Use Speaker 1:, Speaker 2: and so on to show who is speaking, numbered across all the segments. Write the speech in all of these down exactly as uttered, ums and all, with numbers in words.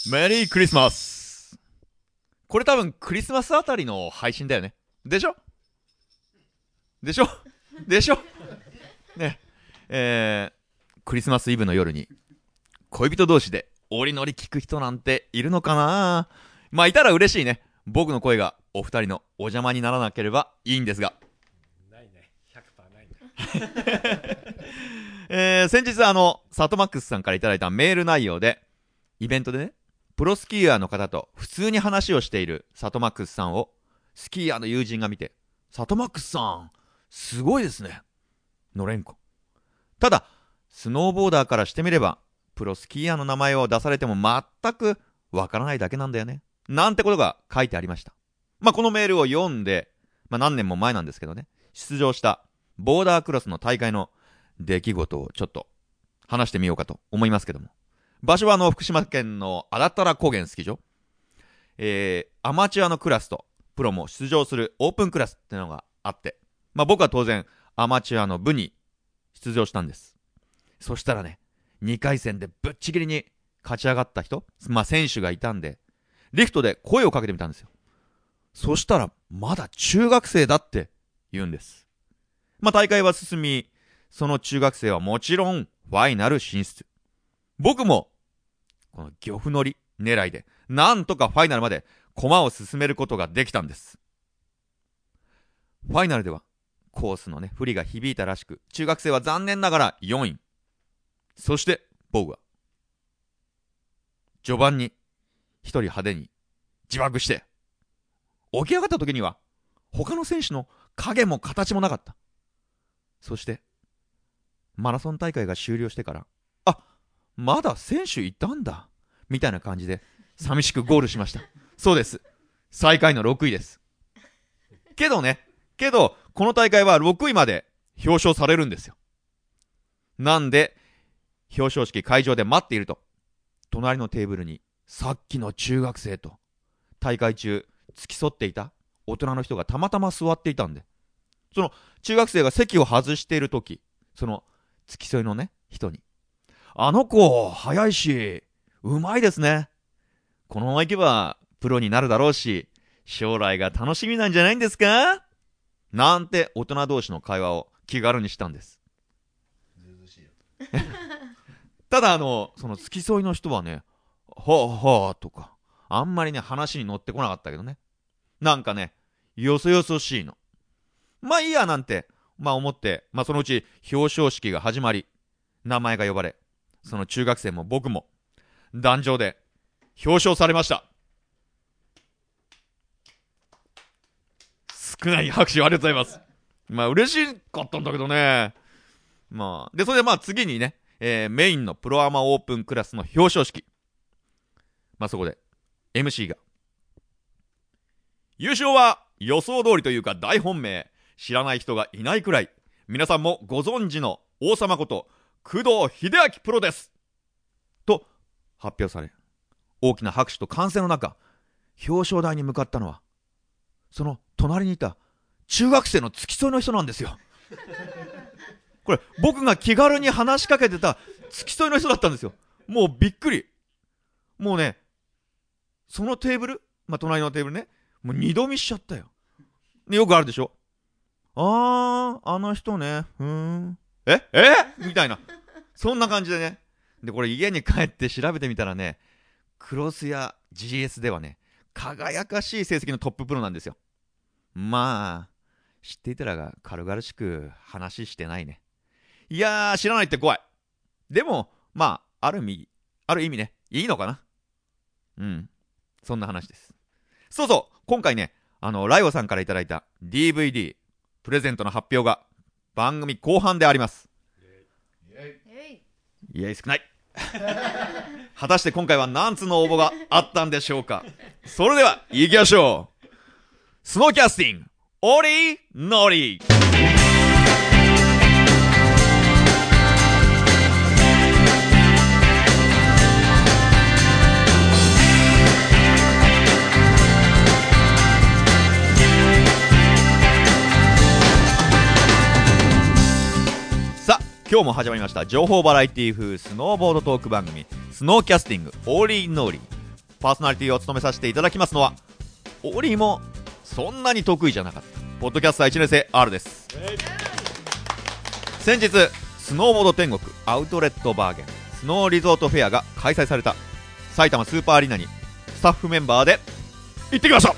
Speaker 1: メリークリスマス。これ多分クリスマスあたりの配信だよね。でしょでしょでしょねえー、クリスマスイブの夜に恋人同士で折り乗り聞く人なんているのかな。まあいたら嬉しいね。僕の声がお二人のお邪魔にならなければいいんですが。
Speaker 2: ないね、ひゃくパーセントないね。
Speaker 1: えー、先日あのサトマックスさんからいただいたメール内容で、イベントでね、プロスキーヤーの方と普通に話をしているサトマックスさんをスキーヤーの友人が見て、サトマックスさんすごいですね、のれんこ。ただスノーボーダーからしてみればプロスキーヤーの名前を出されても全くわからないだけなんだよね、なんてことが書いてありました。まあこのメールを読んで、まあ何年も前なんですけどね、出場したボーダークロスの大会の出来事をちょっと話してみようかと思いますけども、場所はあの福島県の安達太良高原スキー場、えー、アマチュアのクラスとプロも出場するオープンクラスっていうのがあって、まあ僕は当然アマチュアの部に出場したんです。そしたらね、にかい戦でぶっちぎりに勝ち上がった人、まあ選手がいたんで、リフトで声をかけてみたんですよ。そしたらまだ中学生だって言うんです。まあ大会は進み、その中学生はもちろんファイナル進出。僕もこの漁夫乗り狙いでなんとかファイナルまで駒を進めることができたんです。ファイナルではコースのね不利が響いたらしく、中学生は残念ながらよんい。そして僕は序盤に一人派手に自爆して起き上がった時には他の選手の影も形もなかった。そしてマラソン大会が終了してから、あ、まだ選手いたんだみたいな感じで寂しくゴールしました。そうです、最下位のろくいです。けどね、けどこの大会はろくいまで表彰されるんですよ。なんで表彰式会場で待っていると、隣のテーブルにさっきの中学生と大会中付き添っていた大人の人がたまたま座っていたんで、その中学生が席を外している時、その付き添いのね人に、あの子早いしうまいですね、このままいけばプロになるだろうし将来が楽しみなんじゃないんですか、なんて大人同士の会話を気軽にしたんです。
Speaker 2: ずうずうしいよ。
Speaker 1: ただあのその付き添いの人はね、はあはあとかあんまりね話に乗ってこなかったけどね、なんかねよそよそしいの。まあいいやなんてまあ思って、まあそのうち表彰式が始まり、名前が呼ばれ、その中学生も僕も壇上で表彰されました。少ない拍手をありがとうございます。まあ嬉しかったんだけどね。まあでそれでまあ次にね、えー、メインのプロアマオープンクラスの表彰式、まあそこで エムシー が、優勝は予想通りというか大本命、知らない人がいないくらい皆さんもご存知の王様こと工藤秀明プロですと発表され、大きな拍手と歓声の中、表彰台に向かったのはその隣にいた中学生の付き添いの人なんですよ。これ僕が気軽に話しかけてた付き添いの人だったんですよ。もうびっくり。もうね、そのテーブル、まあ隣のテーブルね、もう二度見しちゃったよ。よくあるでしょ、あーあの人ね、ふーん、ええみたいな、そんな感じでね。でこれ家に帰って調べてみたらね、クロスや ジーエス ではね輝かしい成績のトッププロなんですよ。まあ知っていたらが軽々しく話してないね。いやー知らないって怖い。でもまあある意味ある意味ねいいのかな。うん、そんな話です。そうそう、今回ねあのライオさんからいただいた ディーブイディー プレゼントの発表が番組後半であります。
Speaker 2: イエ
Speaker 1: イエイ少ない。果たして今回は何つの応募があったんでしょうか。それでは行きましょう。スノーキャスティングオリーノリ。さあ今日も始まりました情報バラエティ風スノーボードトーク番組スノーキャスティングオーリーノーリー。 パーソナリティを務めさせていただきますのは、オリもそんなに得意じゃなかったポッドキャスターいちねん生 R です。先日スノーボード天国アウトレットバーゲンスノーリゾートフェアが開催された埼玉スーパーアリーナにスタッフメンバーで行ってきました。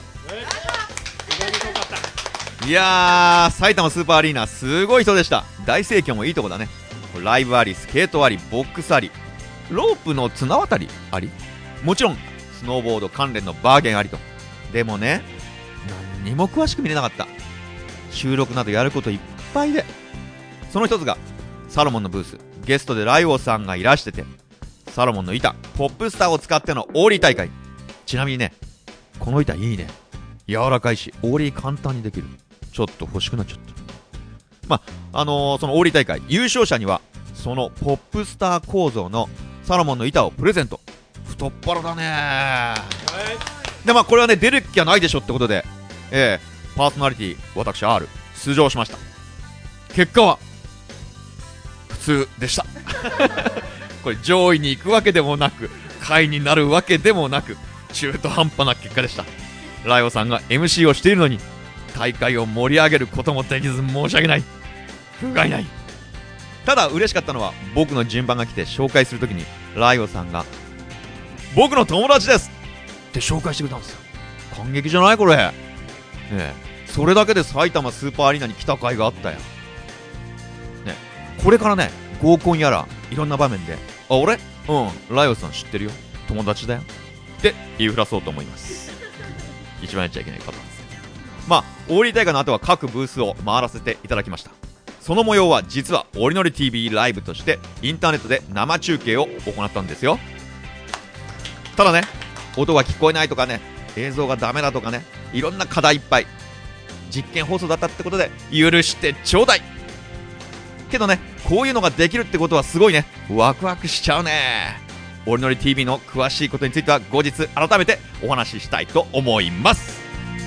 Speaker 1: いやー、埼玉スーパーアリーナすごい人でした。大盛況もいいとこだね。ライブあり、スケートあり、ボックスあり、ロープの綱渡りあり、もちろんスノーボード関連のバーゲンありと。でもね、何にも詳しく見れなかった。収録などやることいっぱいで、その一つがサロモンのブース、ゲストでライオさんがいらしてて、サロモンの板ポップスターを使ってのオーリー大会。ちなみにね、この板いいね、柔らかいしオーリー簡単にできる。ちょっと欲しくなっちゃった。まああのー、そのオーリー大会優勝者にはそのポップスター構造のサロモンの板をプレゼント。太っ腹だねー。でまあこれはね、出る気はないでしょってことで、えー、パーソナリティ私 R 出場しました。結果は普通でしたこれ上位に行くわけでもなく下位になるわけでもなく、中途半端な結果でした。ライオさんが エムシー をしているのに大会を盛り上げることもできず申し訳ない、不甲斐ない。ただ嬉しかったのは、僕の順番が来て紹介するときにライオさんが僕の友達ですって紹介してくれたんですよ。感激じゃないこれ、ねえ、それだけで埼玉スーパーアリーナに来た甲斐があったよ、ね、これからね合コンやらいろんな場面で、あ、俺うんライオさん知ってるよ、友達だよって言いふらそうと思います。一番やっちゃいけないことなんです。まあオーリー大会の後は各ブースを回らせていただきました。その模様は実はオリノリ ティーブイ ライブとしてインターネットで生中継を行ったんですよ。ただね、音が聞こえないとかね、映像がダメだとかね、いろんな課題いっぱい。実験放送だったってことで許してちょうだい。けどね、こういうのができるってことはすごいね、ワクワクしちゃうね。オリノリ ティーブイ の詳しいことについては後日改めてお話ししたいと思います。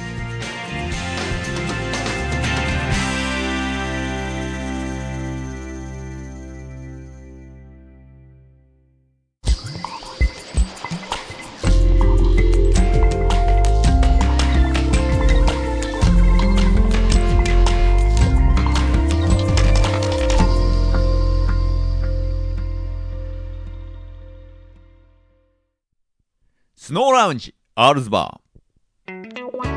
Speaker 1: スノーラウンジ R ズバー。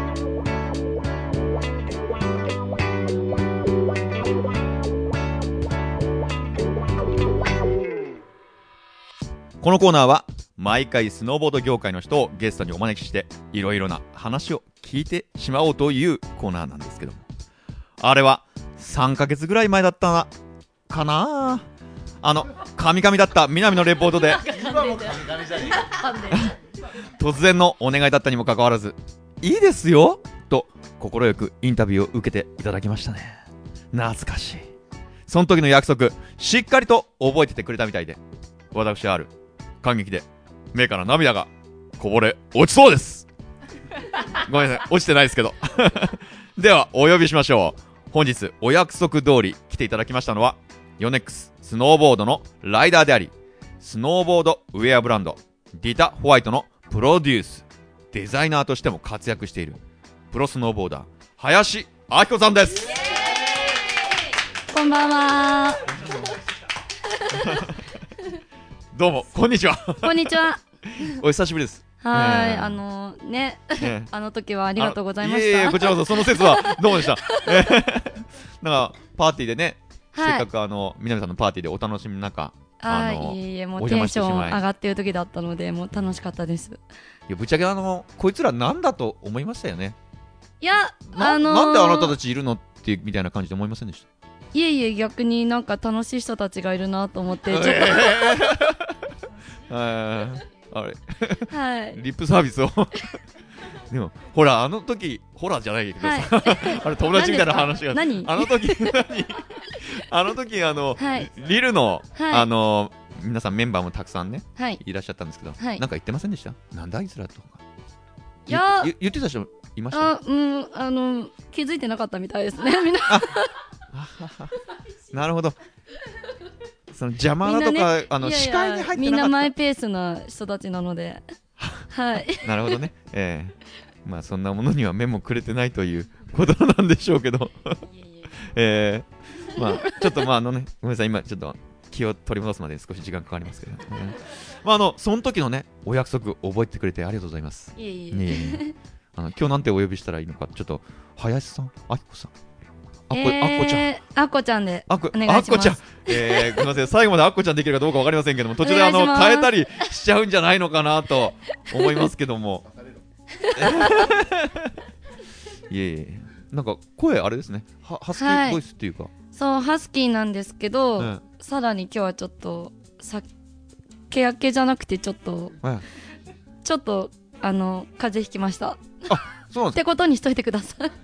Speaker 1: このコーナーは毎回スノーボード業界の人をゲストにお招きしていろいろな話を聞いてしまおうというコーナーなんですけども、あれはさんかげつぐらい前だったなかな。あのカミカミだった南のレポートで
Speaker 2: 今もカミカミじゃねえか
Speaker 1: 突然のお願いだったにもかかわらず、いいですよと快くインタビューを受けていただきましたね。懐かしい。その時の約束しっかりと覚えててくれたみたいで、私 R 感激で目から涙がこぼれ落ちそうです。ごめんなさい、落ちてないですけどではお呼びしましょう。本日お約束通り来ていただきましたのは、ヨネックススノーボードのライダーであり、スノーボードウェアブランドディタホワイトのプロデュースデザイナーとしても活躍しているプロスノーボーダー林明子さんです。
Speaker 3: こんばんは。
Speaker 1: どうもこんにちは。
Speaker 3: こんにちは。
Speaker 1: お久しぶりです。
Speaker 3: はい、
Speaker 1: えー
Speaker 3: あのね、
Speaker 1: えー
Speaker 3: あの時はありがとうございました。
Speaker 1: いえいえ、こちらこそその説はどうもでした。えーなんかパーティーでね、
Speaker 3: はい、
Speaker 1: せっかくあの南さんのパーティーでお楽しみの中、
Speaker 3: あ
Speaker 1: あの
Speaker 3: いえいえ、も
Speaker 1: お
Speaker 3: うテンシ
Speaker 1: 邪魔してしまい
Speaker 3: ョン上がってる時だったので、もう楽しかったです。
Speaker 1: いやぶっちゃけあのこいつらなんだと思いましたよね。
Speaker 3: いや、
Speaker 1: な、
Speaker 3: あのー、
Speaker 1: なんであなたたちいるのってみたいな感じで思いませんでした。
Speaker 3: いえいえ、逆になんか楽しい人たちがいるなと思ってちょっと、
Speaker 1: えーあれ
Speaker 3: はい
Speaker 1: リップサービスをでもほらあの時ほらじゃないけどさ、
Speaker 3: はい
Speaker 1: あれ友達みたいな話が
Speaker 3: 何
Speaker 1: あの時何あの時あの、
Speaker 3: はい、
Speaker 1: リルの、
Speaker 3: はい、
Speaker 1: あの皆さんメンバーもたくさんね、
Speaker 3: はい、
Speaker 1: いらっしゃったんですけど、
Speaker 3: はい、
Speaker 1: なんか言ってませんでした。なんだあいつらとか
Speaker 3: いや
Speaker 1: 言ってた人いました。
Speaker 3: あ、うん、あの気づいてなかったみたいですねみんな
Speaker 1: なるほど。その邪魔だとか、
Speaker 3: ね、
Speaker 1: あの
Speaker 3: いやいや
Speaker 1: 視界に入ってなかった。
Speaker 3: みんなマイペースな人たちなのではい
Speaker 1: なるほどね、えー、まあそんなものには目もくれてないということなんでしょうけどえー、まあちょっとまああのねごめんなさい今ちょっと気を取り戻すまで少し時間かかりますけど、ね、まああのその時のねお約束覚えてくれてありがとうございます。
Speaker 3: いえいえ、
Speaker 1: ねえあの今日なんてお呼びしたらいいのかちょっと林さん、あきこさん、あっこ、
Speaker 3: えー、
Speaker 1: あっこちゃん、
Speaker 3: あっこちゃんで
Speaker 1: あっこ、
Speaker 3: お願いします。
Speaker 1: あっこちゃん、えー、すみません最後まであっこちゃんできるかどうかわかりませんけども途中であの
Speaker 3: お願いします
Speaker 1: 変えたりしちゃうんじゃないのかなと思いますけどもいえいえなんか声あれですねはハスキーボイスっていうか、はい、
Speaker 3: そうハスキーなんですけど、うん、さらに今日はちょっとさけやけじゃなくてちょっと、はい、ちょっとあの風邪ひきました。
Speaker 1: あ、そうなんですか。
Speaker 3: ってことにしといてください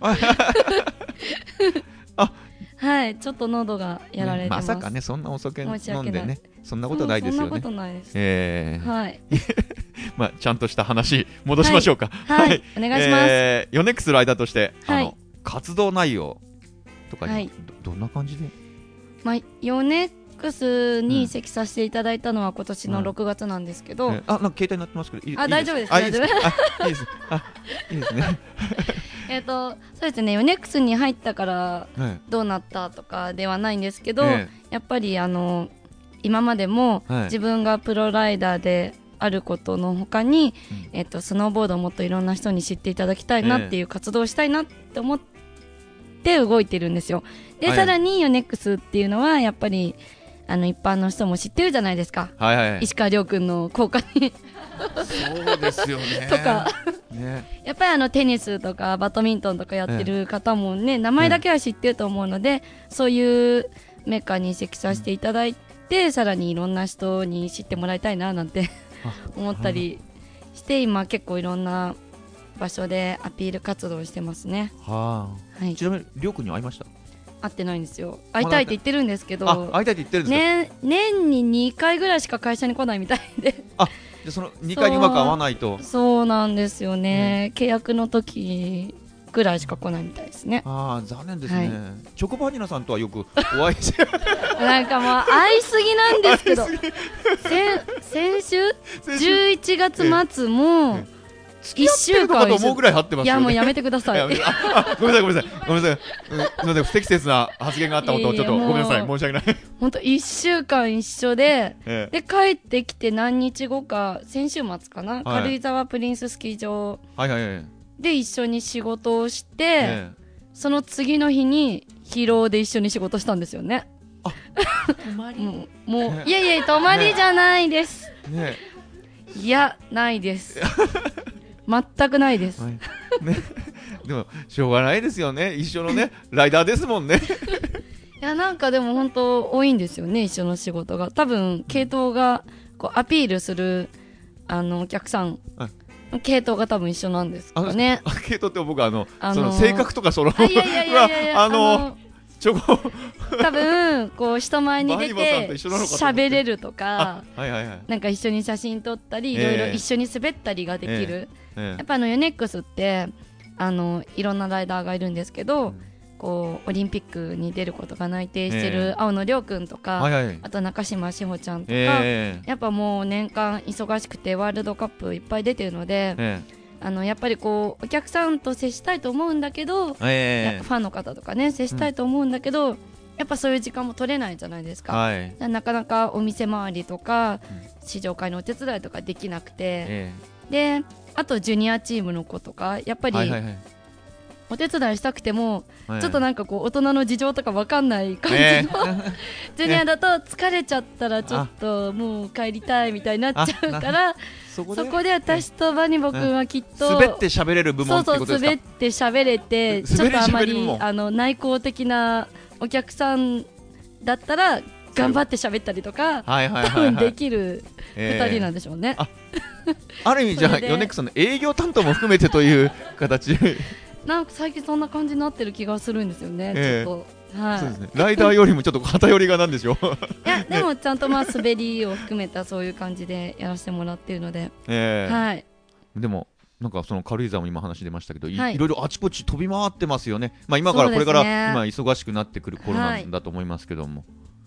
Speaker 1: あ、
Speaker 3: はい、ちょっと喉がやられてます、
Speaker 1: ね、まさかねそんなお酒飲んでねそんなことないですよね。
Speaker 3: そんなことないです、
Speaker 1: えー、
Speaker 3: はい
Speaker 1: まあちゃんとした話戻しましょうか。
Speaker 3: はい、はい、お願いします。
Speaker 1: えー、ヨネックスの間として、
Speaker 3: はい、
Speaker 1: あの活動内容とかに、
Speaker 3: はい、
Speaker 1: ど, どんな感じで、ま
Speaker 3: あ、ヨネックスに移籍させていただいたのは今年のろくがつなんですけど、
Speaker 1: うんえー、あ、なんか携帯になってますけどいい
Speaker 3: あ、大丈夫です、
Speaker 1: 大丈夫です。あ、いいですあ、いいですね
Speaker 3: えっとそうですね、ヨネックスに入ったからどうなったとかではないんですけど、ええ、やっぱりあの今までも自分がプロライダーであることの他に、うん、えっと、スノーボードをもっといろんな人に知っていただきたいなっていう活動をしたいなって思って動いてるんですよ。で、はい、さらにヨネックスっていうのはやっぱりあの一般の人も知ってるじゃないですか、
Speaker 1: はいはいはい、
Speaker 3: 石川遼君の効果に
Speaker 1: そうですよね
Speaker 3: とか、
Speaker 1: ね、
Speaker 3: やっぱりあのテニスとかバドミントンとかやってる方もね、名前だけは知ってると思うので、そういうメーカーに移籍させていただいて、さらにいろんな人に知ってもらいたいななんて思ったりして今結構いろんな場所でアピール活動をしてますね。
Speaker 1: はあ、はい、ちなみにりょうくんに会いました？
Speaker 3: 会ってないんですよ。会いたいって言ってるんですけど、
Speaker 1: あ、会いたいって言ってるんですか？
Speaker 3: ね、年ににかいぐらいしか会社に来ないみたいで
Speaker 1: あ、でそのにかいにうまく合わないと。
Speaker 3: そうなんですよね、うん、契約の時ぐらいしか来ないみたいですね。
Speaker 1: ああ、残念ですね、はい、チョコバニラさんとはよくお会いして
Speaker 3: なんかもう会いすぎなんですけど先週じゅういちがつ末もいっしゅうかん
Speaker 1: と思うぐらい張ってますよね。
Speaker 3: いやもうやめてください
Speaker 1: ごめんなさいごめんなさいごめんなさい、うん、すみません不適切な発言があったことをちょっとごめんなさい申し訳ない。
Speaker 3: 本当いっしゅうかん一緒で、ええ、で帰ってきて何日後か先週末かな、はい、軽井沢プリンススキー場で一緒に仕事をして、ええ、その次の日に疲労で一緒に仕事したんですよね。
Speaker 1: あ
Speaker 3: 泊まりもう、もう、ね、いやいや泊まりじゃないです、ねね、いやないです全くないです、はいね、
Speaker 1: でもしょうがないですよね、一緒のねライダーですもんね
Speaker 3: いやなんかでも本当多いんですよね、一緒の仕事が。多分系統がこうアピールするあのお客さんの系統が多分一緒なんですかね。
Speaker 1: あ系統って僕あの、あのー、その性格とかその
Speaker 3: いやいやいやいやいや
Speaker 1: あのちょこ
Speaker 3: 多分こう人前に出て喋れるとか、
Speaker 1: はいはいはい、
Speaker 3: なんか一緒に写真撮ったり、えー、いろいろ一緒に滑ったりができる、えーえー、やっぱあのヨネックスってあのいろんなライダーがいるんですけど、うん、こうオリンピックに出ることが内定してる青野亮君とか、えーはいはい、あと中島志保ちゃんとか、えー、やっぱもう年間忙しくてワールドカップいっぱい出てるので、えーあのやっぱりこうお客さんと接したいと思うんだけど、えー、ファンの方とかね接したいと思うんだけど、うん、やっぱそういう時間も取れないじゃないですか、はい、なかなかお店回りとか、うん、試乗会のお手伝いとかできなくて、えー、であとジュニアチームの子とかやっぱり、はいはいはい、お手伝いしたくても、はい、ちょっとなんかこう大人の事情とか分かんない感じの、えー、ジュニアだと疲れちゃったらちょっともう帰りたいみたいになっちゃうからそこで、そこで私とバニボ君はきっと
Speaker 1: 滑って喋れる部門ってことですか？
Speaker 3: そうそう滑って喋れてちょっとあまりあの内向的なお客さんだったら頑張って喋ったりとか多分できるふたりなんでしょうね、えー、あ,
Speaker 1: ある意味じゃあヨネックスの営業担当も含めてという形
Speaker 3: なんか最近そんな感じになってる気がするんですよね、えー、ちょっとはい、
Speaker 1: そうですね、ライダーよりもちょっと偏りがなんでしょう
Speaker 3: いやでもちゃんとまあ滑りを含めたそういう感じでやらせてもらっているので、えーはい、
Speaker 1: でもなんかその軽井沢も今話出ましたけど、はい、いろいろあちこち飛び回ってますよね、まあ、今からこれから今忙しくなってくる頃なんだと思いますけども、う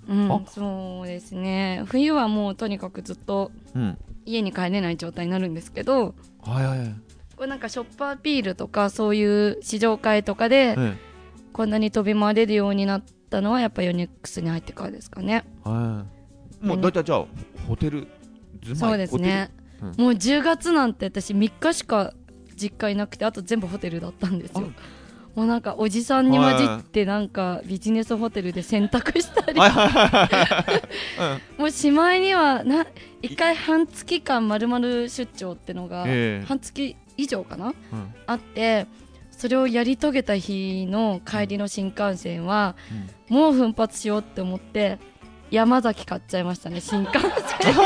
Speaker 3: うん、
Speaker 1: あ
Speaker 3: そうですね。冬はもうとにかくずっと
Speaker 1: うん
Speaker 3: 家に帰れない状態になるんですけど、
Speaker 1: はいはいはい
Speaker 3: これなんかショップアピールとかそういう試乗会とかで
Speaker 1: え
Speaker 3: こんなに飛び回れるようになったのはやっぱヨネックスに入ってからですかね。
Speaker 1: えはいもうだいたいじゃあホテル住まい
Speaker 3: そうですね、
Speaker 1: ホテルうん
Speaker 3: もうじゅうがつなんて私みっかしか実家いなくて、あと全部ホテルだったんですよ。もうなんかおじさんに混じってなんかビジネスホテルで洗濯したり
Speaker 1: はいはいはいはい
Speaker 3: もうしまいにはいっかい半月間まるまる出張ってのが
Speaker 1: ええ
Speaker 3: 半月以上かな、
Speaker 1: うん
Speaker 3: あって、それをやり遂げた日の帰りの新幹線は、
Speaker 1: うん
Speaker 3: もう奮発しようって思って山崎買っちゃいましたね、新幹線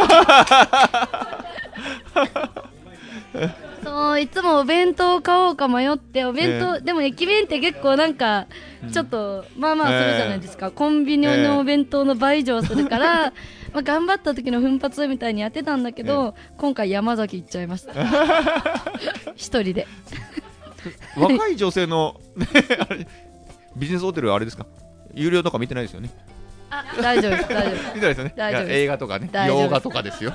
Speaker 3: そういつもお弁当を買おうか迷って、お弁当、
Speaker 1: え
Speaker 3: でも駅弁って結構なんか
Speaker 1: うん
Speaker 3: ちょっとまあまあするじゃないですか、コンビニのお弁当の倍以上するから、まあ頑張った時の奮発みたいにやってたんだけど、今回山崎行っちゃいました一人で
Speaker 1: 若い女性の、ね、あれビジネスホテルはあれですか、有料とか見てないですよね。
Speaker 3: あ大丈夫です大丈夫
Speaker 1: 見てないですよね。
Speaker 3: 大丈夫です
Speaker 1: いや映画とかね、
Speaker 3: 大丈夫です
Speaker 1: 洋画とかですよ。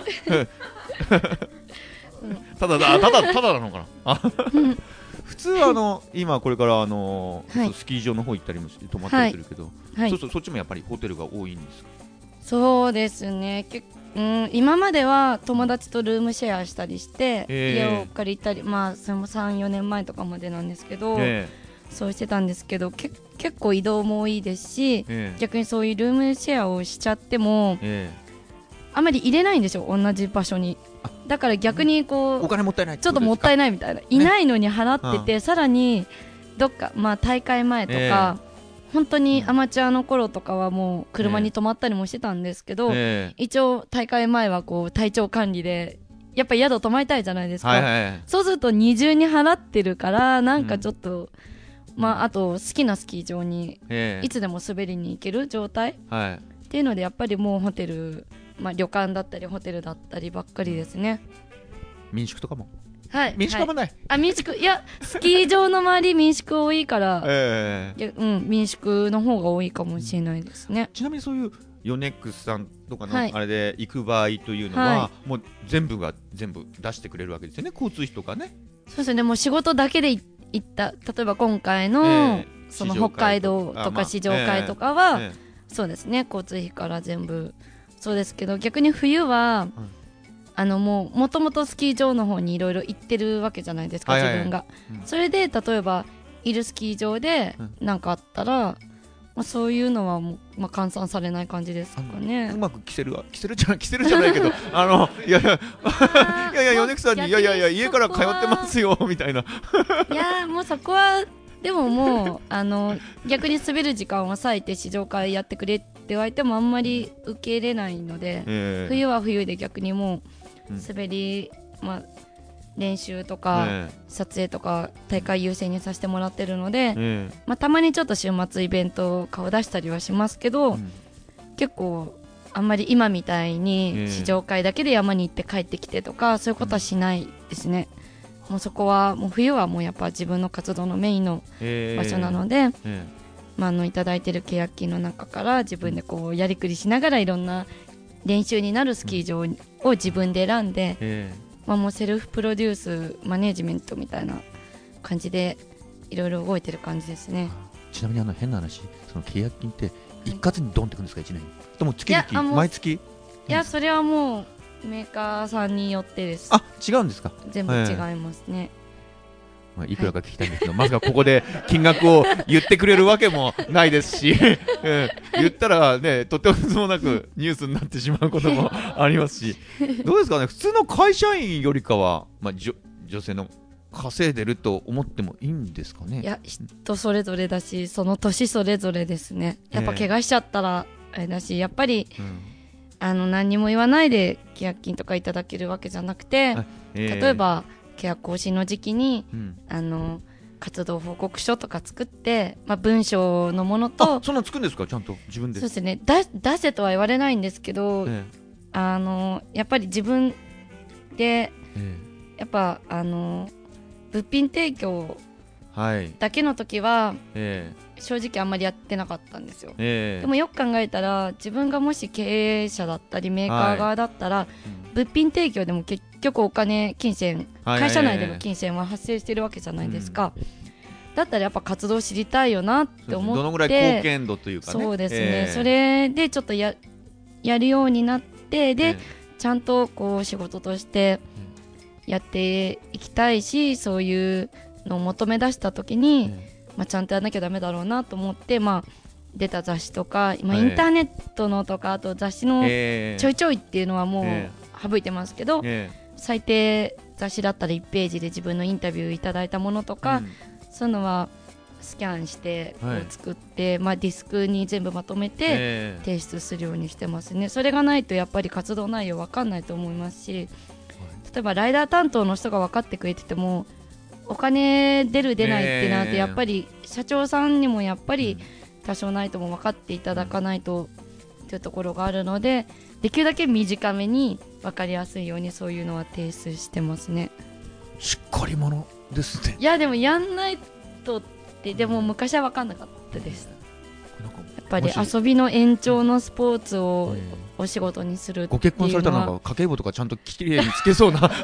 Speaker 1: ただだただただなのかな。あ普通はあの今これからあの、
Speaker 3: はい
Speaker 1: スキー場の方行ったりもして泊まったりするけど、
Speaker 3: はい
Speaker 1: そうそうそっちもやっぱりホテルが多いんですか。
Speaker 3: そうですねけ、うん、今までは友達とルームシェアしたりして、
Speaker 1: えー
Speaker 3: 家を借りたり、まあそれもさん、よねんまえとかまでなんですけど、
Speaker 1: え
Speaker 3: そうしてたんですけどけ結構移動も多いですし、
Speaker 1: ええ
Speaker 3: 逆にそういうルームシェアをしちゃっても
Speaker 1: え
Speaker 3: あまり入れないんですよ、同じ場所に。だから逆にこ
Speaker 1: えお
Speaker 3: う
Speaker 1: 金もったいない
Speaker 3: ちょっともったい
Speaker 1: ない。
Speaker 3: ないみたいな、いないのに払ってて、さらにどっか、まあ、大会前とか、本当にアマチュアの頃とかはもう車に泊まったりもしてたんですけど、
Speaker 1: ええ
Speaker 3: 一応大会前はこう体調管理でやっぱ宿泊まりたいじゃないですか、
Speaker 1: はいはいはい。
Speaker 3: そうすると二重に払ってるからなんかちょっと、まああと好きなスキー場に
Speaker 1: ええ
Speaker 3: いつでも滑りに行ける状態
Speaker 1: はい。
Speaker 3: っていうのでやっぱりもうホテル、まあ、旅館だったりホテルだったりばっかりですね。
Speaker 1: 民宿とかも
Speaker 3: はい
Speaker 1: 民宿はもない。
Speaker 3: あ民宿いやスキー場の周り民宿多いから
Speaker 1: ええ
Speaker 3: いや、うん、民宿の方が多いかもしれないですね。
Speaker 1: ちなみにそういうヨネックスさんとかの
Speaker 3: はい
Speaker 1: あれで行く場合というのは、
Speaker 3: は
Speaker 1: もう全部が全部出してくれるわけですよね、交通費とかね。
Speaker 3: そうですね、もう仕事だけでい行った例えば今回の、
Speaker 1: ええ
Speaker 3: その
Speaker 1: 試乗
Speaker 3: 北海道
Speaker 1: 会あまあ
Speaker 3: とか試乗会とかは、
Speaker 1: え
Speaker 3: そうですね、交通費から全部そうですけど、逆に冬は、
Speaker 1: うん
Speaker 3: あのもうもともとスキー場の方にいろいろ行ってるわけじゃないですか、
Speaker 1: はいはいはい
Speaker 3: 自分が、
Speaker 1: うん
Speaker 3: それで例えばいるスキー場で
Speaker 1: うん
Speaker 3: 何かあったら、まあ、そういうのはもう、まあ、換算されない感じですか
Speaker 1: え
Speaker 3: ね
Speaker 1: う。まく着せるわ着せるじゃない着せるじゃないけどあのいやいやいやいやヨネックスさんにいやいやいや家から通ってますよみたいな。
Speaker 3: いやーもうそこはでももうあの逆に滑る時間を割いて試乗会やってくれって言われてもあんまり受け入れないので、
Speaker 1: ええ
Speaker 3: 冬は冬で逆にもう
Speaker 1: うん
Speaker 3: 滑り、まあ、練習とか、
Speaker 1: え
Speaker 3: 撮影とか大会優先にさせてもらってるので、
Speaker 1: ええ
Speaker 3: まあ、たまにちょっと週末イベント顔出したりはしますけ
Speaker 1: え
Speaker 3: ど、
Speaker 1: うん
Speaker 3: 結構あんまり今みたい
Speaker 1: ええ
Speaker 3: に試乗会だけで山に行って帰ってきてとかそういうことはしないですね。もうそこはもう冬はもうやっぱ自分の活動のメインの
Speaker 1: ええ
Speaker 3: 場所なので、
Speaker 1: え
Speaker 3: まあ、あのいただいてる契約金の中から自分でこうやりくりしながらいろんな練習になるスキー場を自分で選んで、
Speaker 1: ええ
Speaker 3: まあ、もうセルフプロデュースマネージメントみたいな感じでいろいろ動いてる感じですね。
Speaker 1: ちなみにあの変な話、その契約金って一括にドンってくるんですか、いちねんに。でも月
Speaker 3: いやあもう
Speaker 1: 々毎月。
Speaker 3: いやそれはもうメーカーさんによってです。
Speaker 1: あ、違うんですか。
Speaker 3: 全部違いますね。
Speaker 1: まあ、いくらか聞きたいんですけど、まさかここで金額を言ってくれるわけもないですし、ええ言ったらね、とてもなくニュースになってしまうこともありますし、どうですかね、普通の会社員よりかは、まあ、じょ女性の稼いでると思ってもいいんですかね。
Speaker 3: いや人それぞれだしその年それぞれですね。やっぱ
Speaker 1: ええ
Speaker 3: 怪我しちゃったらあれだし、やっぱり
Speaker 1: うん
Speaker 3: あの何にも言わないで契約金とかいただけるわけじゃなくて、
Speaker 1: ええ
Speaker 3: 例えば契約更新の時期に
Speaker 1: うん
Speaker 3: あの活動報告書とか作って、まあ、文章のものと
Speaker 1: あ、そんなの作るんですか、ちゃんと自分で。
Speaker 3: そうですね、だ出せとは言われないんですけど、
Speaker 1: え
Speaker 3: あのやっぱり自分で
Speaker 1: ええ
Speaker 3: やっぱあの物品提供
Speaker 1: えはい、
Speaker 3: だけの時は
Speaker 1: え
Speaker 3: 正直あんまりやってなかったんですよ、
Speaker 1: えー、
Speaker 3: でもよく考えたら自分がもし経営者だったりメーカー側だったら、はい、物品提供でも結局お金金銭、はい、会社内での金銭は発生してるわけじゃないですか、うん、だったらやっぱ活動知りたいよなって思って、
Speaker 1: どのぐらい貢献度というかね、
Speaker 3: そうですね、
Speaker 1: えー、
Speaker 3: それでちょっと や, やるようになってで、えー、ちゃんとこう仕事としてやっていきたいし、そういうのを求め出した時に、えーまあ、ちゃんとやらなきゃダメだろうなと思って、まあ、出た雑誌とか今インターネットのとかあと雑誌のちょいちょいっていうのはもう省いてますけど、えー、最低雑誌だったらいちページで自分のインタビューいただいたものとか、うん、そういうのはスキャンしてこう作って、はいまあ、ディスクに全部まとめて提出するようにしてますね。それがないとやっぱり活動内容分かんないと思いますし、例えばライダー担当の人が分かってくれててもお金出る出ないってなってやっぱり社長さんにもやっぱり多少ないとも分かっていただかないとっていうところがあるので、できるだけ短めに分かりやすいようにそういうのは提出してますね。
Speaker 1: しっかり者ですね。
Speaker 3: いやでもやんないとってでも昔は分かんなかったです。やっぱり遊びの延長のスポーツをお仕事にするっていうのは、ご
Speaker 1: 結婚されたらなんか家計簿とかちゃんときれいにつけそうな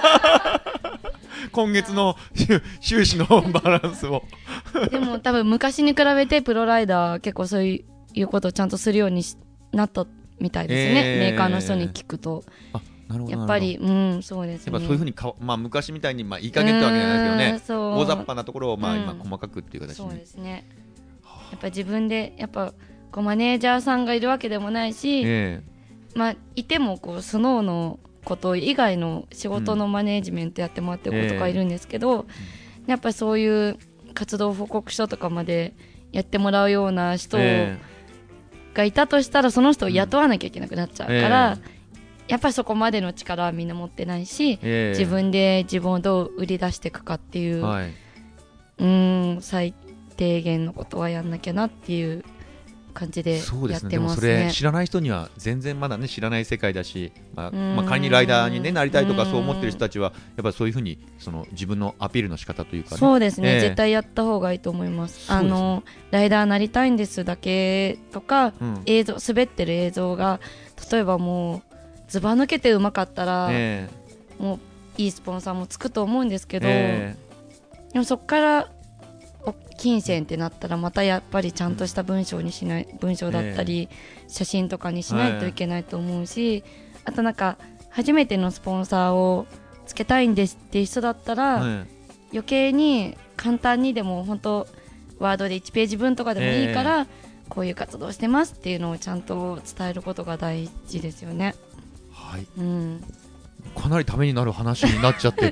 Speaker 1: 今月の収支のバランスを
Speaker 3: でも多分昔に比べてプロライダー結構そういうことをちゃんとするようになったみたいですね、えー、メーカーの人に聞くと。
Speaker 1: あ、なるほど、
Speaker 3: やっぱり、うん、そうですね。
Speaker 1: やっぱそういうふうにか、まあ、昔みたいにまあいい加減ってわけじゃないですけどね、大雑把なところをまあ今細かくっていう形で、ね、
Speaker 3: そうですね。やっぱ自分でやっぱこうマネージャーさんがいるわけでもないし、えーまあ、いてもこうスノーのこと以外の仕事のマネージメントやってもらってる子とかいるんですけど、うん、やっぱりそういう活動報告書とかまでやってもらうような人がいたとしたらその人を雇わなきゃいけなくなっちゃうから、えー、やっぱりそこまでの力はみんな持ってないし、えー、自分で自分をどう売り出していくかっていう、はい、うーん最低限のことはやんなきゃなっていう感じでやってますね。そうですね。でもそれ
Speaker 1: 知らない人には全然まだね知らない世界だし、まあまあ、仮にライダーに、ね、なりたいとかそう思ってる人たちはやっぱりそういうふうにその自分のアピールの仕方というか、ね、
Speaker 3: そうですね、
Speaker 1: えー、
Speaker 3: 絶対やった方がいいと思います。あのライダーなりたいんですだけとか、うん、映像滑ってる映像が例えばもうずば抜けてうまかったら、えー、もういいスポンサーもつくと思うんですけど、えー、でもそこから金銭ってなったらまたやっぱりちゃんとした文章にしない文章だったり写真とかにしないといけないと思うし、あとなんか初めてのスポンサーをつけたいんですっていう人だったら余計に簡単にでも本当ワードでいちページ分とかでもいいからこういう活動してますっていうのをちゃんと伝えることが大事ですよね。
Speaker 1: はい、
Speaker 3: うん、
Speaker 1: かなりためになる話になっちゃって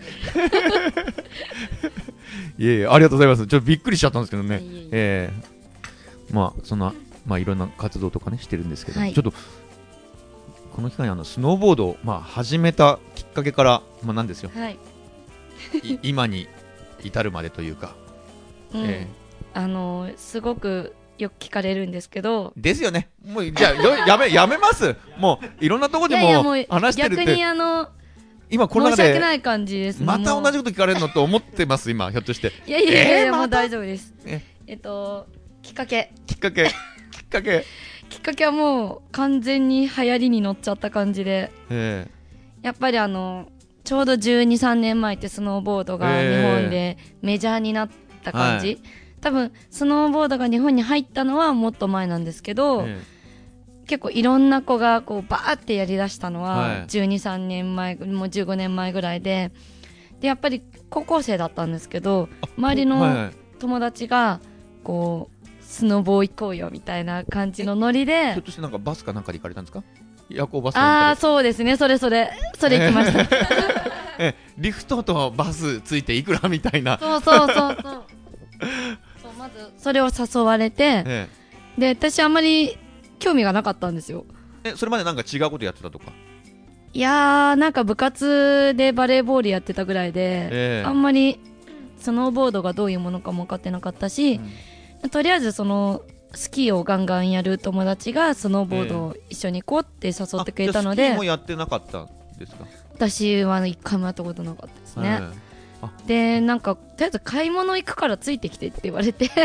Speaker 1: いえいえ、ありがとうございます。ちょっとびっくりしちゃったんですけどね。いえいえ、えー、まあそんなまあいろんな活動とかねしてるんですけど、はい、ちょっとこの機会にあのスノーボードをまあ始めたきっかけからまあなんですよ。はい、今に至るまでというか、
Speaker 3: うん、えー、あのー、すごくよく聞かれるんですけど。
Speaker 1: ですよね。もうじゃあやめやめます。もういろんなところでも話してるって。
Speaker 3: 逆にあの
Speaker 1: 今この中で
Speaker 3: 申し訳ない感じです。
Speaker 1: また同じこと聞かれるのと思ってます今ひょっとして。
Speaker 3: いやいやいや、えー、もう大丈夫です。ええっときっかけ
Speaker 1: きっかけきっかけ
Speaker 3: きっかけはもう完全に流行りに乗っちゃった感じで、えー、やっぱりあのちょうどじゅうに、さんねんまえってスノーボードが日本でメジャーになった感じ、えーはい、多分スノーボードが日本に入ったのはもっと前なんですけど、えー結構いろんな子がこうバーってやりだしたのはじゅうに、さんねんまえもうじゅうごねんまえぐらいで、でやっぱり高校生だったんですけど周りの友達がこうスノボー行こうよみたいな感じのノリで、
Speaker 1: ひょっとしてなんかバスかなんかで行かれたんですか？夜行バス。
Speaker 3: ああそうですね、それそれそれ行きました
Speaker 1: えリフトとバスついていくらみたいな。
Speaker 3: そうそうそうそうそうまずそれを誘われて、ええ、で私あんまり興味がなかったんですよ。
Speaker 1: えそれまでなんか違うことやってたとか？
Speaker 3: いやーなんか部活でバレーボールやってたぐらいで、えー、あんまりスノーボードがどういうものかも分かってなかったし、うん、とりあえずそのスキーをガンガンやる友達がスノーボードを一緒に行こうって誘ってくれたので、えー、
Speaker 1: スキーもやってなかったんですか？
Speaker 3: 私は一回もやったことなかったですね、 でなんかとりあえず買い物行くからついてきてって言われて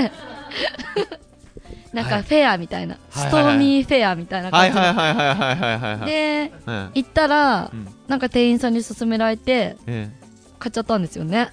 Speaker 3: なんかフェアみたいな、はい、ストーミーフェアみたいな感じで行ったら、うん、なんか店員さんに勧められて、ええ、買っちゃったんですよね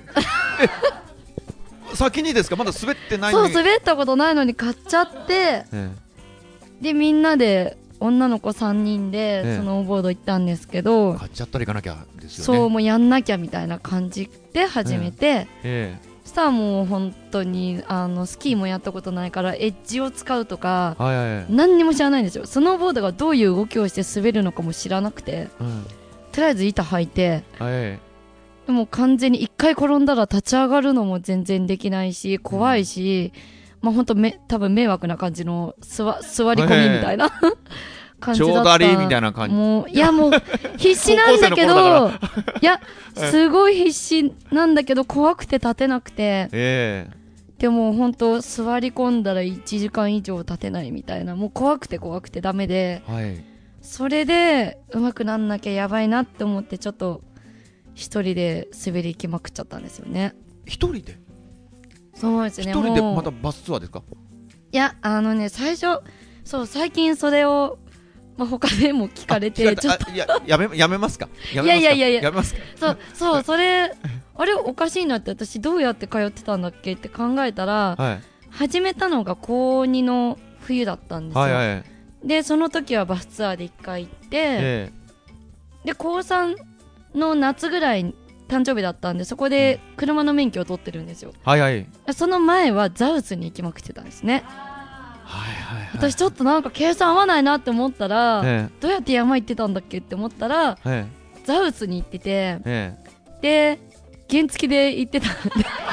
Speaker 1: 先にですか？まだ滑ってないのに。
Speaker 3: そう、滑ったことないのに買っちゃって、ええ、でみんなで女の子さんにんでスノーボード行ったんですけど、
Speaker 1: 買っちゃったら行かなきゃですよね。
Speaker 3: そう、もうやんなきゃみたいな感じで始めて、ええ、そしたらもう本当にあのスキーもやったことないからエッジを使うとか、はいはいはい、何にも知らないんですよ。スノーボードがどういう動きをして滑るのかも知らなくて、うん、とりあえず板履いて、はい、でも完全に一回転んだら立ち上がるのも全然できないし怖いし、うん、まあ本当め多分迷惑な感じの座、座り込みみたいな、はい感じだった。
Speaker 1: ちょうだりみたいな感じ。
Speaker 3: もういやもう必死なんだけどいやすごい必死なんだけど怖くて立てなくて、えー、でも本当座り込んだらいちじかん以上立てないみたいな、もう怖くて怖くてダメで、はい、それで上手くなんなきゃやばいなって思ってちょっと一人で滑り行きまくっちゃったんですよね。
Speaker 1: 一人で？
Speaker 3: そうですね。
Speaker 1: 一人でまたバスツアーですか？
Speaker 3: いやあのね最初そう最近それをまあ、他でも聞かれてちょっと
Speaker 1: いややめやめますか？
Speaker 3: やめますか？いやいやいやいや
Speaker 1: やめますか？
Speaker 3: そうそうそれあれおかしいなって、私どうやって通ってたんだっけって考えたら、はい、始めたのがこうにの冬だったんですよ、はいはい、でその時はバスツアーでいっかい行って、えー、でこうさんの夏ぐらい誕生日だったんでそこで車の免許を取ってるんですよ、はいはい、その前はザウスに行きまくってたんですね。はいはいはい、私ちょっとなんか計算合わないなって思ったら、ええ、どうやって山行ってたんだっけって思ったら、ええ、ザウスに行ってて、ええ、で原付で行ってたんで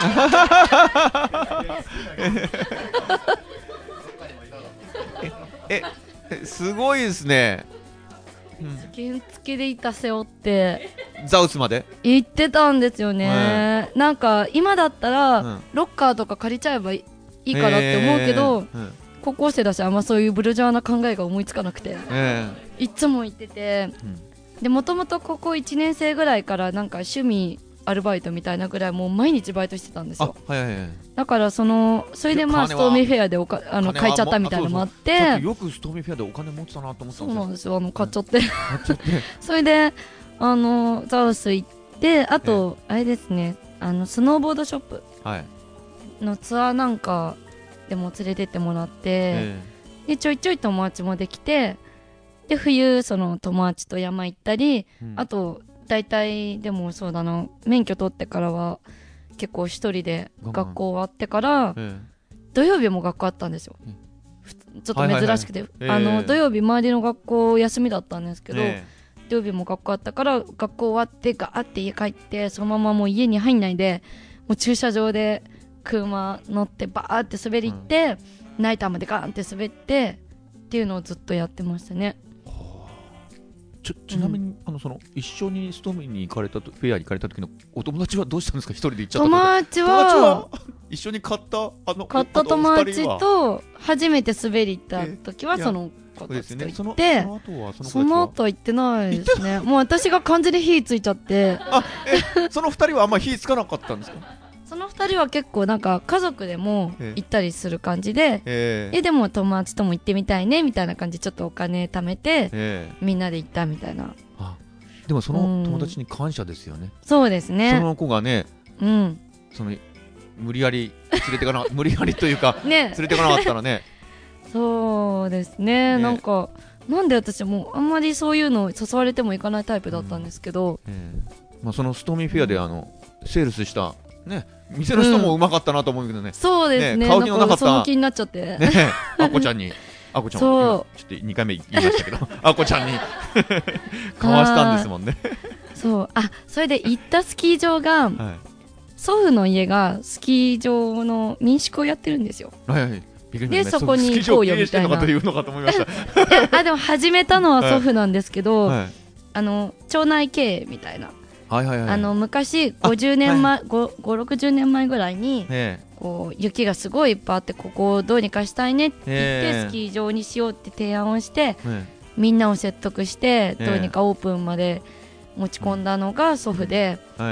Speaker 1: ええすごいですね、
Speaker 3: うん、原付で板背負って
Speaker 1: ザウスまで
Speaker 3: 行ってたんですよね、ええ、なんか今だったら、うん、ロッカーとか借りちゃえばいいかなって思うけど、えーうん高校生だしあんまそういうブルジョワな考えが思いつかなくて、えー、いつも行ってて、うん、でもともと高校いちねん生ぐらいからなんか趣味アルバイトみたいなぐらいもう毎日バイトしてたんですよ、はいはいはい、だからそのそれでまあストーミーフェアでおかあの買いちゃったみたいなのもあって、
Speaker 1: そうそうよくストーミーフェアでお金持ってたなと思ってたんですよ。
Speaker 3: そうなんですよ、あの買っちゃってそれであのザウス行ってあと、えー、あれですねあのスノーボードショップのツアーなんかでも連れてってもらって、えー、でちょいちょい友達もできてで冬その友達と山行ったり、うん、あと大体でもそうだな免許取ってからは結構一人で学校終わってから、えー、土曜日も学校あったんですよ、うん、ちょっと珍しくて、はいはいはい、あの、えー、土曜日周りの学校休みだったんですけど、えー、土曜日も学校あったから学校終わってガーって家帰ってそのままもう家に入んないでもう駐車場で車乗ってバーって滑り行って、うん、ナイターまでガーンって滑ってっていうのをずっとやってましたね。はあ、
Speaker 1: ち, ょちなみに、うん、あのその一緒にストーミーに行かれたとフェアに行かれた時のお友達はどうしたんですか？一人で行っちゃったとか。
Speaker 3: 友達 は, 友達は
Speaker 1: 一緒に買ったあの
Speaker 3: 買った友達と初めて滑り行った時はその子たちと行って、その後はその後は行ってないですねもう私が完全に火ついちゃって
Speaker 1: あえその二人はあんまり火つかなかったんですか？
Speaker 3: そのふたりは結構なんか家族でも行ったりする感じで、えー、えでも友達とも行ってみたいねみたいな感じでちょっとお金貯めて、えー、みんなで行ったみたいな。
Speaker 1: あでもその友達に感謝ですよね。
Speaker 3: そうですね。
Speaker 1: その子がね、うん、その無理やり連れてかな無理やりというか、ね、連れてかなかったらね
Speaker 3: そうですね、ねなんかなんで私もあんまりそういうの誘われても行かないタイプだったんですけど、うんえ
Speaker 1: ーまあ、そのストーミーフェアであの、うん、セールスしたね、店の人もうまかったなと思うけどね、うん、
Speaker 3: そうですね、
Speaker 1: 買う気のなかった
Speaker 3: その気になっちゃって、
Speaker 1: ね、あこちゃんにあこちゃんはちょっとにかいめ言いましたけどあこちゃんに買わしたんですもんね
Speaker 3: そうあそれで行ったスキー場が、はい、祖父の家がスキー場の民宿をやってるんですよ。はいはいでそこに行こうよみたいなあでも始めたのは祖父なんですけど、はいはい、あの町内経営みたいなはいはいはい、あの昔ごじゅうねんまえ、はい、ごじゅうろくじゅうねんまえぐらいにこう雪がすごいいっぱいあってここをどうにかしたいねって言ってスキー場にしようって提案をしてみんなを説得してどうにかオープンまで持ち込んだのが祖父で、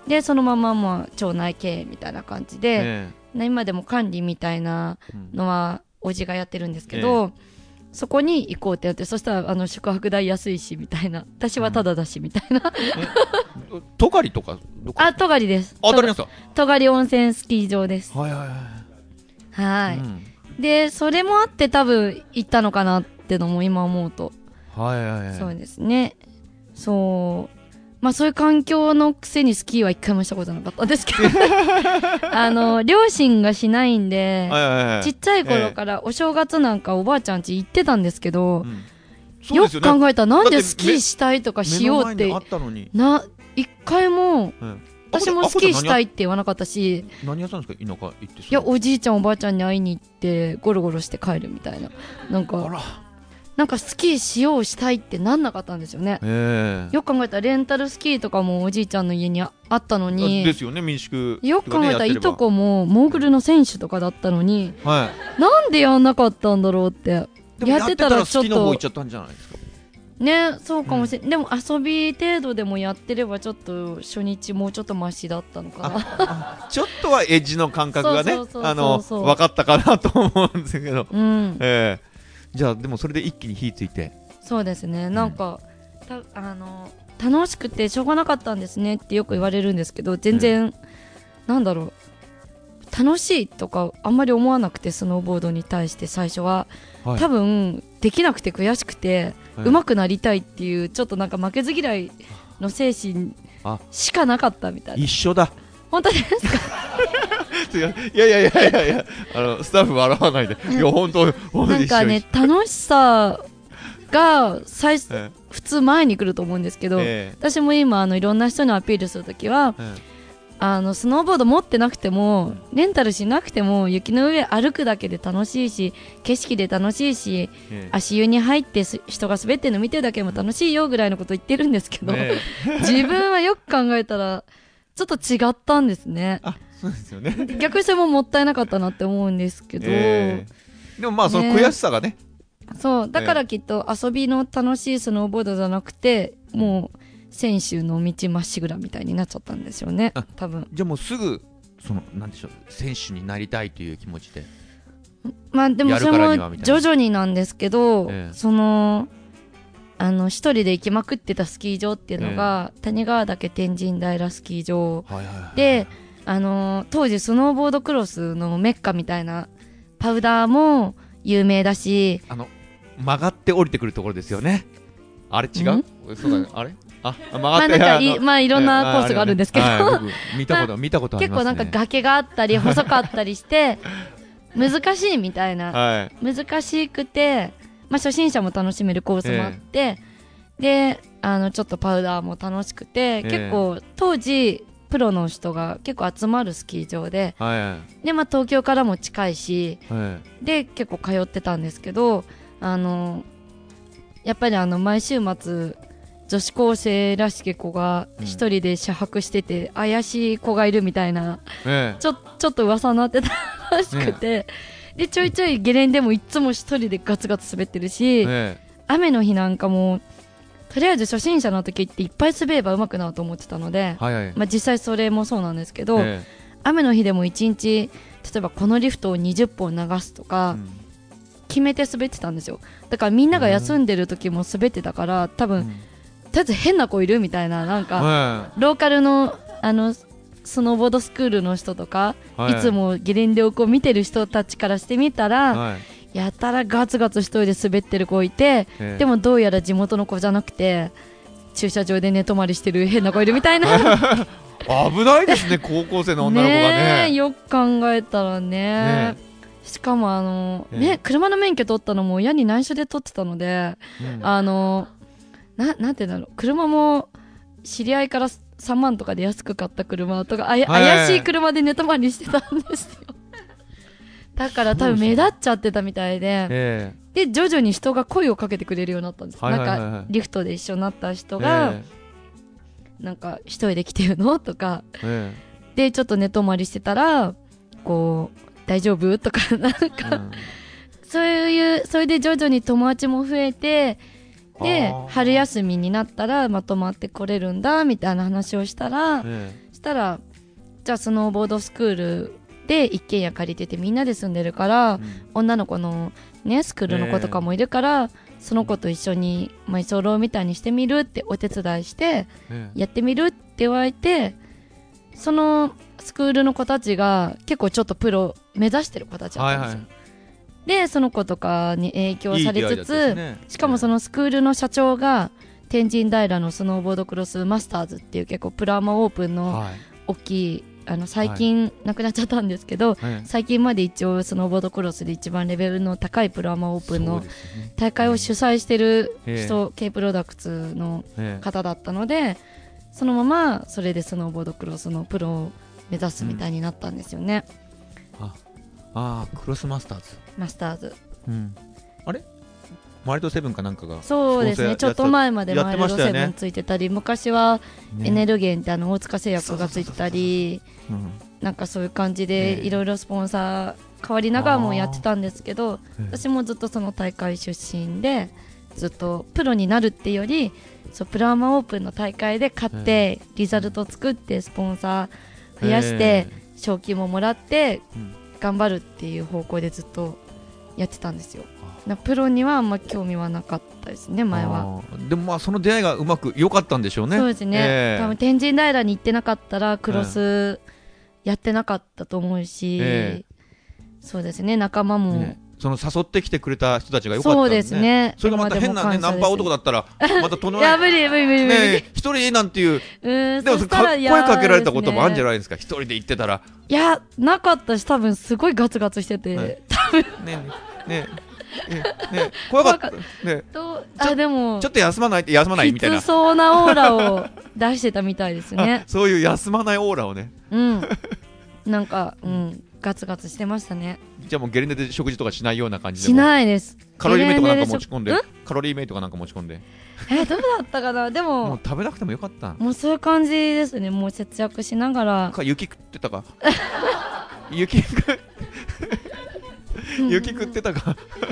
Speaker 3: でそのまままあ町内経営みたいな感じで、
Speaker 1: え
Speaker 3: 今でも管理みたいな
Speaker 1: うん
Speaker 3: のはおじがやってるんですけど、そこに行こうってやって、そしたらあの宿泊代安いしみたいな、私はタダだしみたいな、
Speaker 1: えトカリとかどこ
Speaker 3: あ、戸狩です。
Speaker 1: あ当たりますか
Speaker 3: 戸狩温泉スキー場です。
Speaker 1: はいはいはい
Speaker 3: はい、
Speaker 1: うん
Speaker 3: でそれもあって多分行ったのかなってのも今思うと、
Speaker 1: はいはいはい
Speaker 3: そうですね。そうまあそういう環境のくせにスキーは一回もしたことなかったんですけどあの両親がしないんで、
Speaker 1: はいはいはい
Speaker 3: ちっちゃい頃からお正月なんかおばあちゃん家行ってたんですけど、
Speaker 1: うんそう
Speaker 3: よ
Speaker 1: ですよね
Speaker 3: く考えたらなん
Speaker 1: だって
Speaker 3: でスキーしたいとかしようって
Speaker 1: 目の前にあったのに
Speaker 3: な一回も
Speaker 1: うん
Speaker 3: 私もスキーしたい
Speaker 1: い
Speaker 3: って言わなかったし、
Speaker 1: 何やったんですか田舎行って
Speaker 3: いやおじいちゃんおばあちゃんに会いに行ってゴロゴロして帰るみたいな、なん
Speaker 1: あ
Speaker 3: からなんかスキーしようしたいってなんなかったんですよね。
Speaker 1: ええ
Speaker 3: よく考えたらレンタルスキーとかもおじいちゃんの家にああったのに、
Speaker 1: ですよね民宿
Speaker 3: よく考えたらいと
Speaker 1: こ
Speaker 3: こもモーグルの選手とかだったのに、
Speaker 1: はい
Speaker 3: なんでやんなかったんだろうって
Speaker 1: でも
Speaker 3: やってたらちょっ
Speaker 1: 好きの方行っ
Speaker 3: と
Speaker 1: ちゃったんじゃないですか
Speaker 3: ね、そうかもしれない、でも遊び程度でもやってればちょっと初日もうちょっとマシだったのかな
Speaker 1: ちょっとはエッジの感覚がね
Speaker 3: そうそうそうそう
Speaker 1: あの分かったかなと思うんですけど、
Speaker 3: うん
Speaker 1: ええじゃあでもそれで一気に火ついて
Speaker 3: そうですね、なんか、たあの楽しくてしょうがなかったんですねってよく言われるんですけど、全然、なんだろう楽しいとかあんまり思わなくて、スノーボードに対して最初は、
Speaker 1: はい
Speaker 3: 多分できなくて悔しくて、
Speaker 1: はい
Speaker 3: 上手くなりたいっていうちょっとなんか負けず嫌いの精神
Speaker 1: あ
Speaker 3: しかなかったみたいな。
Speaker 1: 一緒だ
Speaker 3: 本当ですか？
Speaker 1: いやいやいやいやいやいやあのスタッフ笑わないでいや本当本当
Speaker 3: なんかね楽しさが最初
Speaker 1: え
Speaker 3: 普通前に来ると思うんですけど、
Speaker 1: ええ
Speaker 3: 私も今あのいろんな人にアピールするときは、
Speaker 1: ええ
Speaker 3: あのスノーボード持ってなくてもレンタルしなくても雪の上歩くだけで楽しいし、景色で楽しいし、
Speaker 1: ええ
Speaker 3: 足湯に入ってす人が滑ってるの見てるだけでも楽しいよぐらいのこと言ってるんですけど、
Speaker 1: ね
Speaker 3: 自分はよく考えたらちょっと違ったんですね。
Speaker 1: あそうですよね
Speaker 3: 逆にそれももったいなかったなって思うんですけど、
Speaker 1: ええでもまあその
Speaker 3: ね
Speaker 1: 悔しさがね
Speaker 3: そうだからきっと遊びの楽しいスノーボードじゃなくて、もう選手の道まっしぐらみたいになっちゃったんですよね、
Speaker 1: あ
Speaker 3: 多分。
Speaker 1: じゃあもうすぐそのなんでしょう選手になりたいという気持ちで
Speaker 3: まあでも
Speaker 1: やるか
Speaker 3: それも
Speaker 1: らにはみたいな
Speaker 3: 徐々になんですけど、
Speaker 1: ええ
Speaker 3: そのあの一人で行きまくってたスキー場っていうのが、谷川岳天神平スキー場
Speaker 1: はいはいはい
Speaker 3: で、あのー当時スノーボードクロスのメッカみたいなパウダーも有名だし、
Speaker 1: あの曲がって降りてくるところですよねあれ違うそうだねあれあ曲
Speaker 3: まあ
Speaker 1: がって
Speaker 3: なんかい
Speaker 1: あの
Speaker 3: まあいろんなコースがあるんですけど、
Speaker 1: はいはい僕見たこと見たことあり
Speaker 3: 結構
Speaker 1: ますね
Speaker 3: なんか崖があったり細かったりして難しいみたいな、
Speaker 1: はい
Speaker 3: 難しくて、まあ、初心者も楽しめるコースもあって、であのちょっとパウダーも楽しくて、
Speaker 1: え
Speaker 3: 結構当時プロの人が結構集まるスキー場で、
Speaker 1: はい
Speaker 3: で、まあ、東京からも近いし
Speaker 1: はい
Speaker 3: で結構通ってたんですけど、あのやっぱりあの毎週末女子高生らしき子が一人で車泊してて、怪しい子がいるみたいな、
Speaker 1: ええ
Speaker 3: ちょちょっと噂になってたらしくて、でちょいちょいゲレンデもいつも一人でガツガツ滑ってるし、
Speaker 1: え
Speaker 3: 雨の日なんかもとりあえず初心者の時っていっぱい滑れば上手くなると思ってたので、
Speaker 1: えはいはい
Speaker 3: まあ、実際それもそうなんですけど、
Speaker 1: え
Speaker 3: 雨の日でもいちにち例えばこのリフトをにじゅっぽん流すと
Speaker 1: え
Speaker 3: か
Speaker 1: うん
Speaker 3: 決めて滑ってたんですよ。だからみんなが休んでる時も滑ってたから、多分、
Speaker 1: うん
Speaker 3: とりあえず変な子いるみたいな、なんか、
Speaker 1: は
Speaker 3: ローカルのあのスノーボードスクールの人とか、
Speaker 1: いはい
Speaker 3: いつもゲレンデをこう見てる人たちからしてみたら、
Speaker 1: はい
Speaker 3: やたらガツガツ一人で滑ってる子いて、
Speaker 1: ええ
Speaker 3: でもどうやら地元の子じゃなくて駐車場で寝泊まりしてる変な子いるみたいな
Speaker 1: 危ないですね高校生の女の子がね
Speaker 3: ねえよく考えたらね
Speaker 1: ね
Speaker 3: しかもあの、
Speaker 1: ええ
Speaker 3: ね車の免許取ったのも親に内緒で取ってたので、
Speaker 1: うん
Speaker 3: あのななんて言うんだろう、車も知り合いからさんまんとかで安く買った車とかあや、
Speaker 1: はい
Speaker 3: 怪しい車で寝泊まりしてたんですよだから多分目立っちゃってたみたいで、
Speaker 1: え
Speaker 3: で徐々に人が声をかけてくれるようになったんです、
Speaker 1: はいはいはいはい
Speaker 3: なんかリフトで一緒になった人
Speaker 1: え
Speaker 3: が、
Speaker 1: え
Speaker 3: なんか一人で来てるのとか
Speaker 1: え
Speaker 3: でちょっと寝泊まりしてたらこう大丈夫とかなんか、
Speaker 1: えうん
Speaker 3: そういうそれで徐々に友達も増えてで
Speaker 1: あー
Speaker 3: 春休みになったらまとまってこれるんだみたいな話をしたら、
Speaker 1: え
Speaker 3: ししたらじゃあスノーボードスクールで一軒家借りててみんなで住んでるから、うん、女の子のねスクールの子とかもいるから、えー、その子と一緒に、まあ、居候みたいにしてみるってお手伝いしてやってみるって言われて、そのスクールの子たちが結構ちょっとプロ目指してる子たちだったんですよ、はいはい、でその子とかに影響されつつ、ね、しかもそのスクールの社長が天神平のスノーボードクロスマスターズっていう結構プロアマオープンの大きい、はい、あの最近亡くなっちゃったんですけど、はい、最近まで一応スノーボードクロスで一番レベルの高いプロアマオープンの大会を主催してる人、K プロダクツの方だったので、そのままそれでスノーボードクロスのプロを目指すみたいになったんですよね、
Speaker 1: うん、ああクロスマスターズ
Speaker 3: マスターズ、
Speaker 1: うん、あれマイルドセブンかなんかが
Speaker 3: そうですね、ちょっと前までマイルドセブンついてたり、昔はエネルゲンってあの大塚製薬がついてたり、なんかそういう感じでいろいろスポンサー変わりながらもやってたんですけど、私もずっとその大会出身でずっとプロになるっていうより、そうプロアマオープンの大会で勝ってリザルト作ってスポンサー増やして賞金ももらって頑張るっていう方向でずっとやってたんですよ。プロにはあんま興味はなかったですね前は。
Speaker 1: でもまあその出会いがうまく良かったんでしょうね。
Speaker 3: そうですね、えー、多分天神平に行ってなかったらクロスやってなかったと思うし、えー、そうですね仲間も、ね、
Speaker 1: その誘ってきてくれた人たちが良かったんですね。
Speaker 3: そうですね。
Speaker 1: それがまた変なねナンパ男だったらまたとんでもない
Speaker 3: いや無理無理無理無理、
Speaker 1: ね、一人なんていう、うんでもそか声かけられたこともあるんじゃないですか、一人で行ってたら。
Speaker 3: いやなかったし、多分すごいガツガツしてて、はい、多分
Speaker 1: ねねねね怖かったね。
Speaker 3: あでも
Speaker 1: ちょっと休まないって休まないみたいな
Speaker 3: きつそうなオーラを出してたみたいですね
Speaker 1: そういう休まないオーラをね、
Speaker 3: うんなんか、うん、ガツガツしてましたね。
Speaker 1: じゃあもうゲレンデで食事とかしないような感じで。
Speaker 3: しないです。
Speaker 1: カロリーメイトかなんか持ち込んで、カロリーメイトかなんか持ち込んで
Speaker 3: えどうだったかな。でも
Speaker 1: もう食べなくてもよかった。
Speaker 3: もうそういう感じですね。もう節約しながら
Speaker 1: か雪食ってたか雪雪食ってたか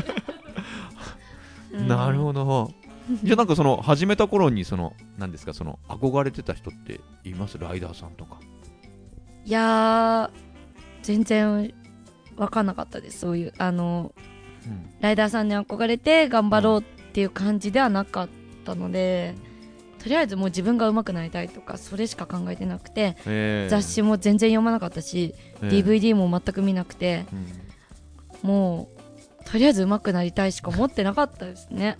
Speaker 1: なるほど。じゃあなんかその始めた頃にその何ですか、その憧れてた人っています？ライダーさんとか。
Speaker 3: いやー全然分かんなかったです。そういうあの、うん、ライダーさんに憧れて頑張ろうっていう感じではなかったので、うん、とりあえずもう自分が上手くなりたいとかそれしか考えてなくて、えー、雑誌も全然読まなかったし、えー、ディーブイディー も全く見なくて、うん、もうとりあえず上手くなりたいしか思ってなかったですね。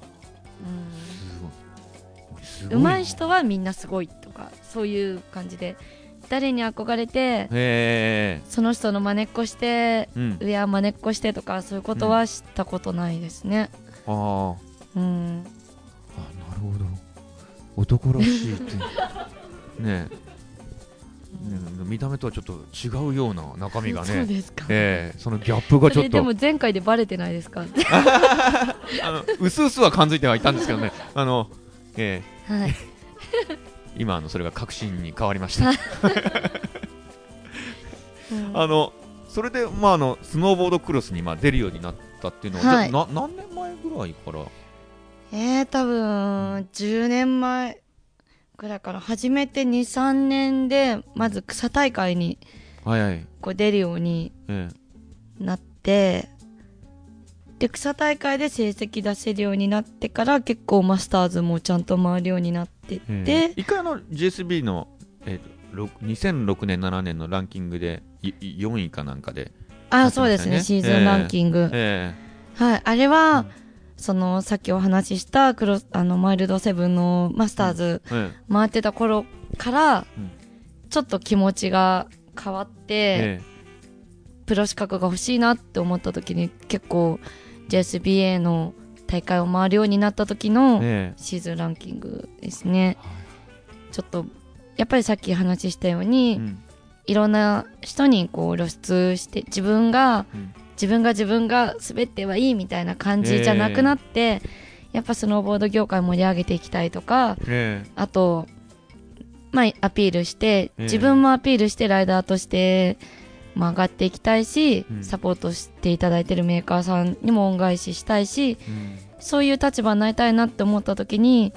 Speaker 3: うん、上手い人はみんなすごいとかそういう感じで誰に憧れてその人の真似っこして、うん、上は真似っこしてとかそういうことは知ったことないですね、
Speaker 1: うん、あ、
Speaker 3: うん、
Speaker 1: あなるほど男らしいってねえ、ね見た目とはちょっと違うような中身がね。
Speaker 3: そうですか、
Speaker 1: えー、そのギャップがちょっと。
Speaker 3: でも前回でバレてないですか
Speaker 1: あのうすうすは感づいてはいたんですけどねあの、えーはい、今あのそれが確信に変わりましたあのそれで、まあ、あのスノーボードクロスにまあ出るようになったっていうのは、はい、な何年前ぐらいから。
Speaker 3: えー、多分じゅうねんまえぐらいから始めて にさんねんでまず草大会にこう出るようになって、で草大会で成績出せるようになってから結構マスターズもちゃんと回るようになってって
Speaker 1: 一回あの ジェイエスビー の、えー、にせんろくねんななねんのランキングでよんいかなんかで、ね、
Speaker 3: あそうですねシーズンランキング、えーえー、はいあれは、うんそのさっきお話ししたクロあのマイルドセブンのマスターズ回ってた頃からちょっと気持ちが変わってプロ資格が欲しいなって思った時に結構 ジェイエスビーエー の大会を回るようになった時のシーズンランキングですね。ちょっとやっぱりさっき話したようにいろんな人にこう露出して自分が自分が自分が滑ってはいいみたいな感じじゃなくなって、えー、やっぱスノーボード業界盛り上げていきたいとか、えー、あと、まあ、アピールして、えー、自分もアピールしてライダーとして、まあ、上がっていきたいし、うん、サポートしていただいているメーカーさんにも恩返ししたいし、うん、そういう立場になりたいなって思った時に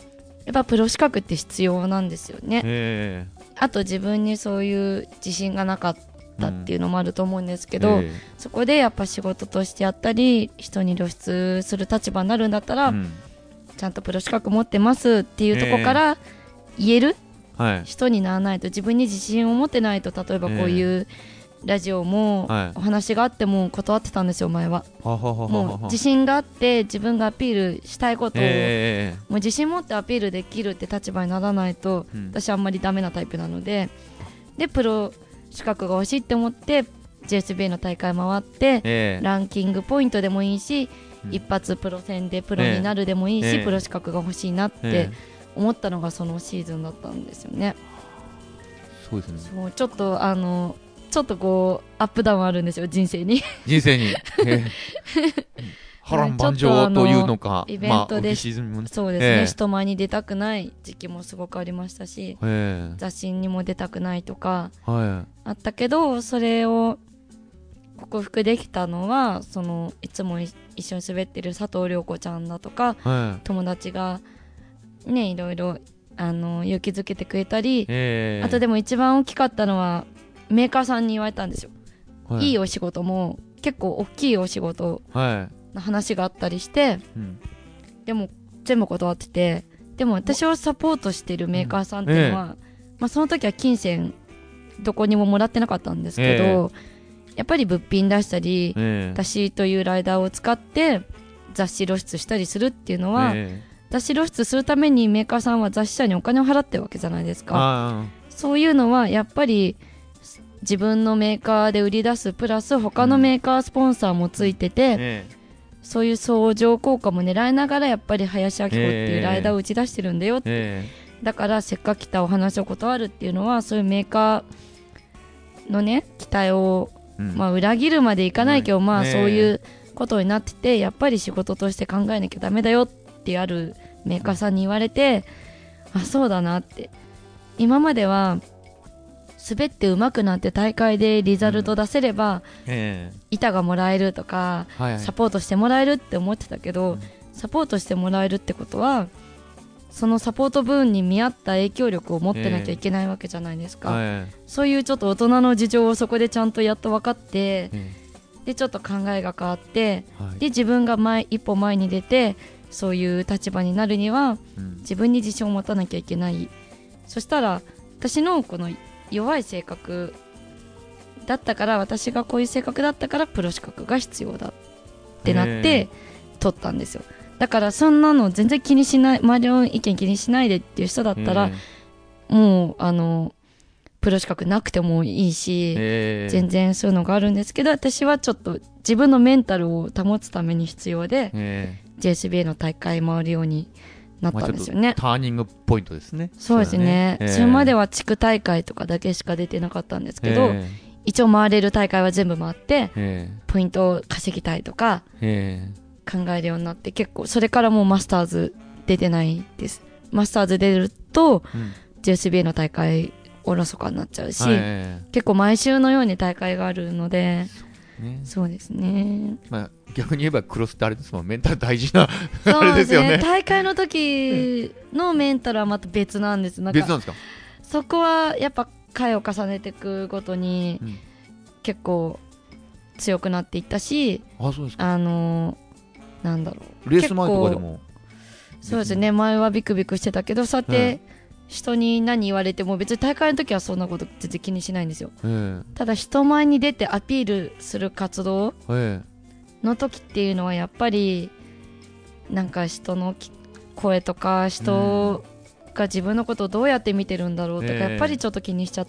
Speaker 3: やっぱプロ資格って必要なんですよね。
Speaker 1: え
Speaker 3: あと自分にそういう自信がなかったっていうのもあると思うんですけど、
Speaker 1: ええ
Speaker 3: そこでやっぱ仕事としてやったり人に露出する立場になるんだったら、
Speaker 1: うん
Speaker 3: ちゃんとプロ資格持ってますっていうところから言える
Speaker 1: はい
Speaker 3: 人にならないと、自分に自信を持ってないと、例えばこういうラジオも
Speaker 1: はい
Speaker 3: お話があっても断ってたんですよ前は。
Speaker 1: ははははは
Speaker 3: もう自信があって自分がアピールしたいことを、
Speaker 1: え
Speaker 3: もう自信持ってアピールできるって立場にならないと、
Speaker 1: うん
Speaker 3: 私あんまりダメなタイプなので、でプロ資格が欲しいって思って ジェイエスビー の大会回って、
Speaker 1: ええ
Speaker 3: ランキングポイントでもいいし、
Speaker 1: うん
Speaker 3: 一発プロ戦でプロになるでもいいし、
Speaker 1: ええ
Speaker 3: プロ資格が欲しいなって
Speaker 1: ええ
Speaker 3: 思ったのがそのシーズンだったんですよね。
Speaker 1: そうですね
Speaker 3: そうちょっとあのちょっとこうアップダウンあるんですよ人生に
Speaker 1: 人生に、ええ波乱万丈というのか
Speaker 3: イベントで、
Speaker 1: まあ、浮き沈みもね
Speaker 3: そうですね、
Speaker 1: ええ
Speaker 3: 人前に出たくない時期もすごくありましたし、
Speaker 1: ええ
Speaker 3: 雑誌にも出たくないとか
Speaker 1: は
Speaker 3: あったけど、それを克服できたのはそのいつもい一緒に滑ってる佐藤涼子ちゃんだとか
Speaker 1: いはい
Speaker 3: 友達がねいろいろあの勇気づけてくれたり、
Speaker 1: ええ
Speaker 3: あとでも一番大きかったのはメーカーさんに言われたんですよ、、
Speaker 1: はい
Speaker 3: いお仕事も結構大きいお仕事
Speaker 1: はい
Speaker 3: の話があったりして、
Speaker 1: うん
Speaker 3: でも全部断ってて、でも私をサポートしてるメーカーさんっていうのは、
Speaker 1: うん
Speaker 3: まあ、その時は金銭どこにももらってなかったんですけど、やっぱり物品出したり、
Speaker 1: ええ
Speaker 3: 私というライダーを使って雑誌露出したりするっていうのは、
Speaker 1: ええ
Speaker 3: 雑誌露出するためにメーカーさんは雑誌社にお金を払ってるわけじゃないですか。
Speaker 1: あ
Speaker 3: そういうのはやっぱり自分のメーカーで売り出すプラス他のメーカースポンサーもついてて、
Speaker 1: あえ
Speaker 3: そういう相乗効果も狙いながらやっぱり林明子っていうライダーを打ち出してるんだよって、
Speaker 1: ええ
Speaker 3: だからせっかく来たお話を断るっていうのはそういうメーカーのね期待を、
Speaker 1: えうん
Speaker 3: まあ、裏切るまでいかないけど、
Speaker 1: うん
Speaker 3: まあ
Speaker 1: ええ
Speaker 3: そういうことになってて、やっぱり仕事として考えなきゃダメだよってあるメーカーさんに言われて、あそうだなって、今までは滑って上手くなって大会でリザルト出せれば、
Speaker 1: ええ
Speaker 3: 板がもらえるとか
Speaker 1: はいはい
Speaker 3: サポートしてもらえるって思ってたけど、
Speaker 1: うん
Speaker 3: サポートしてもらえるってことはそのサポート分に見合った影響力を持ってなきゃいけないわけじゃないですか、
Speaker 1: はい
Speaker 3: そういうちょっと大人の事情をそこでちゃんとやっと分かって
Speaker 1: え
Speaker 3: でちょっと考えが変わって
Speaker 1: えはい
Speaker 3: で自分が前一歩前に出てそういう立場になるには
Speaker 1: うん
Speaker 3: 自分に自信を持たなきゃいけない。そしたら私のこの弱い性格だったから、私がこういう性格だったからプロ資格が必要だってなって取ったんですよ。だからそんなの全然気にしない、周りの意見気にしないでっていう人だったら、
Speaker 1: え
Speaker 3: もうあのプロ資格なくてもいいし、
Speaker 1: えええ
Speaker 3: 全然そういうのがあるんですけど、私はちょっと自分のメンタルを保つために必要で、
Speaker 1: ええ
Speaker 3: ジェイエスビー の大会回るようになったんですよね。
Speaker 1: まあちょっとターニングポイントですね。
Speaker 3: そうですね、
Speaker 1: だ
Speaker 3: それまでは地区大会とかだけしか出てなかったんですけど、
Speaker 1: え
Speaker 3: 一応回れる大会は全部回って
Speaker 1: え
Speaker 3: ポイントを稼ぎたいとか
Speaker 1: ええ
Speaker 3: 考えるようになって、結構それからもうマスターズ出てないです。マスターズ出ると
Speaker 1: えうん
Speaker 3: ジェイエスビー の大会おろそかになっちゃうし、
Speaker 1: え
Speaker 3: 結構毎週のように大会があるので、
Speaker 1: えね
Speaker 3: そうですね
Speaker 1: まあ、逆に言えばクロスってあれですもん、メンタル大事な
Speaker 3: そ
Speaker 1: あれ
Speaker 3: うですすね
Speaker 1: でよね。
Speaker 3: 大会の時のメンタルはまた別なんです。なんか
Speaker 1: 別なんですか、
Speaker 3: そこはやっぱ回を重ねていくごとに
Speaker 1: うん
Speaker 3: 結構強くなっていったし、
Speaker 1: あそうですか。
Speaker 3: あのーなんだろう、
Speaker 1: レース前とかでも
Speaker 3: そうですね、前はビクビクしてたけど、そうやって人に何言われても別に大会の時はそんなこと全然気にしないんですよ。
Speaker 1: え
Speaker 3: ただ人前に出てアピールする活動
Speaker 1: ええ
Speaker 3: の時っていうのはやっぱりなんか人のき声とか人が自分のことをどうやって見てるんだろうとか、
Speaker 1: ええ
Speaker 3: やっぱりちょっと気にしちゃって、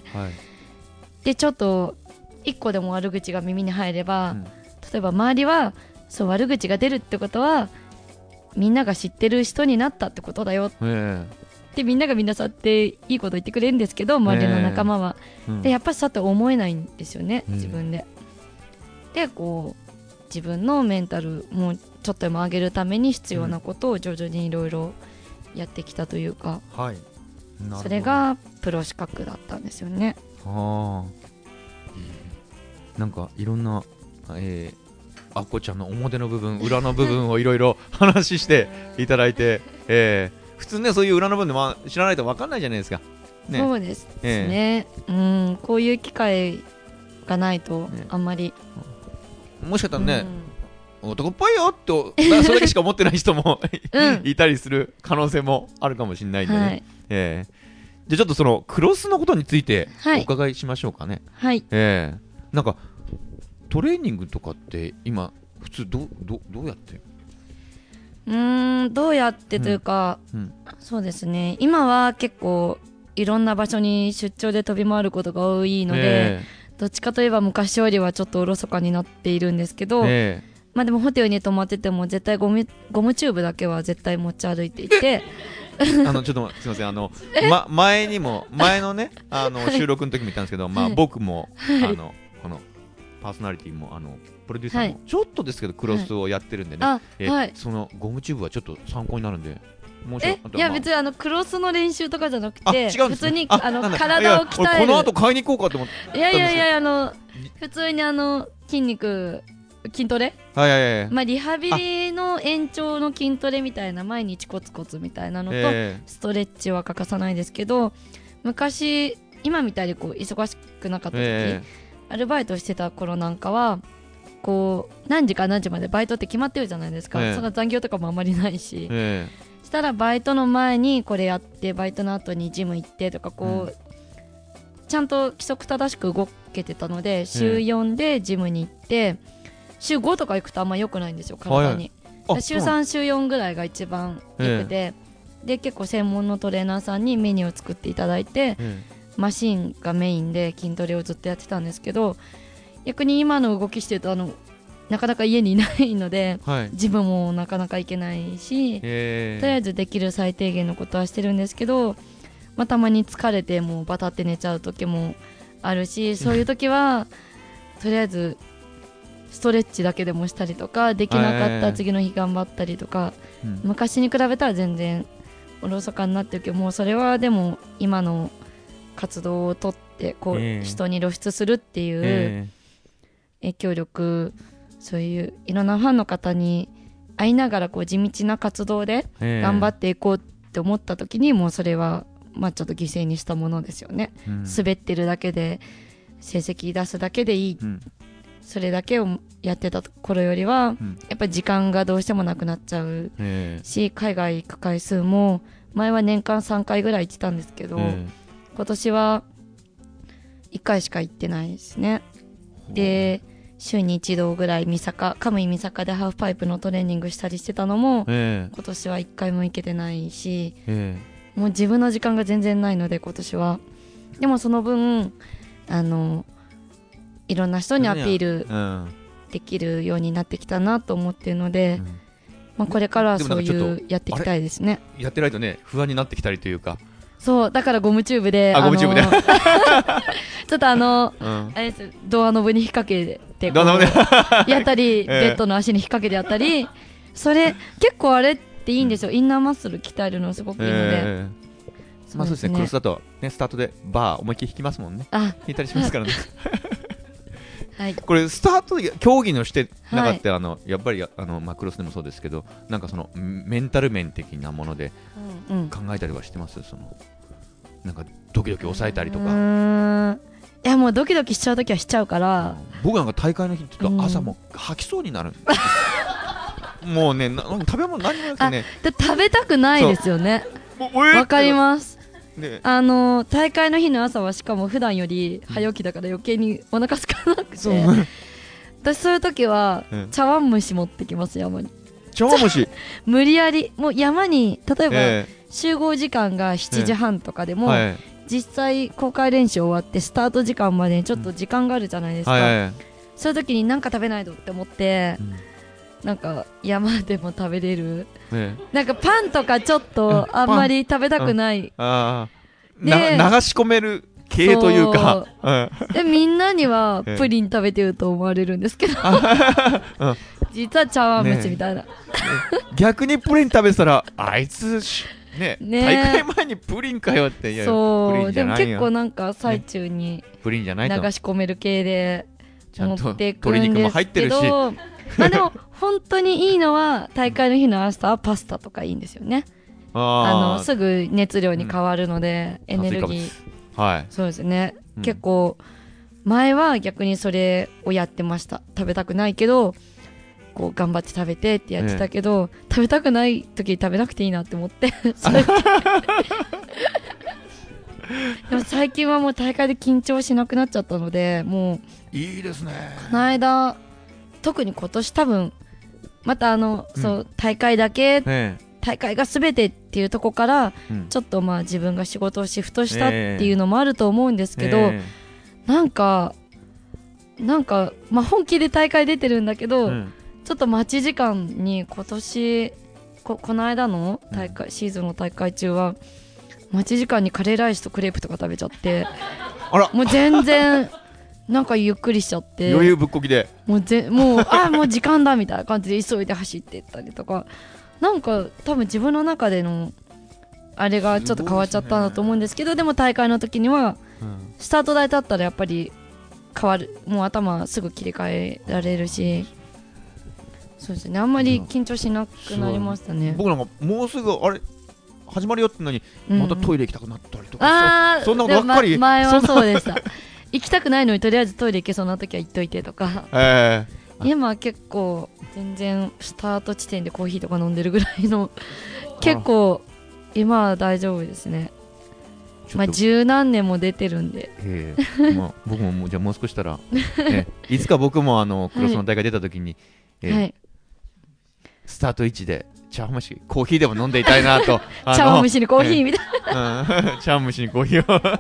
Speaker 1: はい
Speaker 3: でちょっと一個でも悪口が耳に入れば、
Speaker 1: うん
Speaker 3: 例えば周りはそう悪口が出るってことはみんなが知ってる人になったってことだよ
Speaker 1: え
Speaker 3: ってみんながみんなそうやっていいこと言ってくれるんですけど、周りの仲間は、
Speaker 1: えうん
Speaker 3: でやっぱりそうやって思えないんですよね、
Speaker 1: うん
Speaker 3: 自分で。でこう自分のメンタルもちょっとでも上げるために必要なことを徐々にいろいろやってきたというか、
Speaker 1: はい、なるほど
Speaker 3: それがプロ資格だったんですよね。
Speaker 1: ああなんかいろんな、えー、あっこちゃんの表の部分裏の部分をいろいろ話していただいて、えー普通ねそういう裏の部分で、まあ、知らないと分かんないじゃないですか、ね、
Speaker 3: そうですね、えー、うんこういう機会がないとあんまり、
Speaker 1: ね、もしかしたらね、うん、男っぽいよってそれだけしか思ってない人も、うん、いたりする可能性もあるかもしれないんでね、はい、えーじゃあちょっとそのクロスのことについてお伺いしましょうかね。
Speaker 3: はい。
Speaker 1: えー、なんかトレーニングとかって今普通どどどうやって
Speaker 3: うーんどうやってというか、うんうん、そうですね今は結構いろんな場所に出張で飛び回ることが多いので、えー、どっちかといえば昔よりはちょっとおろそかになっているんですけど、えー、まあでもホテルに泊まってても絶対ゴムゴムチューブだけは絶対持ち歩いていて
Speaker 1: あのちょっとすみませんあの、ま、前にも前のねあの収録の時も言ったんですけど、まあ、僕も、はい、あのこのパーソナリティもあのプロデューサーもちょっとですけどクロスをやってるんでね、はい、えはい、そのゴムチューブはちょっと参考になるんでもう
Speaker 3: えいや、まあ、別にあのクロスの練習とかじゃなくて、
Speaker 1: ね、
Speaker 3: 普通にあの体を鍛える。
Speaker 1: この後買いに行こうかと思って
Speaker 3: いやいやいやあの普通にあの筋肉筋トレ、
Speaker 1: はいはいはい、
Speaker 3: まあ、リハビリの延長の筋トレみたいな毎日コツコツみたいなのと、えー、ストレッチは欠かさないですけど昔今みたいにこう忙しくなかった時、えー、アルバイトしてた頃なんかはこう何時から何時までバイトって決まってるじゃないですか、えー、そんな残業とかもあんまりないし、えー、したらバイトの前にこれやってバイトの後にジム行ってとかこう、うん、ちゃんと規則正しく動けてたので週よんでジムに行って、えー週ごとか行くとあんま良くないんですよ体に、はい、週さん週よんぐらいが一番良くて、えー、で結構専門のトレーナーさんにメニューを作っていただいて、えー、マシンがメインで筋トレをずっとやってたんですけど逆に今の動きしてるとあのなかなか家にいないので、はい、ジムもなかなか行けないし、えー、とりあえずできる最低限のことはしてるんですけど、まあ、たまに疲れてもうバタって寝ちゃう時もあるしそういう時はとりあえずストレッチだけでもしたりとかできなかった次の日頑張ったりとか、えーうん、昔に比べたら全然おろそかになってるけどもうそれはでも今の活動をとってこう、えー、人に露出するっていう影響力、えー、そういういろんなファンの方に会いながらこう地道な活動で頑張っていこうって思った時にもうそれはまあちょっと犠牲にしたものですよね、うん、滑ってるだけで成績出すだけでいい、うんそれだけをやってた頃よりは、うん、やっぱり時間がどうしてもなくなっちゃうし海外行く回数も前は年間さんかいぐらい行ってたんですけど今年はいっかいしか行ってないですね。で週に一度ぐらい三坂カムイ三坂でハーフパイプのトレーニングしたりしてたのも、えー、今年はいっかいも行けてないし、えー、もう自分の時間が全然ないので今年はでもその分あのいろんな人にアピールできるようになってきたなと思っているので、うんまあ、これからはそういうやっていきたいですね。
Speaker 1: やってないとね不安になってきたりというか
Speaker 3: そうだからゴムチューブで
Speaker 1: あゴムチューブで
Speaker 3: ちょっとあの、うん、あれですドアノブに引っ掛けてこうやったり、えー、ベッドの足に引っ掛けてやったりそれ結構あれっていいんですよ、うん、インナーマッスル鍛えるのすごくいいので、え
Speaker 1: ー、まあそうですねクロスだと、ね、スタートでバー思いっきり引きますもんねあ引いたりしますからねはい、これスタートで競技のしてなかった、はい、あのやっぱりあの、まあ、クロスでもそうですけどなんかそのメンタル面的なもので考えたりはしてます、うん、そのなんかドキドキ抑えたりとか。う
Speaker 3: ーんいやもうドキドキしちゃうときはしちゃうから
Speaker 1: 僕なんか大会の日ちょっと朝も吐きそうになるんです、うん、もうねな食べ物何もなくてね
Speaker 3: 食べたくないですよねわかりますね、あの大会の日の朝はしかも普段より早起きだから余計にお腹空かなくて、そう私そういう時は茶碗蒸し持ってきます山に。
Speaker 1: 茶碗蒸し
Speaker 3: 無理やりもう山に例えば集合時間がしちじはんとかでも、えーはい、実際公開練習終わってスタート時間までにちょっと時間があるじゃないですか、うんはいはい、そういう時に何か食べないとって思って、うんなんか山でも食べれる、ね、なんかパンとかちょっとあんまり食べたくない、
Speaker 1: うん、あで流し込める系というか
Speaker 3: う、うん、でみんなにはプリン食べてると思われるんですけど、うん、実は茶碗蒸しみたいな、ねね、
Speaker 1: 逆にプリン食べてたらあいつねね大会前にプリンかよっていや
Speaker 3: そうでも結構なんか最中に流し込める系で持っていくんですけど、ちゃんと鶏肉も入ってるしまあでも本当にいいのは大会の日の朝はパスタとかいいんですよね。
Speaker 1: あ
Speaker 3: あのすぐ熱量に変わるので、
Speaker 1: うん、
Speaker 3: エネルギー、
Speaker 1: 炭水化物、はい、
Speaker 3: そうですね、
Speaker 1: うん、
Speaker 3: 結構前は逆にそれをやってました。食べたくないけどこう頑張って食べてってやってたけど、ええ、食べたくない時に食べなくていいなって思ってでも最近はもう大会で緊張しなくなっちゃったので、も
Speaker 1: ういいですね。
Speaker 3: この間特に今年多分またあの、うん、そう大会だけ、ええ、大会が全てっていうところから、うん、ちょっとまあ自分が仕事をシフトしたっていうのもあると思うんですけど、ええ、なんかなんか、まあ、本気で大会出てるんだけど、うん、ちょっと待ち時間に今年 こ, この間の大会、うん、シーズンの大会中は待ち時間にカレーライスとクレープとか食べちゃって、
Speaker 1: あら、
Speaker 3: もう全然なんかゆっくりしちゃって
Speaker 1: 余裕ぶっこきで
Speaker 3: もうぜもうあもう時間だみたいな感じで急いで走っていったりとか、なんか多分自分の中でのあれがちょっと変わっちゃったんだと思うんですけど、 で, ね、でも大会の時には、うん、スタート台立ったらやっぱり変わる、もう頭すぐ切り替えられるし、そうですね、あんまり緊張しなくなりましたね。
Speaker 1: 僕なんかもうすぐあれ始まるよってのにまたトイレ行きたくなったりとか、
Speaker 3: うんうん、
Speaker 1: そ, そんなことばっかり、
Speaker 3: ま、前はそうでした行きたくないのにとりあえずトイレ行けそうな時は行っといてとか、えー、今結構全然スタート地点でコーヒーとか飲んでるぐらいの結構今は大丈夫ですね。まあ十何年も出てるんで、
Speaker 1: えーまあ、僕ももうじゃあもう少したら、えー、いつか僕もあのクロスの大会出た時に、はいえーはい、スタート位置で茶碗蒸しコーヒーでも飲んでいたいなと
Speaker 3: 茶碗蒸しにコーヒーみたい
Speaker 1: な、うん、茶碗蒸しにコーヒーを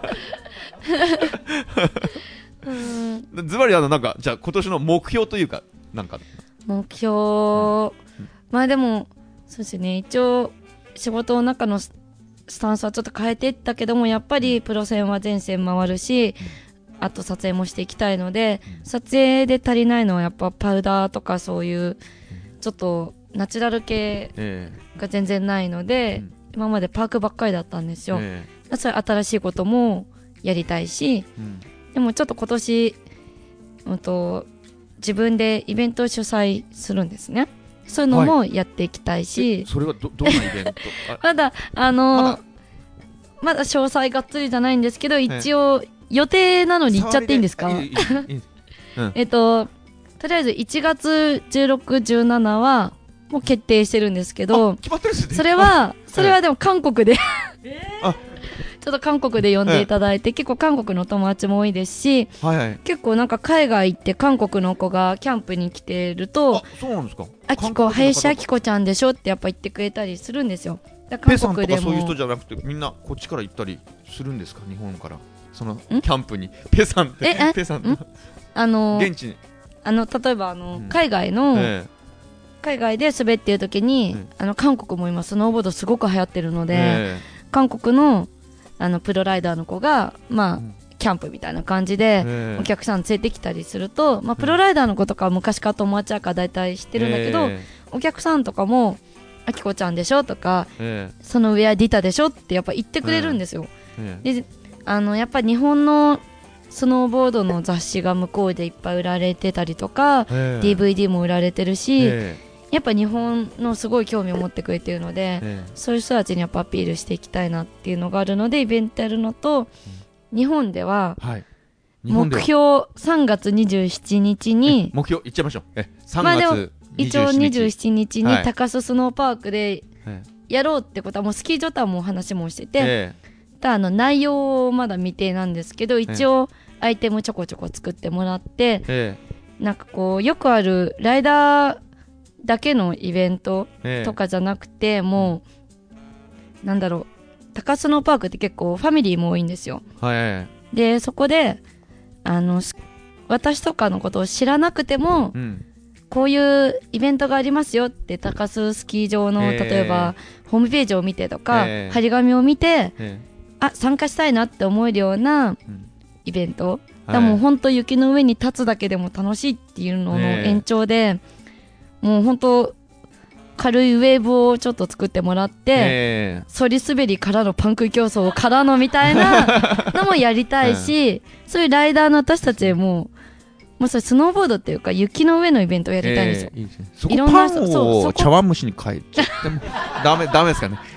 Speaker 1: うんずばりあのなんかじゃあ今年の目標というかなんか
Speaker 3: 目標、うん、まあでもそうですね、一応仕事の中のスタンスはちょっと変えていったけども、やっぱりプロ戦は全戦回るし、あと撮影もしていきたいので、撮影で足りないのはやっぱパウダーとかそういうちょっとナチュラル系が全然ないので、うん、今までパークばっかりだったんですよ、えー、そういう新しいこともやりたいし、うん、でもちょっと今年、うん、と自分でイベントを主催するんですね。そういうのもやっていきたいし、はい、
Speaker 1: それは ど, どんなイベント
Speaker 3: まだあのー、まだまだ詳細がっつりじゃないんですけど、一応予定なのに言っちゃっていいんですか？えっととりあえずいちがつじゅうろく、じゅうしちはもう決定してるんですけど、
Speaker 1: 決まってるんですね。
Speaker 3: それはそれはでも韓国でちょっと韓国で呼んでいただいて、結構韓国の友達も多いですし、はいはい、結構なんか海外行って韓国の子がキャンプに来てると、
Speaker 1: あ、そうなんですか。
Speaker 3: あきこ、林あきこちゃんでしょってやっぱ言ってくれたりするんですよ。
Speaker 1: だから韓国でもペさんとかそういう人じゃなくてみんなこっちから行ったりするんですか、日本からそのキャンプに。ペさんってペさん
Speaker 3: あの
Speaker 1: 現地に
Speaker 3: あの例えばあの、うん、海外の、えー海外で滑っている時に、うん、あの韓国も今スノーボードすごく流行ってるので、えー、韓国 の, あのプロライダーの子が、まあうん、キャンプみたいな感じで、えー、お客さん連れてきたりすると、まあ、プロライダーの子とかは昔から友達だから大体知ってるんだけど、えー、お客さんとかもあきこちゃんでしょとか、えー、その上はディタでしょってやっぱ言ってくれるんですよ、えー、であのやっぱ日本のスノーボードの雑誌が向こうでいっぱい売られてたりとか、えー、ディーブイディー も売られてるし、えーやっぱ日本のすごい興味を持ってくれてるので、ええ、そういう人たちにやっぱアピールしていきたいなっていうのがあるのでイベントやるのと、うん、日本では、はい、日本では目標さんがつにじゅうしちにちに
Speaker 1: 目標いっちゃいましょう。え
Speaker 3: さんがつにじゅうしちにち、まあ、一応にじゅうしちにちに高須スノーパークでやろうってことはもうスキー場とはもう話もしてて、ええ、ただあの内容まだ未定なんですけど一応アイテムちょこちょこ作ってもらって、ええ、なんかこうよくあるライダーだけのイベントとかじゃなくて、ええ、もうなんだろう高須のパークって結構ファミリーも多いんですよ、はい、でそこであの私とかのことを知らなくても、うん、こういうイベントがありますよって高須スキー場の、ええ、例えばホームページを見てとか、ええ、張り紙を見て、ええ、あ参加したいなって思えるようなイベント、うん、だもう本当雪の上に立つだけでも楽しいっていうのの延長で、ええもう本当軽いウェーブをちょっと作ってもらって、えー、反り滑りからのパンク競争からのみたいなのもやりたいし、うん、そういうライダーの私たちももうそれスノーボードっていうか雪の上のイベントをやりたいんですよ、えー、いいですね、
Speaker 1: そこパンを茶碗蒸しに変えちゃってもダメダメですかね。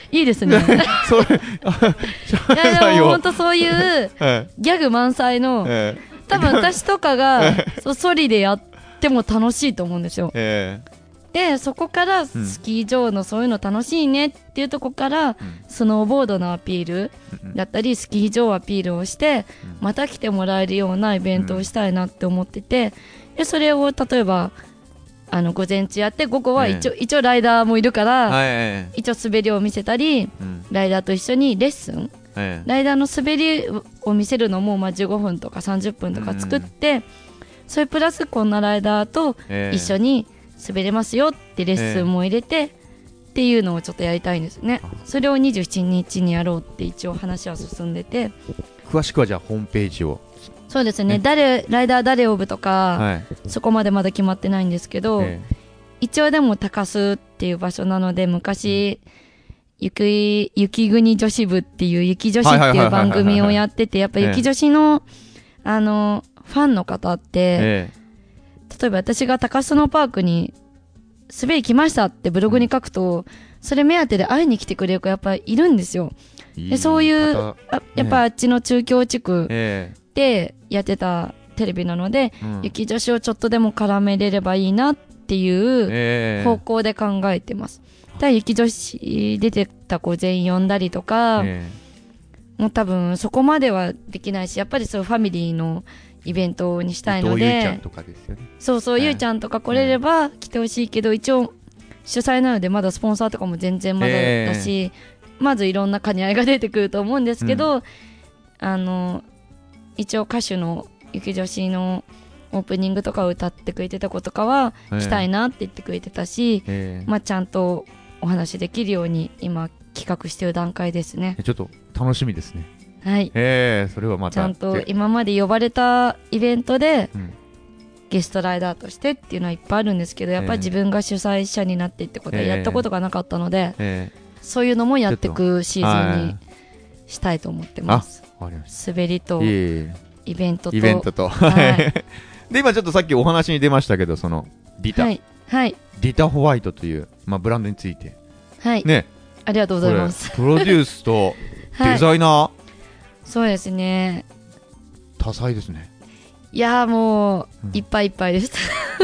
Speaker 3: いいですね。
Speaker 1: それ
Speaker 3: いやでも本当そういうギャグ満載の、
Speaker 1: えー、
Speaker 3: 多分私とかがそうソリでやっても楽しいと思うんですよ。
Speaker 1: えー
Speaker 3: でそこからスキー場のそういうの楽しいねっていうとこから、うん、スノーボードのアピールだったり、うん、スキー場アピールをして、うん、また来てもらえるようなイベントをしたいなって思ってて、でそれを例えばあの午前中やって午後は一応、えー、一応ライダーもいるから、はい、一応滑りを見せたり、うん、ライダーと一緒にレッスン、えー、ライダーの滑りを見せるのもまあじゅうごふんとかさんじゅっぷんとか作って、うん、それプラスこんなライダーと一緒に、えー滑れますよってレッスンも入れて、えー、っていうのをちょっとやりたいんですね。それをにじゅうしちにちにやろうって一応話は進んでて、
Speaker 1: 詳しくはじゃあホームページを。
Speaker 3: そうですね、誰ライダー誰呼ぶとか、はい、そこまでまだ決まってないんですけど、えー、一応でも高須っていう場所なので昔、雪, 雪国女子部っていう雪女子っていう番組をやってて、やっぱ雪女子の、えー、あのファンの方って、えー例えば私が高須のパークに滑り来ましたってブログに書くと、それ目当てで会いに来てくれる子やっぱいるんですよ。でそういうあやっぱあっちの中京地区でやってたテレビなので、うん、雪女子をちょっとでも絡めれればいいなっていう方向で考えてます。だから雪女子出てた子全員呼んだりとか、もう多分そこまではできないし、やっぱりそういうファミリーのイベントにしたいので、ゆうちゃんとかですよね。そうそう、はい、ゆうちゃんとか来れれば来てほしいけど、一応主催なのでまだスポンサーとかも全然まだだし、えー、まずいろんな兼ね合いが出てくると思うんですけど、うん、あの一応歌手の雪女子のオープニングとかを歌ってくれてた子とかは来たいなって言ってくれてたし、えーまあ、ちゃんとお話できるように今企画している段階ですね。
Speaker 1: ちょっと楽しみですね。
Speaker 3: はい、
Speaker 1: えー、それはまた
Speaker 3: ちゃんと今まで呼ばれたイベントで、うん、ゲストライダーとしてっていうのはいっぱいあるんですけど、やっぱり自分が主催者になってってことはやったことがなかったので、えー、そういうのもやっていくシーズンにしたいと思ってます。滑りとイベントと
Speaker 1: イベントと、はい、で今ちょっとさっきお話に出ましたけど、そのリタ、はいはい、リタホワイトという、まあ、ブランドについて、
Speaker 3: はいね、ありがとうございます。
Speaker 1: プロデュースとデザイナー、はい、そう
Speaker 3: ですね、
Speaker 1: 多彩ですね。
Speaker 3: いやもう、うん、いっぱいいっぱいです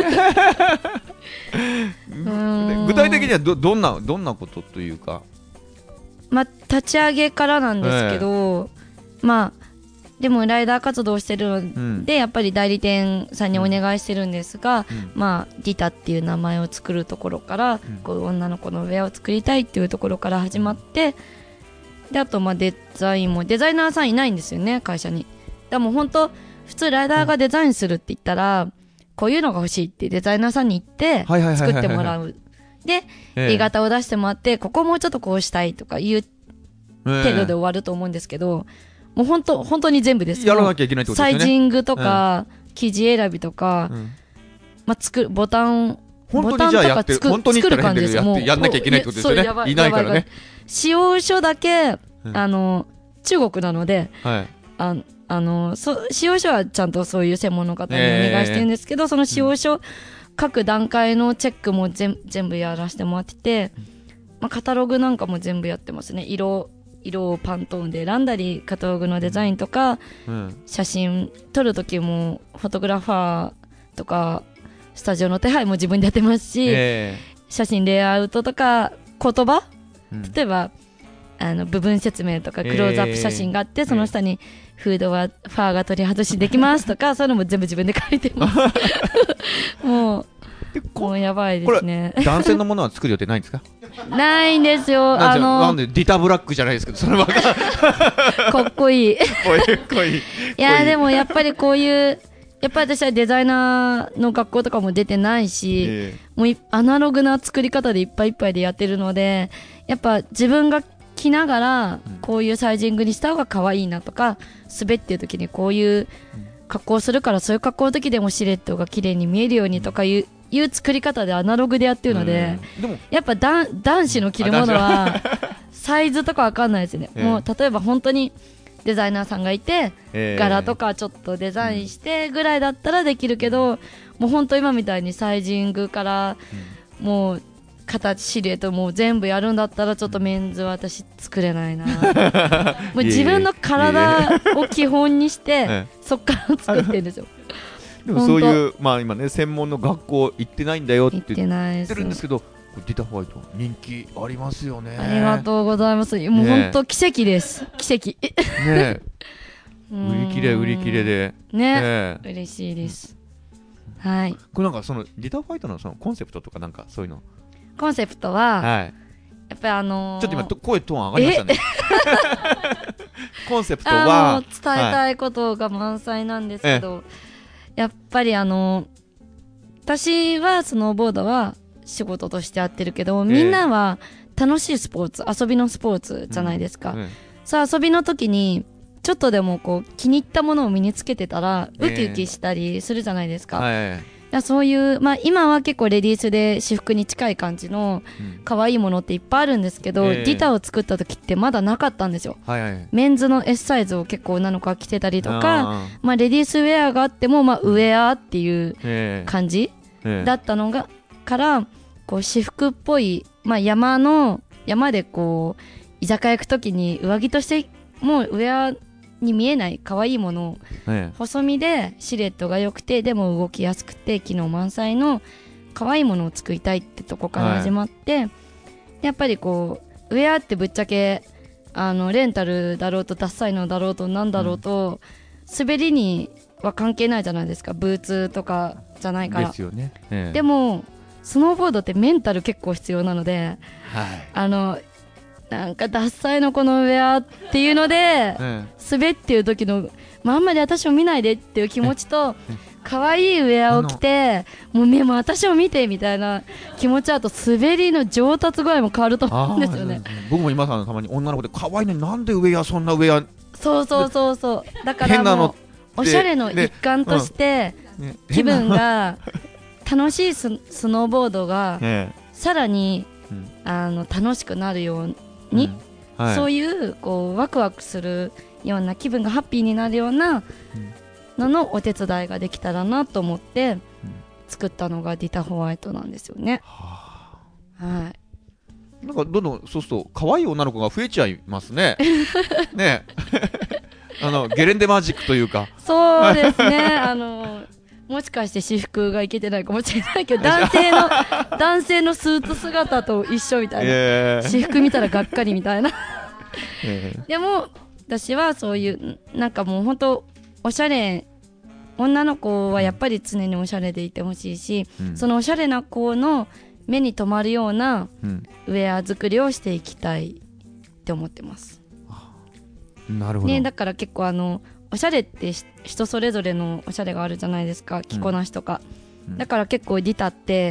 Speaker 1: 具体的には ど, どんなどんなことというか、
Speaker 3: まあ立ち上げからなんですけど、えー、まあでもライダー活動してるので、うん、やっぱり代理店さんにお願いしてるんですが、うん、まあリタっていう名前を作るところから、うん、こう女の子のウェアを作りたいっていうところから始まって、であとまあデザインもデザイナーさんいないんですよね、会社に。でも本当普通ライダーがデザインするって言ったら、うん、こういうのが欲しいってデザイナーさんに言って作ってもらう。で、えー、A 型を出してもらって、ここもうちょっとこうしたいとかいう程度で終わると思うんですけど、えーもう本当本当に全部です。
Speaker 1: やらなきゃいけないってことですよね。
Speaker 3: サイジングとか、うん、生地選びとか、うんまあ、作るボタン
Speaker 1: 本当にじゃあやってる、本当に作る感じです。もうやんなきゃいけないってことですよね。いないからね。
Speaker 3: 使用書だけ、うん、あの中国なので、はい、ああのそ使用書はちゃんとそういう専門の方にお願いしてるんですけど、えー、その使用書、うん、各段階のチェックも全全部やらせてもらってて、まあ、カタログなんかも全部やってますね。色色をパントーンで選んだり、カタログのデザインとか、うん、写真撮るときもフォトグラファーとかスタジオの手配も自分でやってますし、えー、写真レイアウトとか言葉、うん、例えばあの部分説明とかクローズアップ写真があって、えー、その下にフードはファーが取り外しできますとかそういうのも全部自分で書いてますもうもうやばいですね。
Speaker 1: これ男性のものは作る予定ないんですか？
Speaker 3: ないんですよ。
Speaker 1: なんあのなんでディタブラックじゃないですけど、それは
Speaker 3: かっこいい。かっこいい。いやでもやっぱりこういうやっぱり私はデザイナーの学校とかも出てないし、えー、もうアナログな作り方でいっぱいいっぱいでやってるので、やっぱ自分が着ながらこういうサイジングにした方が可愛いなとか、滑ってる時にこういう格好するからそういう格好の時でもシルエットが綺麗に見えるようにとかいう、いう作り方でアナログでやってるので、でもやっぱだ男子の着るものはサイズとかわかんないですね、えー、もう例えば本当にデザイナーさんがいて、えー、柄とかちょっとデザインしてぐらいだったらできるけど、うん、もう本当今みたいにサイジングから、うん、もう形シルエットもう全部やるんだったらちょっとメンズは私作れないなもう自分の体を基本にしてそっから作ってるんですよ
Speaker 1: でもそういうまあ今ね専門の学校行ってないんだよって
Speaker 3: 言ってないです
Speaker 1: 言ってるんですけど、ディタホワイト人気ありますよね。
Speaker 3: ありがとうございます。もう本当奇跡です。奇跡
Speaker 1: ね売り切れ売り切れで
Speaker 3: ねね嬉しいです、うん、はい。
Speaker 1: これなんかそのディタホワイトのそのコンセプトとかなんかそういうの
Speaker 3: コンセプトは、
Speaker 1: はい、
Speaker 3: やっぱりあのー、
Speaker 1: ちょっと今と声トーン上がりましたねコンセプトは
Speaker 3: 伝えたいことが満載なんですけど、はい、やっぱりあのー、私はスノーボードは仕事としてやってるけど、みんなは楽しいスポーツ、遊びのスポーツじゃないですか、うんうん、さあ遊びの時にちょっとでもこう気に入ったものを身につけてたらウキウキしたりするじゃないですか、はい、そういう、まあ、今は結構レディースで私服に近い感じの可愛いものっていっぱいあるんですけど、うん、ディタを作った時ってまだなかったんですよ、はいはい、メンズの S サイズを結構女の子が着てたりとか、まあ、レディースウェアがあっても、まあ、ウェアっていう感じだったのがからこう私服っぽい、まあ、山の山でこう居酒屋行く時に上着としてもうウェアに見えない可愛いものを、ええ、細身でシルエットが良くてでも動きやすくて機能満載の可愛いものを作りたいってとこから始まって、はい、やっぱりこうウェアってぶっちゃけあのレンタルだろうとダッサいのだろうとなんだろうと、うん、滑りには関係ないじゃないですか。ブーツとかじゃないから
Speaker 1: ですよね、ええ、
Speaker 3: でもスノーボードってメンタル結構必要なので、はい、あのなんかダッサいのこのウェアっていうので、うん、滑っていう時の、まあ、あんまり私を見ないでっていう気持ちと可愛いウェアを着てもう目も私を見てみたいな気持ちだと滑りの上達具合も変わると思うんですよね。
Speaker 1: 僕も今さたまに女の子で可愛いのになんでウェアそんなウェア
Speaker 3: そうそうそうそうだからもうおしゃれの一環として気分が楽しい ス, スノーボードがさらに、うん、あの楽しくなるように、うんはい、そういうこうワクワクするような気分がハッピーになるようなののお手伝いができたらなと思って作ったのがディタホワイトなんですよね、はあ、はい。
Speaker 1: なんかどんどんそうすると可愛い女の子が増えちゃいますねねあのゲレンデマジックというか
Speaker 3: そうですねあのもしかして私服がいけてないかもしれないけど男性の男性のスーツ姿と一緒みたいな、えー、私服見たらがっかりみたいな、えー、でも私はそういうなんかもう本当おしゃれ女の子はやっぱり常におしゃれでいてほしいし、うん、そのおしゃれな子の目に留まるようなウェア作りをしていきたいって思ってます、
Speaker 1: うん、なるほど、
Speaker 3: ね、だから結構あのおしゃれって人それぞれのおしゃれがあるじゃないですか着こなしとか、うん、だから結構ディタって、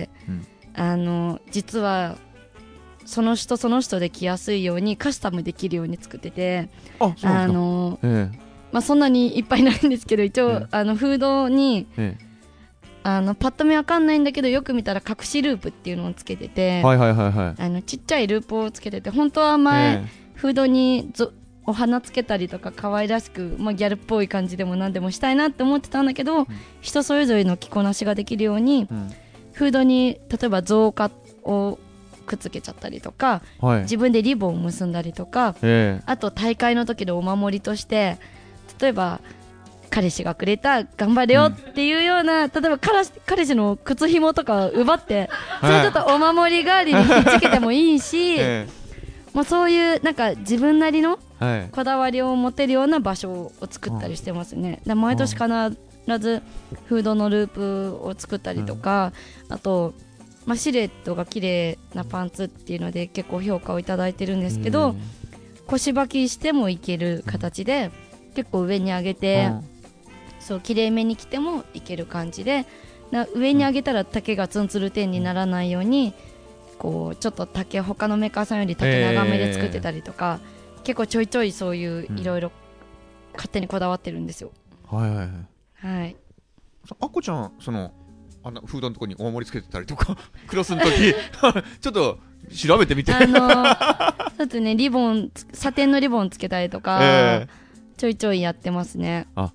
Speaker 3: うん、あの実はその人その人で着やすいようにカスタムできるように作っててああの、ええまあ、そんなにいっぱいないんですけど一応、ええ、あのフードに、ええ、あのパッと見わかんないんだけどよく見たら隠しループっていうのをつけてて、はいはいはいはい、あのちっちゃいループをつけてて本当は前、ええ、フードにぞお花つけたりとか可愛らしく、まあ、ギャルっぽい感じでも何でもしたいなって思ってたんだけど、うん、人それぞれの着こなしができるように、うん、フードに例えば造花をくっつけちゃったりとか、はい、自分でリボンを結んだりとか、えー、あと大会の時のお守りとして例えば彼氏がくれた頑張れよっていうような、うん、例えば彼氏、彼氏の靴紐とか奪って、はい、それちょっとお守り代わりにひっつけてもいいし、えーまあ、そういうなんか自分なりのこだわりを持てるような場所を作ったりしてますね。で毎年必ずフードのループを作ったりとか、うん、あと、まあ、シルエットが綺麗なパンツっていうので結構評価をいただいてるんですけど、うん、腰履きしてもいける形で、うん、結構上に上げて、うん、そう綺麗めに着てもいける感じでな上に上げたら丈がツンツルテンにならないようにこうちょっと丈他のメーカーさんより丈長めで作ってたりとか、えー、結構ちょいちょいそういういろいろ勝手にこだわってるんですよ、
Speaker 1: うん、はいはいはい、はい、あこちゃんそのあのフードのところにお守りつけてたりとかクロスの時ちょっと調べてみて
Speaker 3: あのちょっとねリボンサテンのリボンつけたりとか、えー、ちょいちょいやってますね。
Speaker 1: あ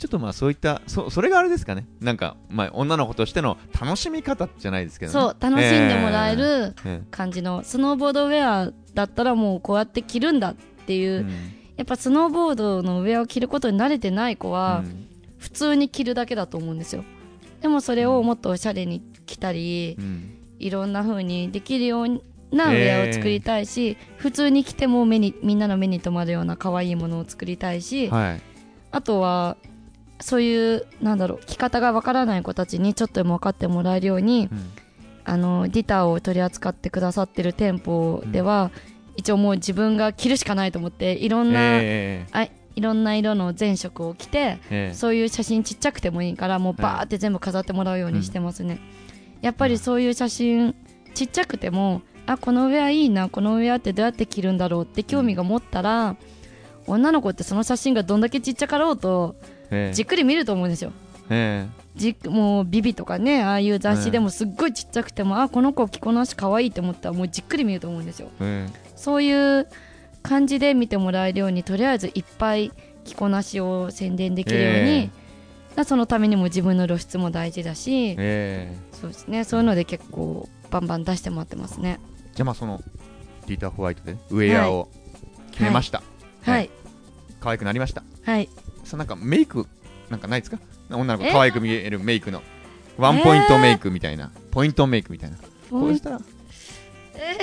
Speaker 1: ちょっとまあそういったそそれがあれですかね、なんかまあ女の子としての楽しみ方じゃないですけどね。
Speaker 3: そう楽しんでもらえる
Speaker 1: えー
Speaker 3: 感じのスノーボードウェアだったらもうこうやって着るんだっていう、
Speaker 1: うん
Speaker 3: やっぱスノーボードのウェアを着ることに慣れてない子は、
Speaker 1: うん
Speaker 3: 普通に着るだけだと思うんですよ。でもそれをもっとおしゃれに着たり、
Speaker 1: うん、
Speaker 3: いろんな風にできるようなウェアを作りたいし、えー、普通に着ても目にみんなの目に留まるような可愛いものを作りたいし、
Speaker 1: はい、
Speaker 3: あとはそういうなんだろう着方がわからない子たちにちょっとでも分かってもらえるように、うん、あのギターを取り扱ってくださってる店舗では、うん、一応もう自分が着るしかないと思っていろんな、えー、あいろんな色の全色を着て、えー、そういう写真ちっちゃくてもいいからもうバーって全部飾ってもらうようにしてますね、うん、やっぱりそういう写真ちっちゃくてもあこのウェアいいなこのウェアってどうやって着るんだろうって興味が持ったら、うん、女の子ってその写真がどんだけちっちゃかろうと、えー、じっくり見ると思うんですよ、えー、じもうビビとかねああいう雑誌でもすっごいちっちゃくても、えー、あこの子着こなし可愛いって思ったらもうじっくり見ると思うんですよ、えー、そういう感じで見てもらえるようにとりあえずいっぱい着こなしを宣伝できるように、えー、そのためにも自分の露出も大事だし、えー、そうですねそういうので結構バンバン出してもらってますね。
Speaker 1: じゃあまあそのピーター・ホワイトでウェアを決めました、
Speaker 3: はいはいはい、
Speaker 1: 可愛くなりました、
Speaker 3: はい、
Speaker 1: そなんかメイクなんかないですか、女の子可愛く見えるメイクのワンポイントメイクみたいな、えー、ポイントメイクみたいなこうしたら
Speaker 3: え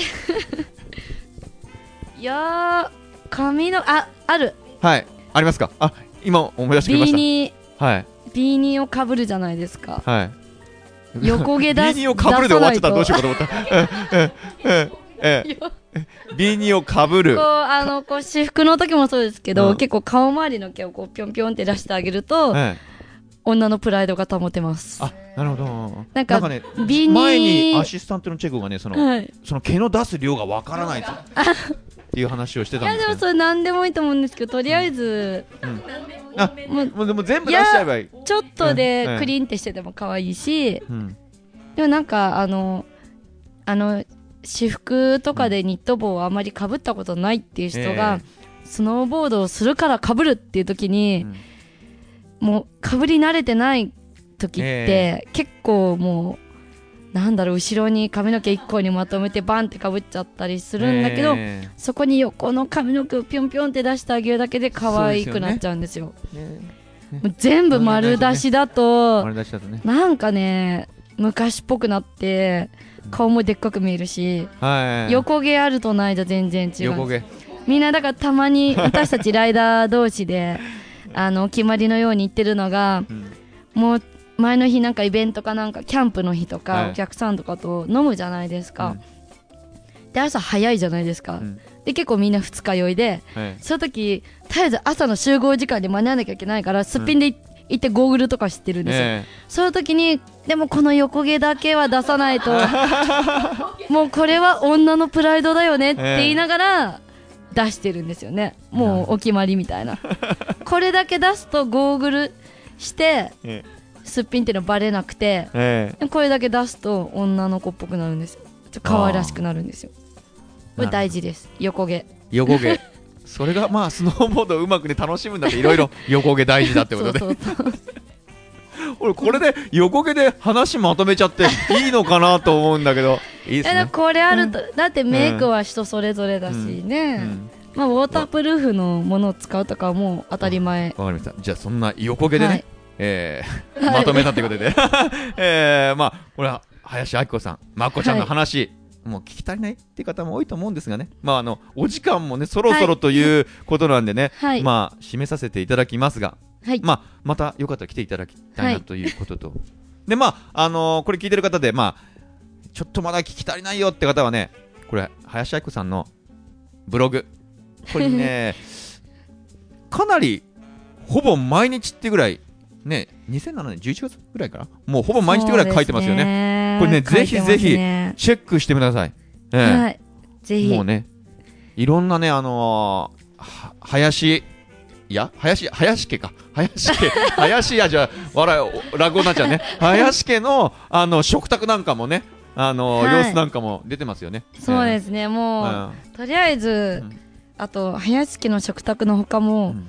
Speaker 3: ー、いやー髪のあある
Speaker 1: はいありますか、あ今思い出してくれました、
Speaker 3: ビーニー、
Speaker 1: はい、
Speaker 3: ビーニーをかぶるじゃないですか、
Speaker 1: はい、
Speaker 3: 横毛出す
Speaker 1: ビーニーをかぶるで終わっちゃったらどうしようかと思ったビーニーをかぶる
Speaker 3: こうあのこう私服の時もそうですけど、うん、結構顔周りの毛をこうピョンピョンって出してあげると、はい、女のプライドが保てます。
Speaker 1: あなるほど。
Speaker 3: なんか
Speaker 1: なんかね
Speaker 3: ビーニー
Speaker 1: 前にアシスタントのチェコがねその、
Speaker 3: はい、
Speaker 1: その毛の出す量がわからないとっていう話をしてたんですけど、
Speaker 3: いやでもそれ何でもいいと思うんですけどとりあえず、
Speaker 1: うんうん、あもうでも全部出しちゃえばいい、
Speaker 3: ちょっとでクリーンってしてても可愛いし、うん、でもなんかあのあの私服とかでニット帽をあまり被ったことないっていう人が、えー、スノーボードをするから被るっていう時に、うん、もう被り慣れてない時って、えー、結構もうなんだろう後ろに髪の毛いっこにまとめてバンって被っちゃったりするんだけど、えー、そこに横の髪の毛をピョンピョンって出してあげるだけで可愛くなっちゃうんですよ。ですよね、えー、もう全部丸出しだと、
Speaker 1: 丸出しだとね、
Speaker 3: なんかね昔っぽくなって顔もでっかく見えるし、はい、横毛あるとないと全然違う。
Speaker 1: 横毛
Speaker 3: みんなだからたまに私たちライダー同士であのお決まりのように言ってるのが、うん、もう前の日なんかイベントかなんかキャンプの日とか、はい、お客さんとかと飲むじゃないですか、うん、で朝早いじゃないですか、うん、で結構みんな二日酔いで、はい、その時とりあえず朝の集合時間に間に合わなきゃいけないからすっぴんで行って、うん行ってゴーグルとか知ってるんですよ、えー、そういう時にでもこの横毛だけは出さないともうこれは女のプライドだよねって言いながら出してるんですよね、えー、もうお決まりみたいなこれだけ出すとゴーグルして、えー、すっぴんっていうのバレなくて、えー、これだけ出すと女の子っぽくなるんですよ、ちょっと可愛らしくなるんですよ。これ大事です、横毛
Speaker 1: 横毛それがまあスノーボードをうまくね楽しむんだっていろいろ横毛大事だってことでそうそうそう俺これで横毛で話まとめちゃっていいのかなと思うんだけどいいですね。
Speaker 3: これあると、うん、だってメイクは人それぞれだしね、うんうんまあ、ウォータープルーフのものを使うとかはもう当たり前。
Speaker 1: わかりました。じゃあそんな横毛でね、はいえー、まとめたということで、えー、まあこれは林明子さんまっこちゃんの話、はいもう聞き足りないっていう方も多いと思うんですがね、まあ、あのお時間もねそろそろということなんでね、はい、まあ締めさせていただきますが、はいまあ、またよかったら来ていただきたいなということと、はい、でまあ、あのー、これ聞いてる方で、まあ、ちょっとまだ聞き足りないよって方はねこれ林明子さんのブログこれねかなりほぼ毎日ってぐらいねにせんななねんじゅういちがつぐらいからもうほぼ毎日ぐらい書いてますよね。これねぜひぜひチェックしてください、えー、はいぜひもうねいろんなねあのー、は林いや林林家か林家林家じゃ笑い落語になっちゃうね林家のあの食卓なんかもねあのーはい、様子なんかも出てますよね。
Speaker 3: そうですね、えー、もう、うん、とりあえず、うん、あと林家の食卓の他も、うん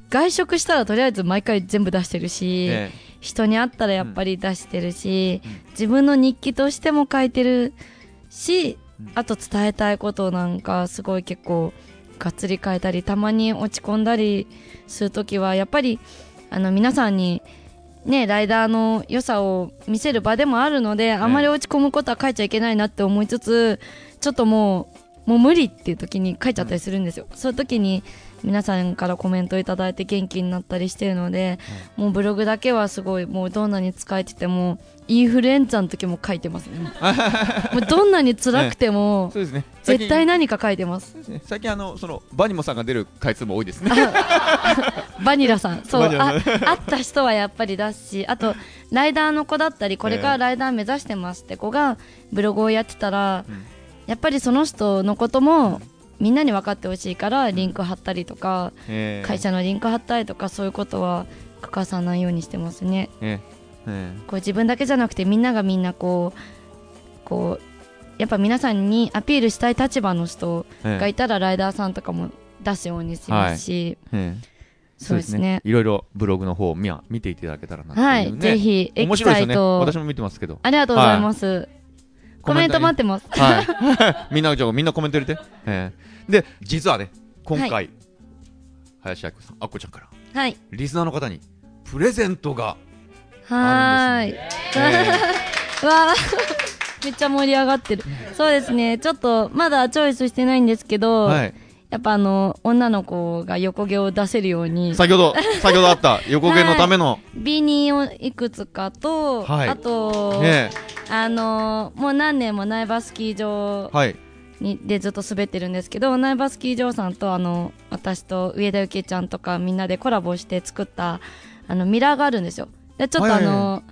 Speaker 3: 外食したらとりあえず毎回全部出してるし、
Speaker 1: え
Speaker 3: 人に会ったらやっぱり出してるし、
Speaker 1: うん
Speaker 3: 自分の日記としても書いてるし、
Speaker 1: うん
Speaker 3: あと伝えたいことなんかすごい結構がっつり書いたり、たまに落ち込んだりするときはやっぱりあの皆さんにねライダーの良さを見せる場でもあるので、あんまり落ち込むことは書いちゃいけないなって思いつつ、ちょっともうもう無理っていう時に書いちゃったりするんですよ、うん、そういう時に皆さんからコメントいただいて元気になったりしてるので、うん、もうブログだけはすごいもうどんなに使えててもインフルエンザの時も書いてますねもうどんなに辛くても、
Speaker 1: そうですね、
Speaker 3: 絶対何か書いてます。
Speaker 1: そうですね、最近あのそのバニモさんが出る回数も多いですね
Speaker 3: バニラさん、そう、あ
Speaker 1: バニラ
Speaker 3: 会った人はやっぱり出すし、あとライダーの子だったりこれからライダー目指してますって子がブログをやってたら、うん、やっぱりその人のこともみんなに分かってほしいからリンク貼ったりとか、
Speaker 1: えー、
Speaker 3: 会社のリンク貼ったりとか、そういうことは欠かさないようにしてますね、
Speaker 1: えーえー、
Speaker 3: こう自分だけじゃなくてみんながみんなこうこうやっぱ皆さんにアピールしたい立場の人がいたら、えー、ライダーさんとかも出すようにしますし、はい、えー、そうですね、
Speaker 1: いろいろブログの方を見見ていただけたらなっていう、ね、
Speaker 3: はい、ぜひエキサイト、
Speaker 1: ね、私も見てますけど、
Speaker 3: ありがとうございます、はい、コメント待ってます、
Speaker 1: はい、みんなじゃみんなコメント入れて、えー、で実はね今回、はい、林明子さん、あっこちゃんから、
Speaker 3: はい、
Speaker 1: リスナーの方にプレゼントが
Speaker 3: あるんですね、えー、わーめっちゃ盛り上がってる。そうですね、ちょっとまだチョイスしてないんですけど、はい、やっぱあの女の子が横毛を出せるように、
Speaker 1: 先ほど先ほどあった横毛のための、はい、
Speaker 3: ビニーをいくつかと、はい、あと、ね、あのもう何年も苗場スキー場にでずっと滑ってるんですけど、苗場スキー場さんとあの私と上田幸恵ちゃんとかみんなでコラボして作ったあのミラーがあるんですよ。でちょっとあの、はいはいはい、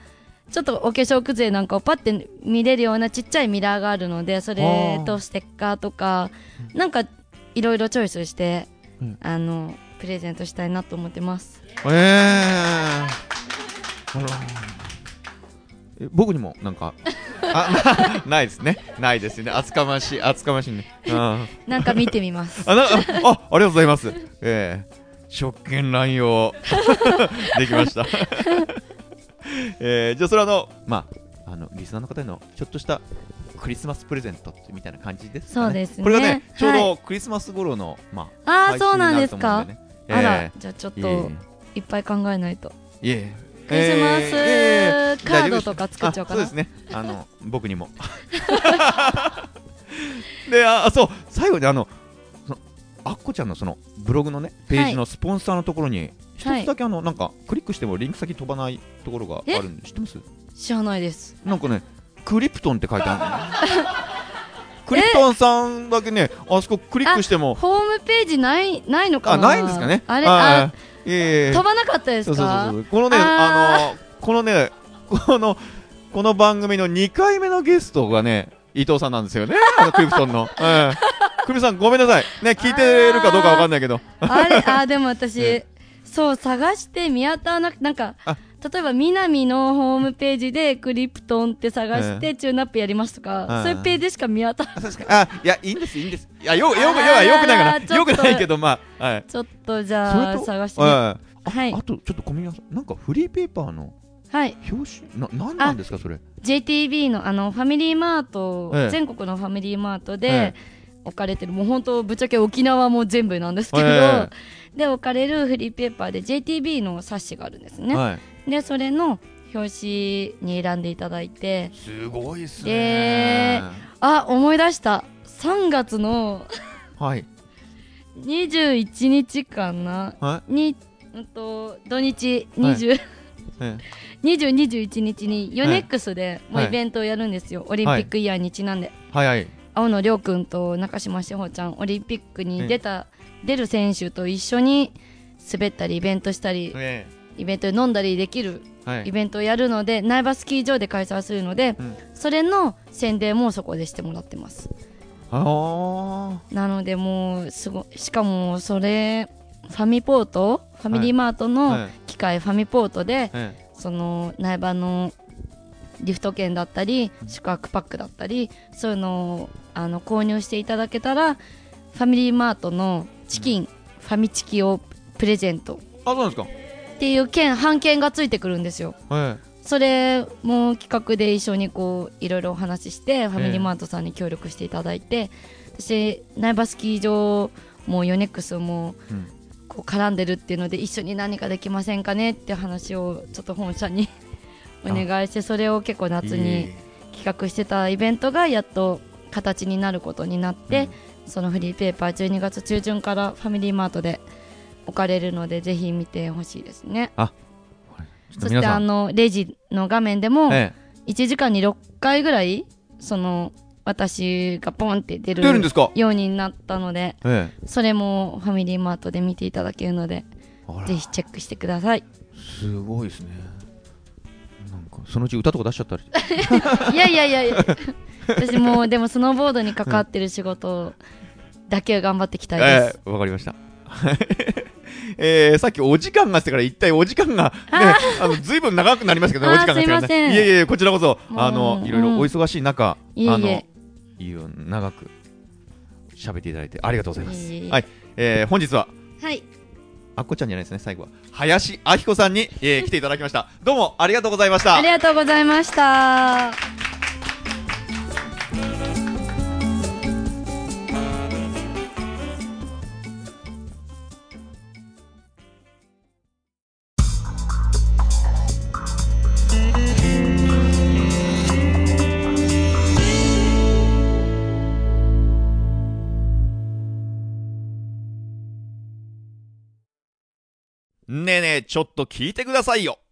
Speaker 3: ちょっとお化粧崩れなんかをパッて見れるようなちっちゃいミラーがあるので、それとステッカーとかなんかいろいろチョイスして、うん、あのプレゼントしたいなと思ってます。
Speaker 1: えー、え僕にもなんかあ な, ないですねないですね、厚かましい厚かましいね
Speaker 3: なんか見てみます
Speaker 1: あなあありがとうございます、えー、職権乱用できましたえー、じゃあそれはあのまああのリスナーの方へのちょっとしたクリスマスプレゼントみたいな感じですかね。
Speaker 3: そうですね。
Speaker 1: これがね、ちょうどクリスマス頃の、ま
Speaker 3: あ、あーそうなんですか。
Speaker 1: えー、
Speaker 3: あら、じゃあちょっといっぱい考えないと。
Speaker 1: いえ
Speaker 3: クリスマス、えー、カードとか作っちゃおうかな。
Speaker 1: そうですね。あの僕にも。で、あ、そう最後にあのあっこちゃんのそのブログのねページのスポンサーのところに一つだけあの、はい、なんかクリックしてもリンク先飛ばないところがあるんで知ってます？
Speaker 3: 知らないです。
Speaker 1: なんかねクリプトンって書いてあるの、ね、クリプトンさんだけねあそこクリックしても
Speaker 3: ホームページないないのかな。
Speaker 1: あないんですかね。
Speaker 3: あれあ
Speaker 1: いえいえ
Speaker 3: 飛ばなかったですか。
Speaker 1: そうそうそうこのねあのこのねこのこの番組のにかいめのゲストがね伊藤さんなんですよねあのクリプトンの、えー、クリプさんごめんなさいね聞いてるかどうかわかんないけど
Speaker 3: あれあでも私、ね、そう探して見当たらなくなんか例えば南のホームページでクリプトンって探してチューンアップやりますとか、そういうページしか見当たらない。
Speaker 1: あいやいいんですいいんですいやよよよよくないかなよくないけどまあ、はい、
Speaker 3: ちょっとじゃあ探してみよう。はい、
Speaker 1: あとちょっと小宮さんなんかフリーペーパーの
Speaker 3: はい
Speaker 1: 表紙な何なんですかそれ。
Speaker 3: ジェイティービー のあのファミリーマート、ええ、全国のファミリーマートで、ええ、置かれてるもう本当ぶっちゃけ沖縄も全部なんですけど、ええ、で置かれるフリーペーパーで ジェイティービー の冊子があるんですね、はい、でそれの表紙に選んでいただいて
Speaker 1: すごいっすね。
Speaker 3: あ思い出したさんがつの
Speaker 1: はい
Speaker 3: にじゅういちにちかな、はい、に、うんと、土日にじゅう、はい、にじゅう、にじゅういちにちにヨネックスでもうイベントをやるんですよ、はい、オリンピックイヤーにちなんで、
Speaker 1: はいはい、
Speaker 3: 青野亮君と中島志保ちゃんオリンピックに出た、出る選手と一緒に滑ったりイベントしたり、イベントで飲んだりできるイベントをやるので、苗場スキー場で開催するので、うん、それの宣伝もそこでしてもらってます。
Speaker 1: あ
Speaker 3: なのでもうすごしかもそれファミポートファミリーマートの機械、はい、ファミポートで、はい、その苗場のリフト券だったり宿泊パックだったりそういうのをあの購入していただけたらファミリーマートのチキン、うん、ファミチキをプレゼント
Speaker 1: あ、そうなんですか。
Speaker 3: っていう券半券がついてくるんですよ。
Speaker 1: はい。
Speaker 3: それも企画で一緒にこういろいろお話ししてファミリーマートさんに協力していただいて、私苗場スキー場もヨネックスもこう絡んでるっていうので、一緒に何かできませんかねって話をちょっと本社にお願いして、それを結構夏に企画してたイベントがやっと形になることになって、うん、そのフリーペーパーじゅうにがつ中旬からファミリーマートで置かれるので、ぜひ見てほしいですね。
Speaker 1: あ、
Speaker 3: そしてあのレジの画面でもいちじかんにろっかいぐらいその私がポンって出るようになったので、ええ、それもファミリーマートで見ていただけるので、ぜひチェックしてください。
Speaker 1: すごいですね。なんかそのうち歌とか出しちゃったり
Speaker 3: いやいやいやいや私もでもスノーボードに関わってる仕事だけは頑張っていきたいです。
Speaker 1: わ、えー、かりましたえー、さっきお時間がしてから一体お時間が、ね、あのずいぶん長くなりますけどね、お時間がしてからね。いえいえ、こちらこそあのいろいろお忙しい中、うん、あのいいよ長く喋っていただいてありがとうございます。はい、えー、本日は、
Speaker 3: はい、
Speaker 1: あっこちゃんじゃないですね、最後は林明子さんに、えー、来ていただきました。どうもありがとうございました。
Speaker 3: ありがとうございました。
Speaker 1: ねえねえ、ちょっと聞いてくださいよ。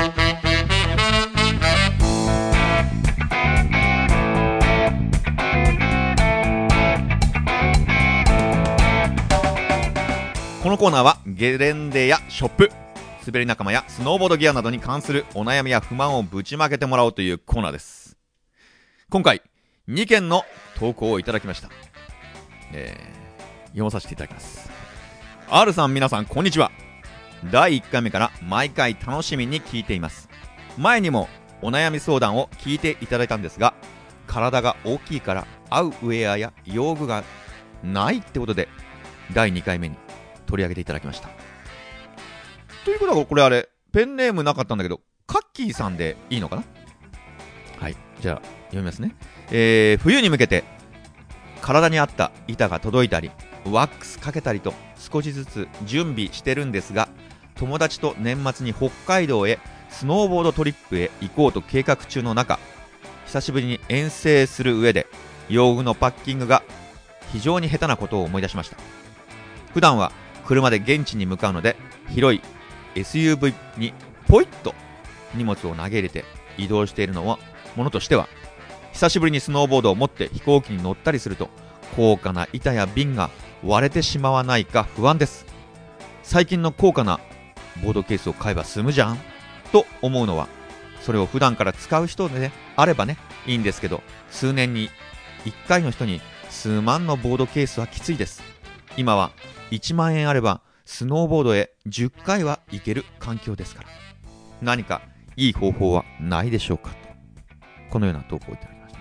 Speaker 1: このコーナーはゲレンデやショップ、滑り仲間やスノーボードギアなどに関するお悩みや不満をぶちまけてもらおうというコーナーです。今回にけんの投稿をいただきました。えー、読まさせていただきます。 R さん、皆さんこんにちは。だいいっかいめから毎回楽しみに聞いています。前にもお悩み相談を聞いていただいたんですが、体が大きいから合うウェアや用具がないってことでだいにかいめに取り上げていただきました。ということはこれあれペンネームなかったんだけど、カッキーさんでいいのかな。はい、じゃあ読みますね。えー、冬に向けて体に合った板が届いたりワックスかけたりと少しずつ準備してるんですが、友達と年末に北海道へスノーボードトリップへ行こうと計画中の中、久しぶりに遠征する上で用具のパッキングが非常に下手なことを思い出しました。普段は車で現地に向かうので、広い エスユーブイ にポイッと荷物を投げ入れて移動しているのはものとしては、久しぶりにスノーボードを持って飛行機に乗ったりすると高価な板や瓶が割れてしまわないか不安です。最近の高価なボードケースを買えば済むじゃんと思うのは、それを普段から使う人で、ね、あればねいいんですけど、数年にいっかいの人に数万のボードケースはきついです。今はいちまんえんあればスノーボードへじゅっかいは行ける環境ですから、何かいい方法はないでしょうかと、このような投稿をいただきました。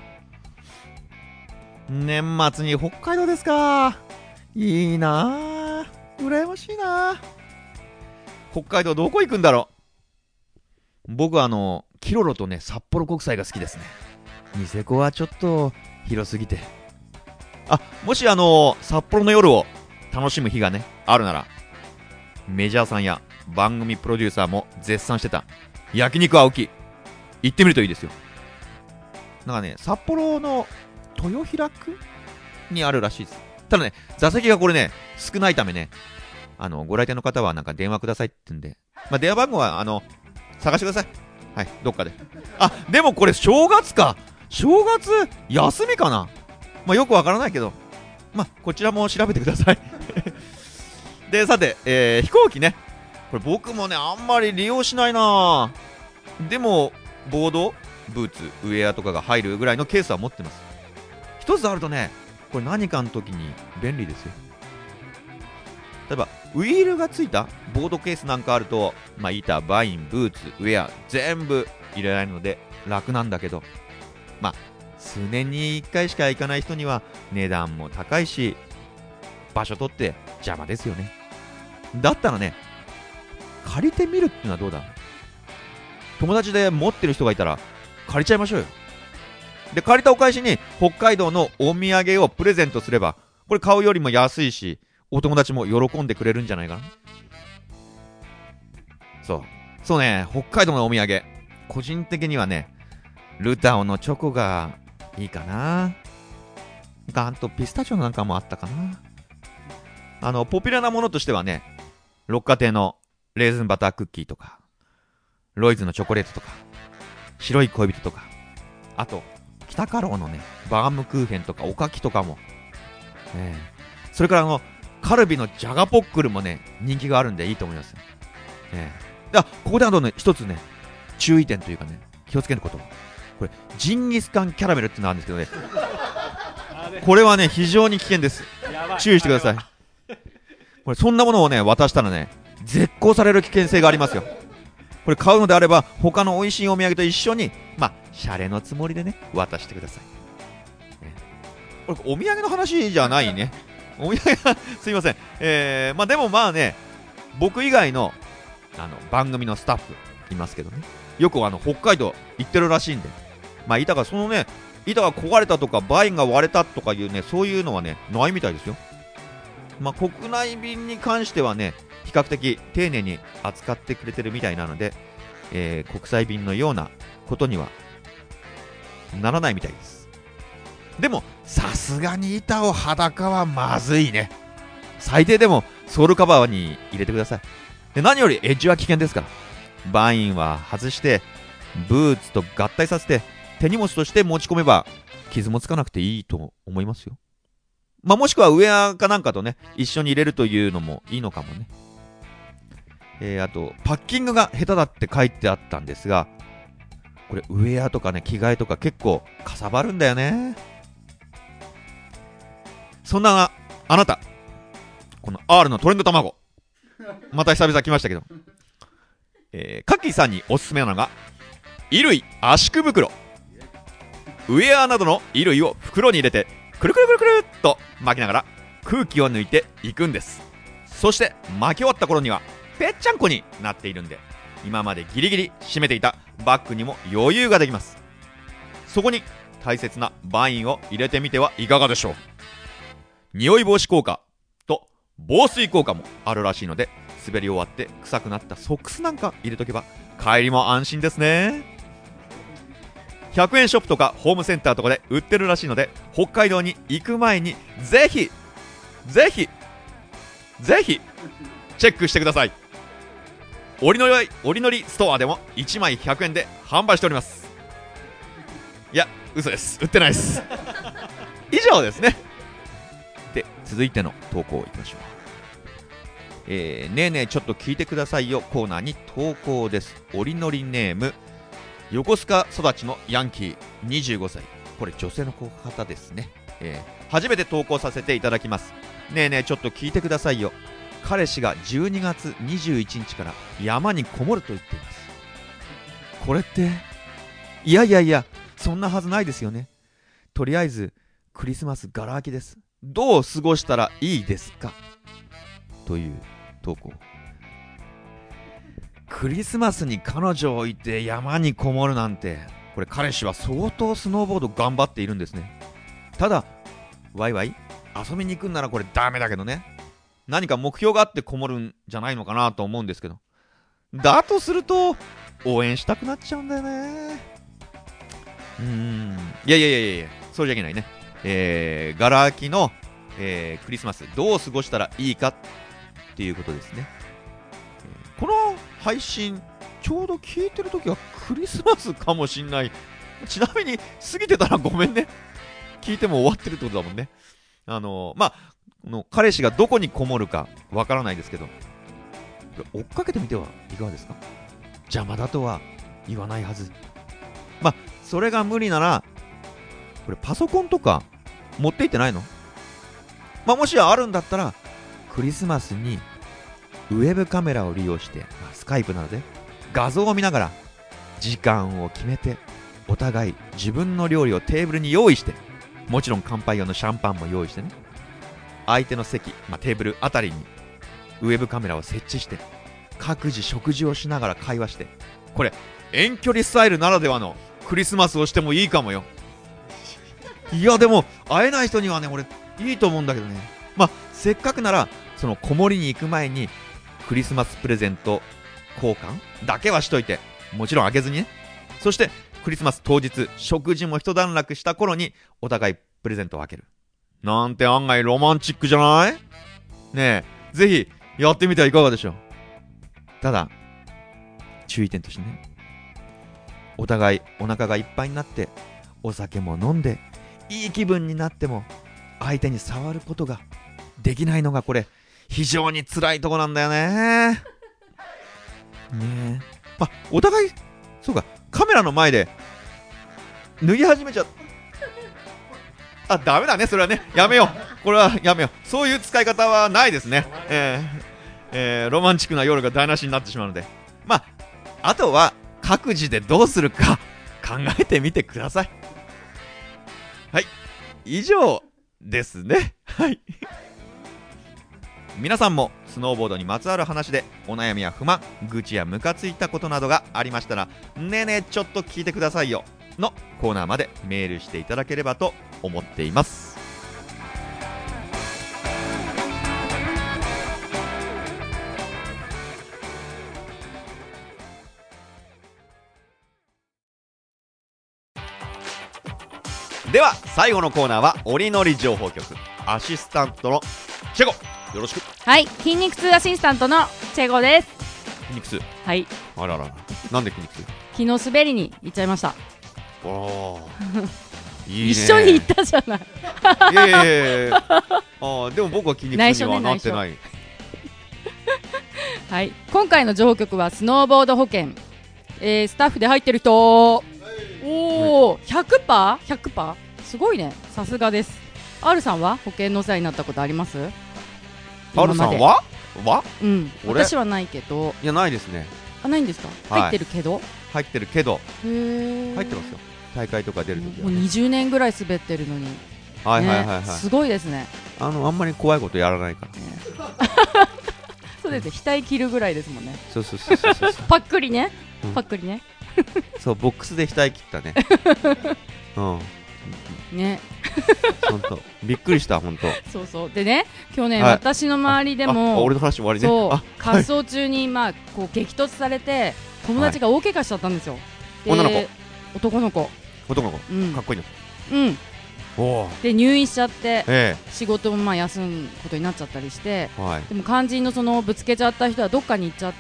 Speaker 1: 年末に北海道ですか。いいなぁ、羨ましいなぁ。北海道どこ行くんだろう。僕はあのキロロとね札幌国際が好きですね。ニセコはちょっと広すぎて。あ、もしあの札幌の夜を楽しむ日がねあるなら、メジャーさんや番組プロデューサーも絶賛してた焼肉青木行ってみるといいですよ。なんかね、札幌の豊平区にあるらしいです。ただね、座席がこれね少ないためね、あのご来店の方はなんか電話くださいって言うんで、まあ、電話番号はあの探してください。はい、どっかで。あ、でもこれ正月か、正月休みかな、まあ、よくわからないけど、まあ、こちらも調べてくださいで、さて、えー、飛行機ね、これ僕もねあんまり利用しないな。でもボード、ブーツ、ウェアとかが入るぐらいのケースは持ってます。一つあるとね、これ何かの時に便利ですよ。例えばウィールがついたボードケースなんかあると、まあ、板、バイン、ブーツ、ウェア全部入れられるので楽なんだけど、まあ数年にいっかいしか行かない人には値段も高いし場所取って邪魔ですよね。だったらね、 借りてみるっていうのはどうだ。友達で持ってる人がいたら借りちゃいましょうよ。で借りたお返しに北海道のお土産をプレゼントすれば、これ買うよりも安いし、お友達も喜んでくれるんじゃないかな。そうそうね、北海道のお土産、個人的にはね、ルタオのチョコがいいかな。ガンとピスタチオなんかもあったかな。あのポピュラーなものとしてはね、六花亭のレーズンバタークッキーとか、ロイズのチョコレートとか、白い恋人とか、あと北家老のねバームクーヘンとかおかきとかも、えー、それからあのカルビのジャガポックルもね人気があるんでいいと思いますよ。えー、あここであとね一つね注意点というかね、気をつけること、これジンギスカンキャラメルっていうのがあるんですけどねこれはね非常に危険です。注意してください。これそんなものをね渡したらね絶交される危険性がありますよ。これ買うのであれば他の美味しいお土産と一緒に、まあシャレのつもりでね渡してください、ね、これお土産の話じゃないね。お土産はすいません、えー、まあでもまあね、僕以外のあの番組のスタッフいますけどね、よくあの北海道行ってるらしいんで、まあ板がそのね板が壊れたとかバインが割れたとかいうね、そういうのはねないみたいですよ。まあ国内便に関してはね比較的丁寧に扱ってくれてるみたいなので、えー、国際便のようなことにはならないみたいです。でもさすがに板を裸はまずいね。最低でもソールカバーに入れてください。で何よりエッジは危険ですから、バインは外してブーツと合体させて手荷物として持ち込めば傷もつかなくていいと思いますよ。まあ、もしくはウェアかなんかとね一緒に入れるというのもいいのかもね。えー、あとパッキングが下手だって書いてあったんですが、これウェアとかね着替えとか結構かさばるんだよね。そんなあなた、この R のトレンド卵また久々来ましたけど、えー、カッキーさんにおすすめなのが衣類圧縮袋。ウェアなどの衣類を袋に入れてくるくるくるくるっと巻きながら空気を抜いていくんです。そして巻き終わった頃にはぺっちゃんこになっているんで、今までギリギリ締めていたバッグにも余裕ができます。そこに大切なバインを入れてみてはいかがでしょう。匂い防止効果と防水効果もあるらしいので、滑り終わって臭くなったソックスなんか入れとけば帰りも安心ですね。ひゃくえんショップとかホームセンターとかで売ってるらしいので、北海道に行く前にぜひぜひぜひチェックしてください。折りのり折りのりストアでもいちまいひゃくえんで販売しております。いや嘘です、売ってないです以上ですね。で続いての投稿いきましょう。えー、ねえねえちょっと聞いてくださいよコーナーに投稿です。折りのりネーム横須賀育ちのヤンキーにじゅうごさい、これ女性の方ですね、えー、初めて投稿させていただきます。ねえねえちょっと聞いてくださいよ。彼氏がじゅうにがつにじゅういちにちから山にこもると言っています。これっていやいやいやそんなはずないですよね。とりあえずクリスマスガラ空きです。どう過ごしたらいいですか、という投稿。クリスマスに彼女を置いて山にこもるなんて、これ彼氏は相当スノーボード頑張っているんですね。ただワイワイ遊びに行くんならこれダメだけどね、何か目標があってこもるんじゃないのかなと思うんですけど、だとすると応援したくなっちゃうんだよね。うーんいやいやいやいやそれじゃいけないね。えー、ガラ空きの、えー、クリスマスどう過ごしたらいいかっていうことですね。この配信ちょうど聞いてるときはクリスマスかもしんない。ちなみに過ぎてたらごめんね、聞いても終わってるってことだもんね。あのー、まあの彼氏がどこにこもるかわからないですけど、追っかけてみてはいかがですか。邪魔だとは言わないはず。まあそれが無理ならこれパソコンとか持って行ってないの？まあもしあるんだったらクリスマスにウェブカメラを利用して、まあ、スカイプなどで画像を見ながら時間を決めて、お互い自分の料理をテーブルに用意して、もちろん乾杯用のシャンパンも用意してね、相手の席、まあ、テーブルあたりにウェブカメラを設置して、 各自食事をしながら会話して、これ遠距離スタイルならではのクリスマスをしてもいいかもよ。いやでも会えない人にはね俺いいと思うんだけどね。まあせっかくならその子守に行く前にクリスマスプレゼント交換だけはしといて、もちろん開けずにね。そしてクリスマス当日食事も一段落した頃にお互いプレゼントを開けるなんて案外ロマンチックじゃない？ねえ、ぜひやってみてはいかがでしょう。ただ注意点としてね、お互いお腹がいっぱいになってお酒も飲んでいい気分になっても相手に触ることができないのがこれ非常に辛いとこなんだよね。ねえ、まあお互いそうかカメラの前で脱ぎ始めちゃあダメだねそれはね、やめよう、これはやめよう、そういう使い方はないですね。えーえー、ロマンチックな夜が台無しになってしまうので、まああとは各自でどうするか考えてみてください。はい、以上ですね。はい皆さんもスノーボードにまつわる話でお悩みや不満、愚痴やムカついたことなどがありましたら、ねえねえちょっと聞いてくださいよのコーナーまでメールしていただければと思っています。では最後のコーナーは折乗り情報局、アシスタントのチェゴ、よろしく。
Speaker 4: はい、筋肉痛アシスタントのチェゴです。
Speaker 1: 筋肉痛、
Speaker 4: はい、
Speaker 1: あららら、なんで筋肉痛？
Speaker 4: 昨日滑りに行っちゃいました。
Speaker 1: おーいいね、
Speaker 4: 一緒に行ったじゃない。
Speaker 1: いやいやいやいやあでも僕は筋肉痛にはなってない。
Speaker 4: はい、今回の情報局はスノーボード保険、えー、スタッフで入ってる人、おお ひゃくパーセント？ ひゃくパーセント すごいね、さすがです。 R さんは保険のお世話になったことあります？
Speaker 1: R さんはは
Speaker 4: うん、私はないけど。
Speaker 1: いやないですね。
Speaker 4: あ、ないんですか？入ってるけど、
Speaker 1: 入ってるけど
Speaker 4: へー、
Speaker 1: 入ってますよ、大会とか出るときは、
Speaker 4: もうにじゅうねんぐらい滑ってるのに、
Speaker 1: はいはいはいはい、
Speaker 4: ね、すごいですね。
Speaker 1: あのあんまり怖いことやらないから、
Speaker 4: ね、そうですね、額切るぐらいですもんね。
Speaker 1: そうそうそうそうそう
Speaker 4: パックリね、
Speaker 1: うん、
Speaker 4: パックリね
Speaker 1: そうボックスで額切ったねうん
Speaker 4: ね
Speaker 1: 本当びっくりした本当。
Speaker 4: そうそうでね、去年、
Speaker 1: はい、
Speaker 4: 私の周りでも
Speaker 1: 俺の話終わりね。
Speaker 4: そう
Speaker 1: あ
Speaker 4: 滑走中に、まあ、こう激突されて友達が大怪我しちゃったんですよ、
Speaker 1: はい、女の子
Speaker 4: 男の子
Speaker 1: 男の子、うん、かっこいいの、
Speaker 4: うん
Speaker 1: お
Speaker 4: で入院しちゃって、
Speaker 1: ええ、
Speaker 4: 仕事もまあ休むことになっちゃったりして、
Speaker 1: はい、
Speaker 4: でも肝心のそのぶつけちゃった人はどっかに行っちゃって、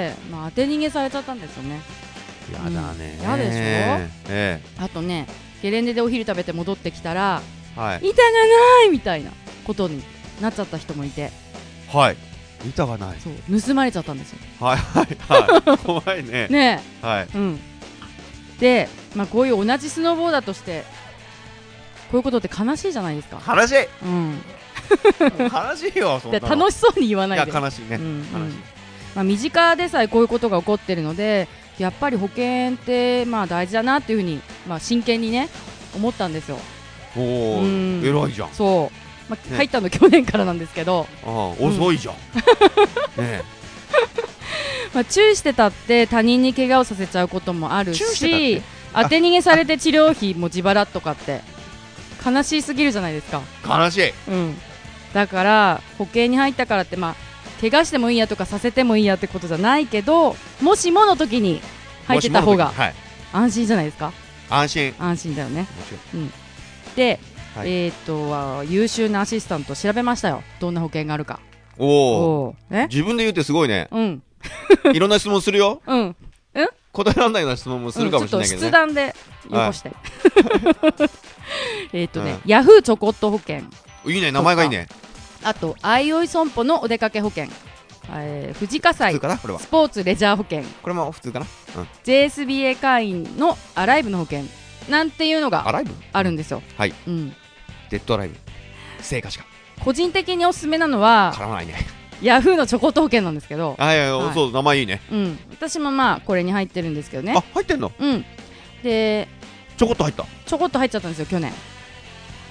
Speaker 4: まあ、当て逃げされちゃったんですよね。
Speaker 1: やだね、
Speaker 4: や、うん、でしょ、
Speaker 1: ええ、
Speaker 4: あとねゲレンデでお昼食べて戻ってきたら、
Speaker 1: はい、
Speaker 4: 板がないみたいなことになっちゃった人もいて、
Speaker 1: はい、板がない、
Speaker 4: そう盗まれちゃったんですよ。
Speaker 1: はいはいはい怖いね
Speaker 4: ね
Speaker 1: え、はい、
Speaker 4: うん、で、まあ、こういう同じスノーボーダーとしてこういうことって悲しいじゃないですか。
Speaker 1: 悲しい、
Speaker 4: うん、
Speaker 1: 悲しいよそんなの。
Speaker 4: 楽しそうに言わないで。
Speaker 1: いや悲しいね、
Speaker 4: うんうん、
Speaker 1: 悲しい。
Speaker 4: まあ、身近でさえこういうことが起こってるので、やっぱり保険ってまあ大事だなっていうふうに、まあ、真剣にね思ったんですよ。
Speaker 1: おお、偉いじゃん。
Speaker 4: そう、まあね、入ったの去年からなんですけど、
Speaker 1: あ遅いじゃん、うんね
Speaker 4: まあ、注意してたって他人に怪我をさせちゃうこともあるし、当て逃げされて治療費も自腹とかって悲しすぎるじゃないですか。
Speaker 1: 悲しい、
Speaker 4: うん、だから保険に入ったからって、まあ、怪我してもいいやとかさせてもいいやってことじゃないけど、もしもの時に入ってた方が安心じゃないですか。
Speaker 1: 安心
Speaker 4: 安心だよね、うん、で、はい、えー、と優秀なアシスタント調べましたよ、どんな保険があるか。
Speaker 1: おお、自分で言うってすごいね、うん、いろんな質問するよ、うん、うん、答えられないような質問もするかもしれないけどね、うん、ちょっと筆談でよこして、はい、えっとね、うん、ヤフーちょこっと保険、いいね、名前がいいね。
Speaker 4: あとあいおい損保のお出かけ保険、えー、富士火災スポーツレジャー保険、
Speaker 1: これも普通かな、うん、
Speaker 4: ジェイエスビーエー 会員のアライブの保険なんていうのがあるんですよ。
Speaker 1: はい、うん、デッドアライブ成果しか。
Speaker 4: 個人的におすすめなのは
Speaker 1: 絡まないね
Speaker 4: ヤフーのちょこっと保険なんですけど、
Speaker 1: あ、いやいや、はい、そう、名前いいね、
Speaker 4: うん、私もまあこれに入ってるんですけどね。
Speaker 1: あ、入ってんの。
Speaker 4: うん、で
Speaker 1: ちょこっと入った、
Speaker 4: ちょこっと入っちゃったんですよ去年。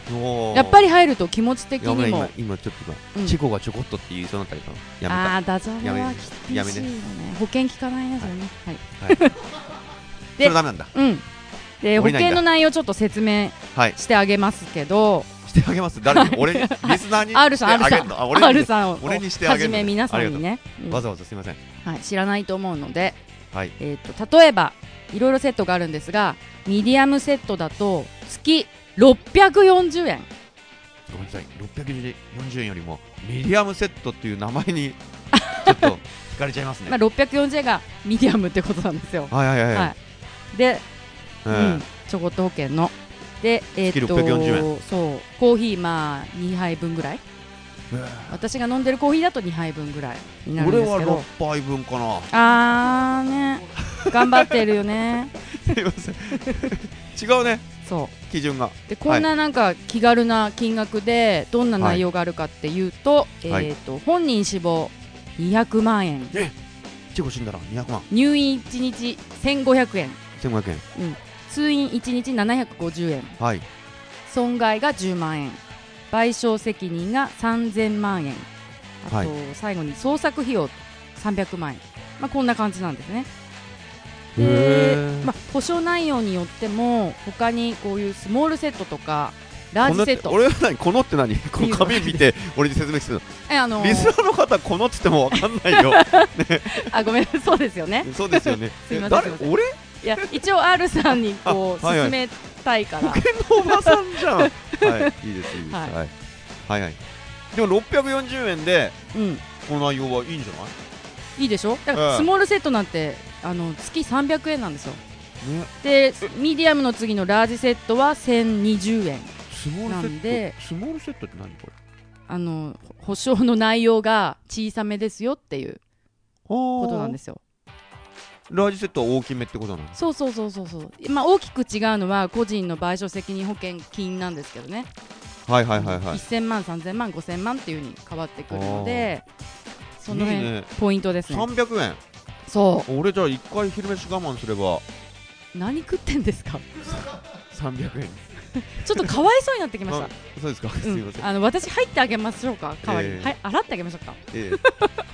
Speaker 1: おー
Speaker 4: やっぱり入ると気持ち的にも
Speaker 1: いや今今ちょっと今、
Speaker 4: うん
Speaker 1: チコがちょこっとって言いそうになったけどやめた
Speaker 4: ああダジャレは
Speaker 1: やめ
Speaker 4: 厳しいよね保険効かないねそれねはい
Speaker 1: はい、そ
Speaker 4: で
Speaker 1: れダメなんだ。
Speaker 4: うんで保
Speaker 1: 降りないんだ
Speaker 4: 険の内容ちょっと説明
Speaker 1: はい、
Speaker 4: してあげますけど
Speaker 1: してあげます。誰に？俺に、リスナーに
Speaker 4: R さん
Speaker 1: してあ
Speaker 4: R さん
Speaker 1: げるのあ、俺に
Speaker 4: R さんを
Speaker 1: 俺にしてあげるの
Speaker 4: はじめ皆さんにねうん
Speaker 1: わざわざすいません。
Speaker 4: はい知らないと思うので
Speaker 1: はい。
Speaker 4: えー、と例えばいろいろセットがあるんですがミディアムセットだと月ろっぴゃくよんじゅうえん
Speaker 1: ごめんなさい。ろっぴゃくよんじゅうえんよりもミディアムセットっていう名前にちょっと惹かれちゃいますね。
Speaker 4: まあ、ろっぴゃくよんじゅうえんがミディアムってことなんですよ、
Speaker 1: はいはいはい。
Speaker 4: はい、で、
Speaker 1: う
Speaker 4: うんん、ちょこっと保険ので、えー、
Speaker 1: 月ろっぴゃくよんじゅうえ
Speaker 4: とそうコーヒーまあにはいぶんぐらい私が飲んでるコーヒーだとにはいぶんぐらいになるん
Speaker 1: 俺は
Speaker 4: ですけど
Speaker 1: ろっぱいぶんかな。
Speaker 4: あーね頑張ってるよね
Speaker 1: すいません。違うね、
Speaker 4: そう
Speaker 1: 基準が。
Speaker 4: でこんななんか気軽な金額でどんな内容があるかっていうと、
Speaker 1: はい
Speaker 4: えー、と本人死亡にひゃくまんえん
Speaker 1: えチコ死んだらにひゃくまん。
Speaker 4: 入院いちにちせんごひゃくえん
Speaker 1: せんごひゃくえん。
Speaker 4: 通院いちにちななひゃくごじゅうえん
Speaker 1: はい。
Speaker 4: 損害がじゅうまんえん賠償責任がさんぜんまんえんあと、
Speaker 1: はい
Speaker 4: 最後に捜索費用さんびゃくまんえん、まあ、こんな感じなんですね
Speaker 1: へ
Speaker 4: で、
Speaker 1: ー
Speaker 4: まあ、保証内容によっても他にこういうスモールセットとかラージセット
Speaker 1: このって俺は何このって何この紙見て俺に説明する
Speaker 4: えあのー
Speaker 1: のリスナーの方このって言っても分かんないよ
Speaker 4: あごめんそうですよね
Speaker 1: そうですよね
Speaker 4: すいません
Speaker 1: 誰
Speaker 4: すいません
Speaker 1: 俺
Speaker 4: いや一応 R さんにこう
Speaker 1: あはいはい
Speaker 4: 勧めたいから、
Speaker 1: 保険のおばさんじゃんはいいいですいいです
Speaker 4: は
Speaker 1: はいいはいはいでもろっぴゃくよんじゅうえんで
Speaker 4: うん
Speaker 1: この内容はいいんじゃない
Speaker 4: いいでしょだか
Speaker 1: うん
Speaker 4: らスモールセットなんてあの月さんびゃくえんなんですよ
Speaker 1: ね
Speaker 4: でミディアムの次のラージセットはせんにじゅうえん
Speaker 1: スモールセ
Speaker 4: なんで
Speaker 1: ットスモールセットって何これ
Speaker 4: あの保証の内容が小さめですよっていうこ
Speaker 1: こと
Speaker 4: なんですよ
Speaker 1: ラージセットは大きめってことなの
Speaker 4: そうそうそうそうそうまあ大きく違うのは個人の賠償責任保険金なんですけどね
Speaker 1: はいはいはいはい
Speaker 4: せんまんさんぜんまんごせんまんっていう風に変わってくるのでその辺
Speaker 1: いいね
Speaker 4: ポイントですね
Speaker 1: さんびゃくえん
Speaker 4: そ
Speaker 1: 俺じゃあ一回昼飯我慢すれば
Speaker 4: う何食ってんですか
Speaker 1: さんびゃくえん
Speaker 4: ちょっとかわいそうになってきました
Speaker 1: あそうですかす
Speaker 4: うん
Speaker 1: みません
Speaker 4: あの私入ってあげましょうか代わりに、
Speaker 1: ええ
Speaker 4: はい洗ってあげましょうか
Speaker 1: ええ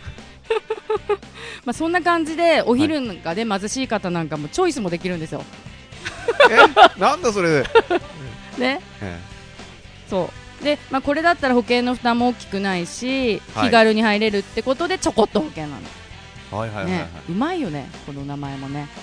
Speaker 4: まあそんな感じでお昼がね、貧しい方なんかもチョイスもできるんですよ
Speaker 1: えなんだそれ
Speaker 4: ね
Speaker 1: え
Speaker 4: そうで、まあ、これだったら保険の負担も大きくないし、
Speaker 1: はい
Speaker 4: 気軽に入れるってことでちょこっと保険なの、
Speaker 1: えはいはいはいはい
Speaker 4: ね、うまいよねこの名前もね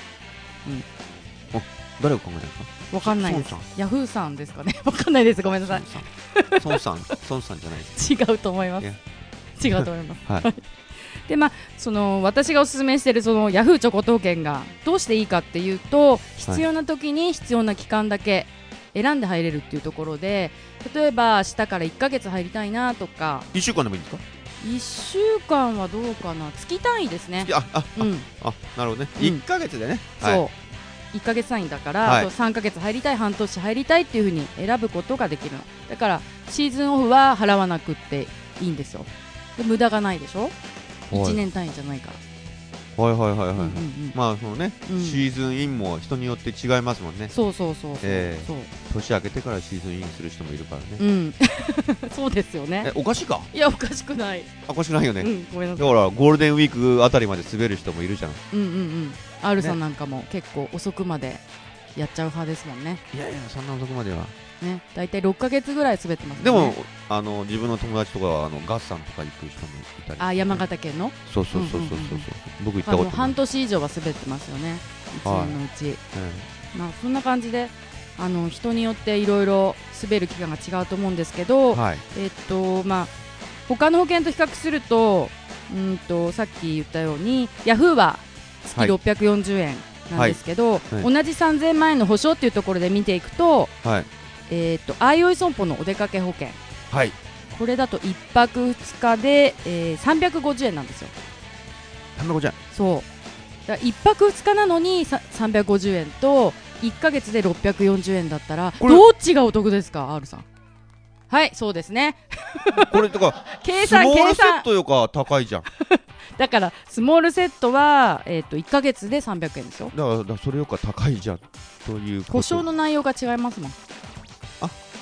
Speaker 1: 誰が考えたんですか
Speaker 4: わかんないです
Speaker 1: 孫
Speaker 4: ヤフーさんですかねわかんないですごめんなさい
Speaker 1: 孫さん孫さんじゃないです
Speaker 4: 違うと思います
Speaker 1: いや
Speaker 4: 違うと思います
Speaker 1: はい
Speaker 4: でまあその私がおすすめしているそのヤフーチョコト保険がどうしていいかっていうと必要な時に必要な期間だけ選んで入れるっていうところで例えば明日からいっかげつ入りたいなとか
Speaker 1: いっしゅうかんでもいいんですか
Speaker 4: いっしゅうかんはどうかな月単位ですね
Speaker 1: いやああ
Speaker 4: うん
Speaker 1: あなるほどね
Speaker 4: うん
Speaker 1: いっかげつでね
Speaker 4: そう、
Speaker 1: はい
Speaker 4: いっかげつ単位だから、
Speaker 1: はい
Speaker 4: そうさんかげつ入りたい半年入りたいっていう風に選ぶことができるのだからシーズンオフは払わなくっていいんですよで無駄がないでしょ
Speaker 1: はい
Speaker 4: いちねん単位じゃないから
Speaker 1: はいはいはいはいはい
Speaker 4: うんうんうん
Speaker 1: まあそのね
Speaker 4: うん
Speaker 1: シーズンインも人によって違いますもんね
Speaker 4: そうそうそうそう、
Speaker 1: ええ
Speaker 4: そう
Speaker 1: 年明けてからシーズンインする人もいるからね
Speaker 4: うんそうですよね
Speaker 1: えおかしいか
Speaker 4: いやおかしくない、
Speaker 1: おかしくないよね
Speaker 4: うんごめんなさい
Speaker 1: だからゴールデンウィークあたりまで滑る人もいるじゃん
Speaker 4: うんうんうん R さんなんかも結構遅くまでやっちゃう派ですもんね
Speaker 1: いやいやそんな遅くまでは
Speaker 4: ねだいたいろっかげつぐらい滑ってます
Speaker 1: で
Speaker 4: もんね
Speaker 1: もあの自分の友達とかはあのガッサンとか行く人もいたり
Speaker 4: あ山形県の
Speaker 1: そうそうそうそうそうそう
Speaker 4: うんうんうん
Speaker 1: 僕行った
Speaker 4: あの
Speaker 1: ことない
Speaker 4: 半年以上は滑ってますよねいちねんのうち、
Speaker 1: え
Speaker 4: まあ、そんな感じであの人によっていろいろ滑る期間が違うと思うんですけど、
Speaker 1: えはい
Speaker 4: えっとまあ、他の保険と比較するとうんとさっき言ったようにヤフーは月
Speaker 1: はい
Speaker 4: ろっぴゃくよんじゅうえんなんですけど、
Speaker 1: はい
Speaker 4: 同じさんぜんまんえんの保証っていうところで見ていくと、
Speaker 1: はい
Speaker 4: えっと相生損保のお出かけ保険
Speaker 1: はい
Speaker 4: これだといっぱくふつかで、えー、さんびゃくごじゅうえんなんですよ。
Speaker 1: たまごちゃん
Speaker 4: そうだからいっぱくふつかなのにささんびゃくごじゅうえんといっかげつでろっぴゃくよんじゅうえんだったら
Speaker 1: これ
Speaker 4: どっちがお得ですか R さん。はいそうですね
Speaker 1: これとか
Speaker 4: 計
Speaker 1: スモールセッ
Speaker 4: 算計算
Speaker 1: トよか高いじゃん
Speaker 4: だからスモールセットは、えー、といっかげつでさんびゃくえんですよ。
Speaker 1: だからだからそれよか高いじゃんということ
Speaker 4: 保証の内容が違いますもん。
Speaker 1: あ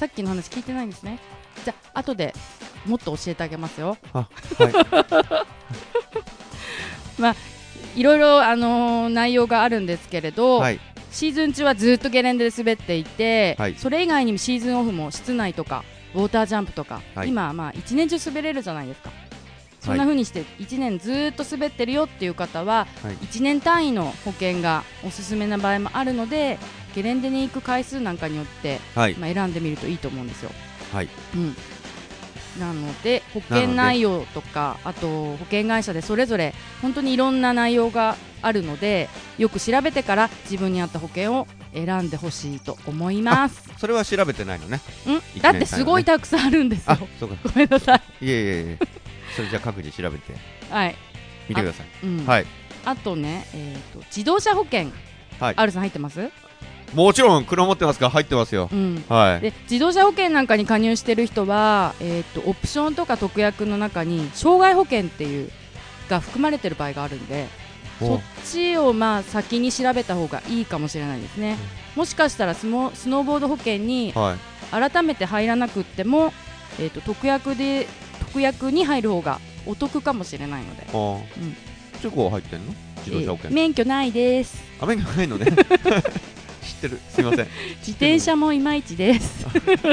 Speaker 4: さっきの話聞いてないんですね。じゃあ後でもっと教えてあげますよ。
Speaker 1: あ、はい
Speaker 4: まあいろいろ、あのー内容があるんですけれど、
Speaker 1: はい
Speaker 4: シーズン中はずっとゲレンデで滑っていて、
Speaker 1: はい
Speaker 4: それ以外にもシーズンオフも室内とかウォータージャンプとか、
Speaker 1: はい
Speaker 4: 今はまあ一年中滑れるじゃないですか。そんな風にしていちねんずーっと滑ってるよっていう方は、
Speaker 1: はい
Speaker 4: いちねん単位の保険がおすすめな場合もあるので、ゲレンデに行く回数なんかによって、
Speaker 1: はい
Speaker 4: まあ、選んでみるといいと思うんですよ。
Speaker 1: はい
Speaker 4: うんなので保険内容とか、あと保険会社でそれぞれ本当にいろんな内容があるので、よく調べてから自分に合った保険を選んでほしいと思います。
Speaker 1: それは調べてないのね。
Speaker 4: んだってすごいたくさんあるんです
Speaker 1: あ
Speaker 4: よ。
Speaker 1: そうか
Speaker 4: ごめんなさい。
Speaker 1: いえいえいえそれじゃあ各自調べて
Speaker 4: はい、
Speaker 1: みてください。
Speaker 4: うん
Speaker 1: はい
Speaker 4: あとね、えー、と自動車保険、
Speaker 1: はい
Speaker 4: R さん入ってます？
Speaker 1: もちろん車持ってますから入ってますよ。
Speaker 4: うん
Speaker 1: はい
Speaker 4: で自動車保険なんかに加入してる人は、えー、とオプションとか特約の中に障害保険っていうが含まれてる場合があるんで、そっちをまあ先に調べた方がいいかもしれないですね。もしかしたらスモスノーボード保険に
Speaker 1: はい
Speaker 4: 改めて入らなくっても、えー、と特約で特約に入る方がお得かもしれないので、
Speaker 1: あー
Speaker 4: うん
Speaker 1: チョコ入ってんの自動車保険、
Speaker 4: えー免許ないです。
Speaker 1: あ免許ないのね知ってるすいません
Speaker 4: 自転車もいまいちです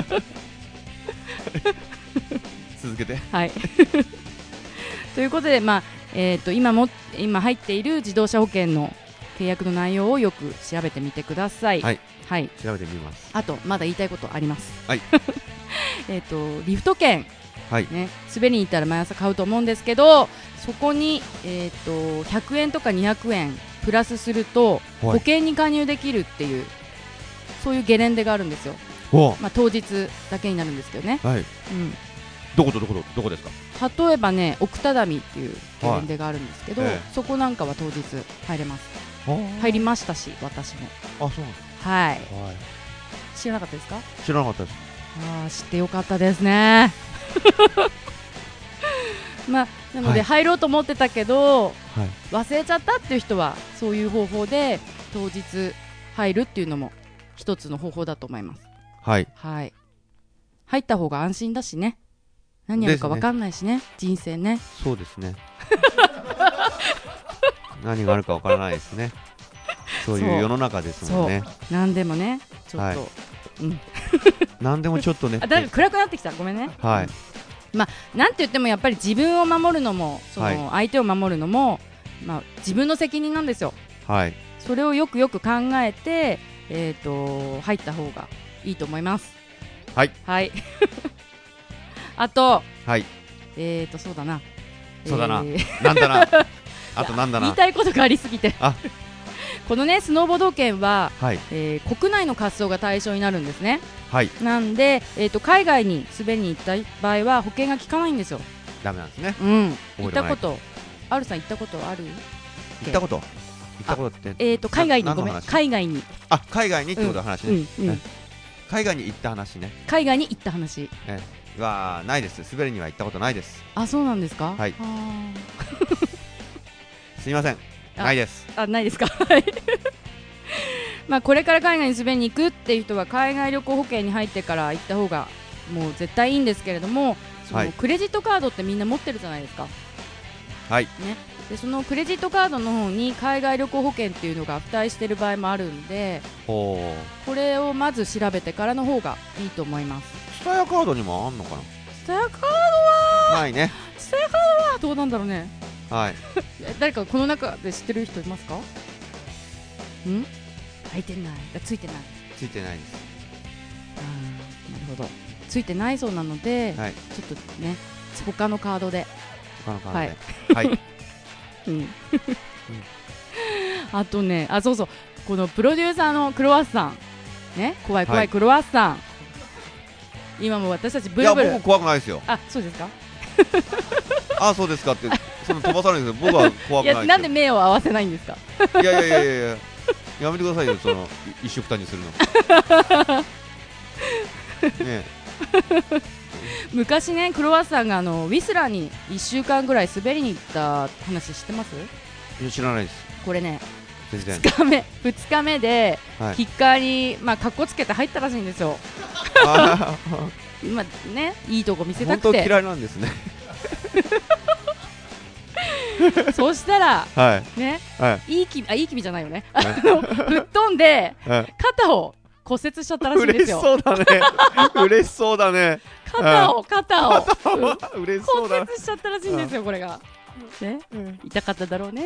Speaker 1: 続けて
Speaker 4: はいということで、まあえー、と今も今入っている自動車保険の契約の内容をよく調べてみてください。
Speaker 1: はい、
Speaker 4: はい、
Speaker 1: 調べてみます。
Speaker 4: あとまだ言いたいことあります。
Speaker 1: はい
Speaker 4: えっとリフト券、
Speaker 1: はい
Speaker 4: ね、滑りに行ったら毎朝買うと思うんですけど、そこに、えー、とひゃくえんとかにひゃくえんプラスすると保険に加入できるっていう、そういうゲレンデがあるんですよ。
Speaker 1: お
Speaker 4: まあ、当日だけになるんですけどね、
Speaker 1: はい
Speaker 4: うん、
Speaker 1: どことどことどこですか。
Speaker 4: 例えばね奥只見っていうゲレンデがあるんですけど、
Speaker 1: はいええ
Speaker 4: そこなんかは当日入れます。入りましたし私も。
Speaker 1: あそうなんです
Speaker 4: はい
Speaker 1: か、はい、
Speaker 4: 知らなかったですか？
Speaker 1: 知らなかったです。
Speaker 4: あー知ってよかったですねまあなので
Speaker 1: はい
Speaker 4: 入ろうと思ってたけど、
Speaker 1: はい
Speaker 4: 忘れちゃったっていう人はそういう方法で当日入るっていうのも一つの方法だと思います。
Speaker 1: はい
Speaker 4: はい入った方が安心だしね、何やるか分かんないしね、人生ね。
Speaker 1: そうですね何があるかわからないですね。そういう世の中ですもんね。
Speaker 4: 何でもねちょっと、
Speaker 1: はい
Speaker 4: うん
Speaker 1: 何でもちょっとね
Speaker 4: あだいぶ暗くなってきた、ごめんね。
Speaker 1: はい
Speaker 4: なんて言ってもやっぱり自分を守るのもそ
Speaker 1: はい
Speaker 4: の相手を守るのも、まあ、自分の責任なんですよ。
Speaker 1: はい
Speaker 4: それをよくよく考えて、えー、と入った方がいいと思います。
Speaker 1: はい
Speaker 4: はいあと
Speaker 1: はい
Speaker 4: えーとそうだな
Speaker 1: そうだな
Speaker 4: えー
Speaker 1: なんだなあとなんだ
Speaker 4: 言
Speaker 1: ない
Speaker 4: たいことがありすぎて
Speaker 1: あ
Speaker 4: このねスノーボード券は、
Speaker 1: はい
Speaker 4: えー国内の滑走が対象になるんですね。
Speaker 1: はい
Speaker 4: なんで、えー、と海外に滑りに行った場合は保険が効かないんですよ。
Speaker 1: ダメなんですね。
Speaker 4: うん
Speaker 1: 覚えてもない
Speaker 4: 行ったことあるさん行ったことある？
Speaker 1: 行ったこと行ったことって
Speaker 4: えー、と海外にごめん
Speaker 1: な何の話
Speaker 4: 海外に、
Speaker 1: あ海外にってことの話
Speaker 4: うん
Speaker 1: ね、
Speaker 4: うん
Speaker 1: ね海外に行った話ね。
Speaker 4: 海外に行った話。
Speaker 1: ええはないです。滑りには行ったことないです。
Speaker 4: あそうなんですか？
Speaker 1: はい
Speaker 4: あ
Speaker 1: すいません
Speaker 4: あ
Speaker 1: ないです。
Speaker 4: ーあないですかはいまあこれから海外に滑りに行くっていう人は海外旅行保険に入ってから行った方がもう絶対いいんですけれども、そ
Speaker 1: はい
Speaker 4: のクレジットカードってみんな持ってるじゃないですか。
Speaker 1: はい
Speaker 4: ね、でそのクレジットカードの方に海外旅行保険っていうのが付帯している場合もあるんで、
Speaker 1: ほ
Speaker 4: これをまず調べてからの方がいいと思います。
Speaker 1: うスタヤカードにもあんのか
Speaker 4: スタヤカード
Speaker 1: な。ないね。
Speaker 4: スタヤカードはどうなんだろうね。
Speaker 1: はい
Speaker 4: え誰かこの中で知ってる人いますか？ん入ってないあついてない。
Speaker 1: ついてないです。
Speaker 4: あーなるほどついてないそうなので、
Speaker 1: はい
Speaker 4: ちょっとね他のカードで、
Speaker 1: 他のカードではい
Speaker 4: うんあとねあそうそうこのプロデューサーのクロワッサンね怖い怖
Speaker 1: はい
Speaker 4: いクロワッサン、今も私たちブ
Speaker 1: いや
Speaker 4: ルブル
Speaker 1: 僕怖くないですよ。
Speaker 4: あそうですか？
Speaker 1: あそうですかってその飛ばさないですけど僕は怖くないですよ。
Speaker 4: いやなんで目を合わせないんですか？
Speaker 1: いやいやいやいやいややめてくださいよそのい一緒くたにするのね
Speaker 4: 昔ねクロワッサンがあのウィスラーにいっしゅうかんぐらい滑りに行った話知ってます？
Speaker 1: えいや知らないです
Speaker 4: これね
Speaker 1: 全然
Speaker 4: ふつかめふつかめで
Speaker 1: はい
Speaker 4: キッカーにまあかっこつけて入ったらしいんですよ
Speaker 1: あ
Speaker 4: 今ねいいとこ見せた
Speaker 1: 本当
Speaker 4: くて
Speaker 1: 嫌いなんですね。
Speaker 4: そしたら
Speaker 1: はい
Speaker 4: ね
Speaker 1: はい
Speaker 4: いい気あいい気味じゃないよね
Speaker 1: はい
Speaker 4: あの吹っ飛んで
Speaker 1: はい
Speaker 4: 肩を骨折しちゃったらしいんで
Speaker 1: 嬉し
Speaker 4: すよ。
Speaker 1: そうだね。嬉しそうだね。
Speaker 4: 肩を肩をうん
Speaker 1: 嬉しそうだ。
Speaker 4: 骨折しちゃったらしいんですよこれがね痛かっただろうね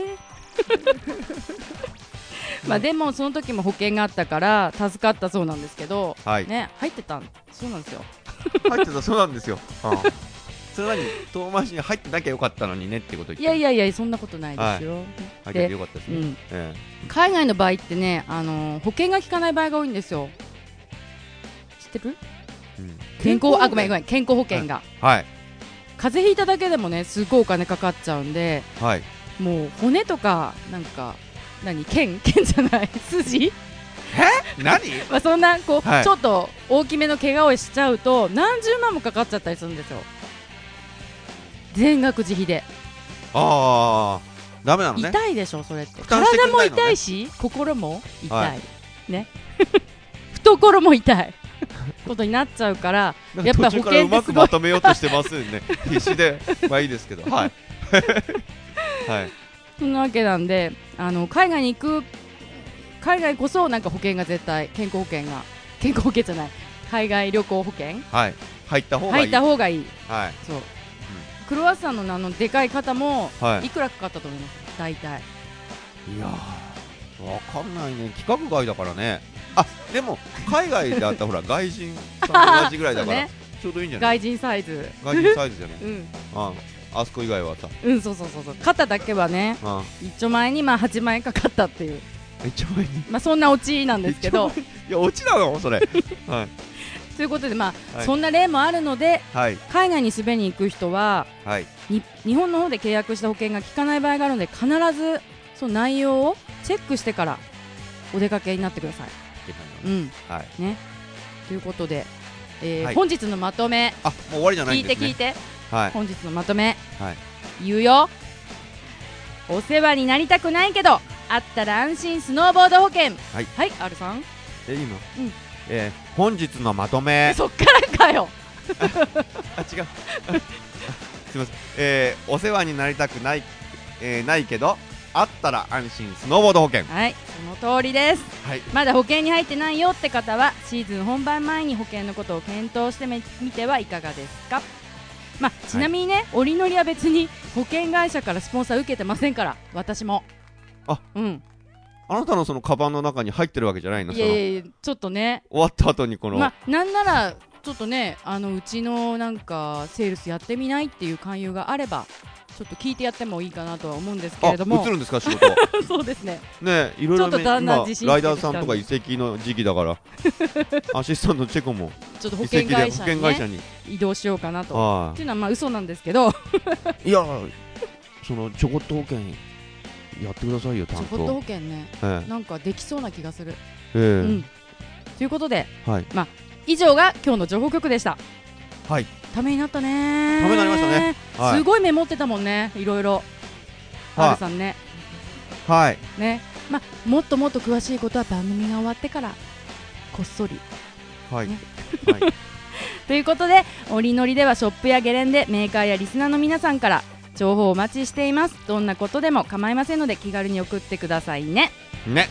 Speaker 4: まあでもその時も保険があったから助かったそうなんですけど、
Speaker 1: はい
Speaker 4: ね入ってたんそうなんですよ。
Speaker 1: 入ってたそうなんですよ。うんそれ何遠回しに入ってなきゃよかったのにねってこと言って
Speaker 4: いやいやいやそんなことないですよ。
Speaker 1: 入っててよかったですね。
Speaker 4: うん
Speaker 1: え
Speaker 4: 海外の場合ってね、あのー保険が効かない場合が多いんですよ。知ってる？
Speaker 1: えうん
Speaker 4: 健康あごめんごめん健康保険が、
Speaker 1: はい
Speaker 4: 風邪ひいただけでもねすごいお金かかっちゃうんで、
Speaker 1: はい
Speaker 4: もう骨とかなんか何腱腱じゃない筋
Speaker 1: 何
Speaker 4: まあそんなこう、
Speaker 1: はい
Speaker 4: ちょっと大きめの怪我をしちゃうと何十万もかかっちゃったりするんですよ。全額自費で、
Speaker 1: ああダメなのね。
Speaker 4: 痛いでしょそれって。
Speaker 1: 負担してく
Speaker 4: 体も
Speaker 1: れないのね
Speaker 4: 痛いし心も痛い、
Speaker 1: はい
Speaker 4: ね懐も痛いことになっちゃうから
Speaker 1: なん
Speaker 4: やっぱ保
Speaker 1: か途中からう
Speaker 4: 険ってすごい
Speaker 1: まくまとめようとしてますよね。必死でまあいいですけどはいはい
Speaker 4: そんなわけなんであの海外に行く海外こそなんか保険が絶対健康保険が健康保険じゃない海外旅行保険
Speaker 1: はい入った方がいい。
Speaker 4: 入った方がいい。
Speaker 1: はい
Speaker 4: そう、クロワッサンのあのでかい方も
Speaker 1: はい
Speaker 4: いくらかかったと思います大体。
Speaker 1: いやーわかんないね。規格外だからね。あでも海外であったらほら外人さんと同じぐらいだから、
Speaker 4: そうね
Speaker 1: ちょうどいいんじゃない？
Speaker 4: 外人サイズ
Speaker 1: 外人サイズじゃない
Speaker 4: うん
Speaker 1: ああそこ以外はさ
Speaker 4: うんそうそうそうそう肩だけはね
Speaker 1: あ
Speaker 4: 一丁前にまあはちまん円かかったっていう
Speaker 1: 一番いい
Speaker 4: まあそんなオチなんですけど
Speaker 1: いや落ちなのそれはい
Speaker 4: ということでまあ、
Speaker 1: はい
Speaker 4: そんな例もあるので
Speaker 1: はい
Speaker 4: 海外に滑りに行く人は
Speaker 1: はい
Speaker 4: に日本の方で契約した保険が効かない場合があるので必ずその内容をチェックしてからお出かけになってください。うん
Speaker 1: はい
Speaker 4: ね、ということで、えー
Speaker 1: はい
Speaker 4: 本日のまとめ
Speaker 1: あもう終わりじゃない
Speaker 4: 聞い
Speaker 1: んですね。
Speaker 4: て聞いて、
Speaker 1: はい
Speaker 4: 本日のまとめ
Speaker 1: はい
Speaker 4: 言うよ。お世話になりたくないけどあったら安心スノーボード保険。
Speaker 1: はい
Speaker 4: はい、R さん
Speaker 1: え今
Speaker 4: うん
Speaker 1: えー本日のまとめ
Speaker 4: そっからかよ
Speaker 1: あ違うすみませんえーお世話になりたくないえーないけどあったら安心スノーボード保険
Speaker 4: はいその通りです。
Speaker 1: はい
Speaker 4: まだ保険に入ってないよって方はシーズン本番前に保険のことを検討してみてはいかがですか。まあ、ちなみにね、おりのりは別に保険会社からスポンサー受けてませんから私も
Speaker 1: あ
Speaker 4: うん
Speaker 1: あなたのそのカバンの中に入ってるわけじゃないの？
Speaker 4: い
Speaker 1: その
Speaker 4: やいやいやちょっとね
Speaker 1: 終わった後にこの、
Speaker 4: まあなんならちょっとねあのうちのなんかセールスやってみないっていう勧誘があればちょっと聞いてやってもいいかなとは思うんですけ
Speaker 1: あ
Speaker 4: れども
Speaker 1: 映るんですか仕事
Speaker 4: そうですね
Speaker 1: ねいろいろね
Speaker 4: ちょっとだんだん
Speaker 1: 今
Speaker 4: 自信
Speaker 1: ライ
Speaker 4: つけてきたんで
Speaker 1: ダーさんとか移籍の時期だからアシスタントチェコも
Speaker 4: ちょっと保
Speaker 1: 移
Speaker 4: 険
Speaker 1: 籍で保
Speaker 4: 会社に,、ね、
Speaker 1: 険会社に
Speaker 4: 移動しようかなと
Speaker 1: は
Speaker 4: っていうのはまあ嘘なんですけど
Speaker 1: いいやそのちょこっと保険やってくださいよちゃん
Speaker 4: ちょこっと保
Speaker 1: と
Speaker 4: 険ね
Speaker 1: え
Speaker 4: なんかできそうな気がする、
Speaker 1: ええ
Speaker 4: うんということで
Speaker 1: えはい
Speaker 4: 以上が今日の情報局でした。
Speaker 1: はい
Speaker 4: ためになったね
Speaker 1: ためになりましたねはい
Speaker 4: すごいメモってたもんねいろいろ
Speaker 1: はい
Speaker 4: R さんね
Speaker 1: はい
Speaker 4: ねまあもっともっと詳しいことは番組が終わってからこっそり
Speaker 1: はい
Speaker 4: ね
Speaker 1: はい
Speaker 4: ということでおりのりではショップやゲレンデメーカーやリスナーの皆さんから情報をお待ちしています。どんなことでも構いませんので気軽に送ってくださいね。
Speaker 1: ね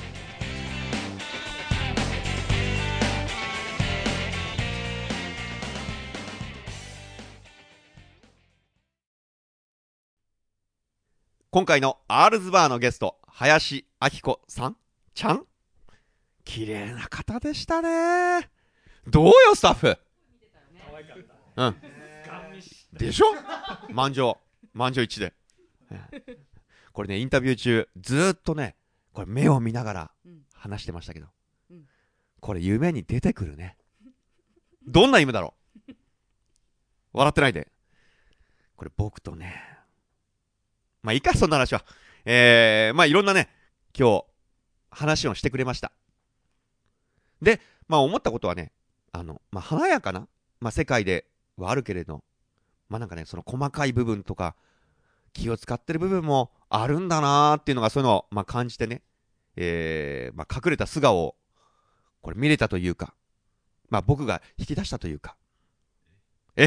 Speaker 1: 今回の R ズバーのゲスト林明子さんちゃん綺麗な方でしたね。どうよスタッフ
Speaker 2: 可愛かった。
Speaker 1: うん
Speaker 2: ガン見し
Speaker 1: でしょ満場満場一致でこれねインタビュー中ずーっとねこれ目を見ながら
Speaker 4: うん
Speaker 1: 話してましたけど、
Speaker 4: うん
Speaker 1: これ夢に出てくるね。どんな夢だろう笑ってないで。これ僕とねまあいいかそんな話はえー、まあいろんなね今日話をしてくれました。でまあ思ったことはねあのまあ華やかなまあ世界ではあるけれどまあなんかねその細かい部分とか気を使ってる部分もあるんだなーっていうのがそういうのをまあ感じてね、えーまあ、隠れた素顔をこれ見れたというかまあ僕が引き出したというか、え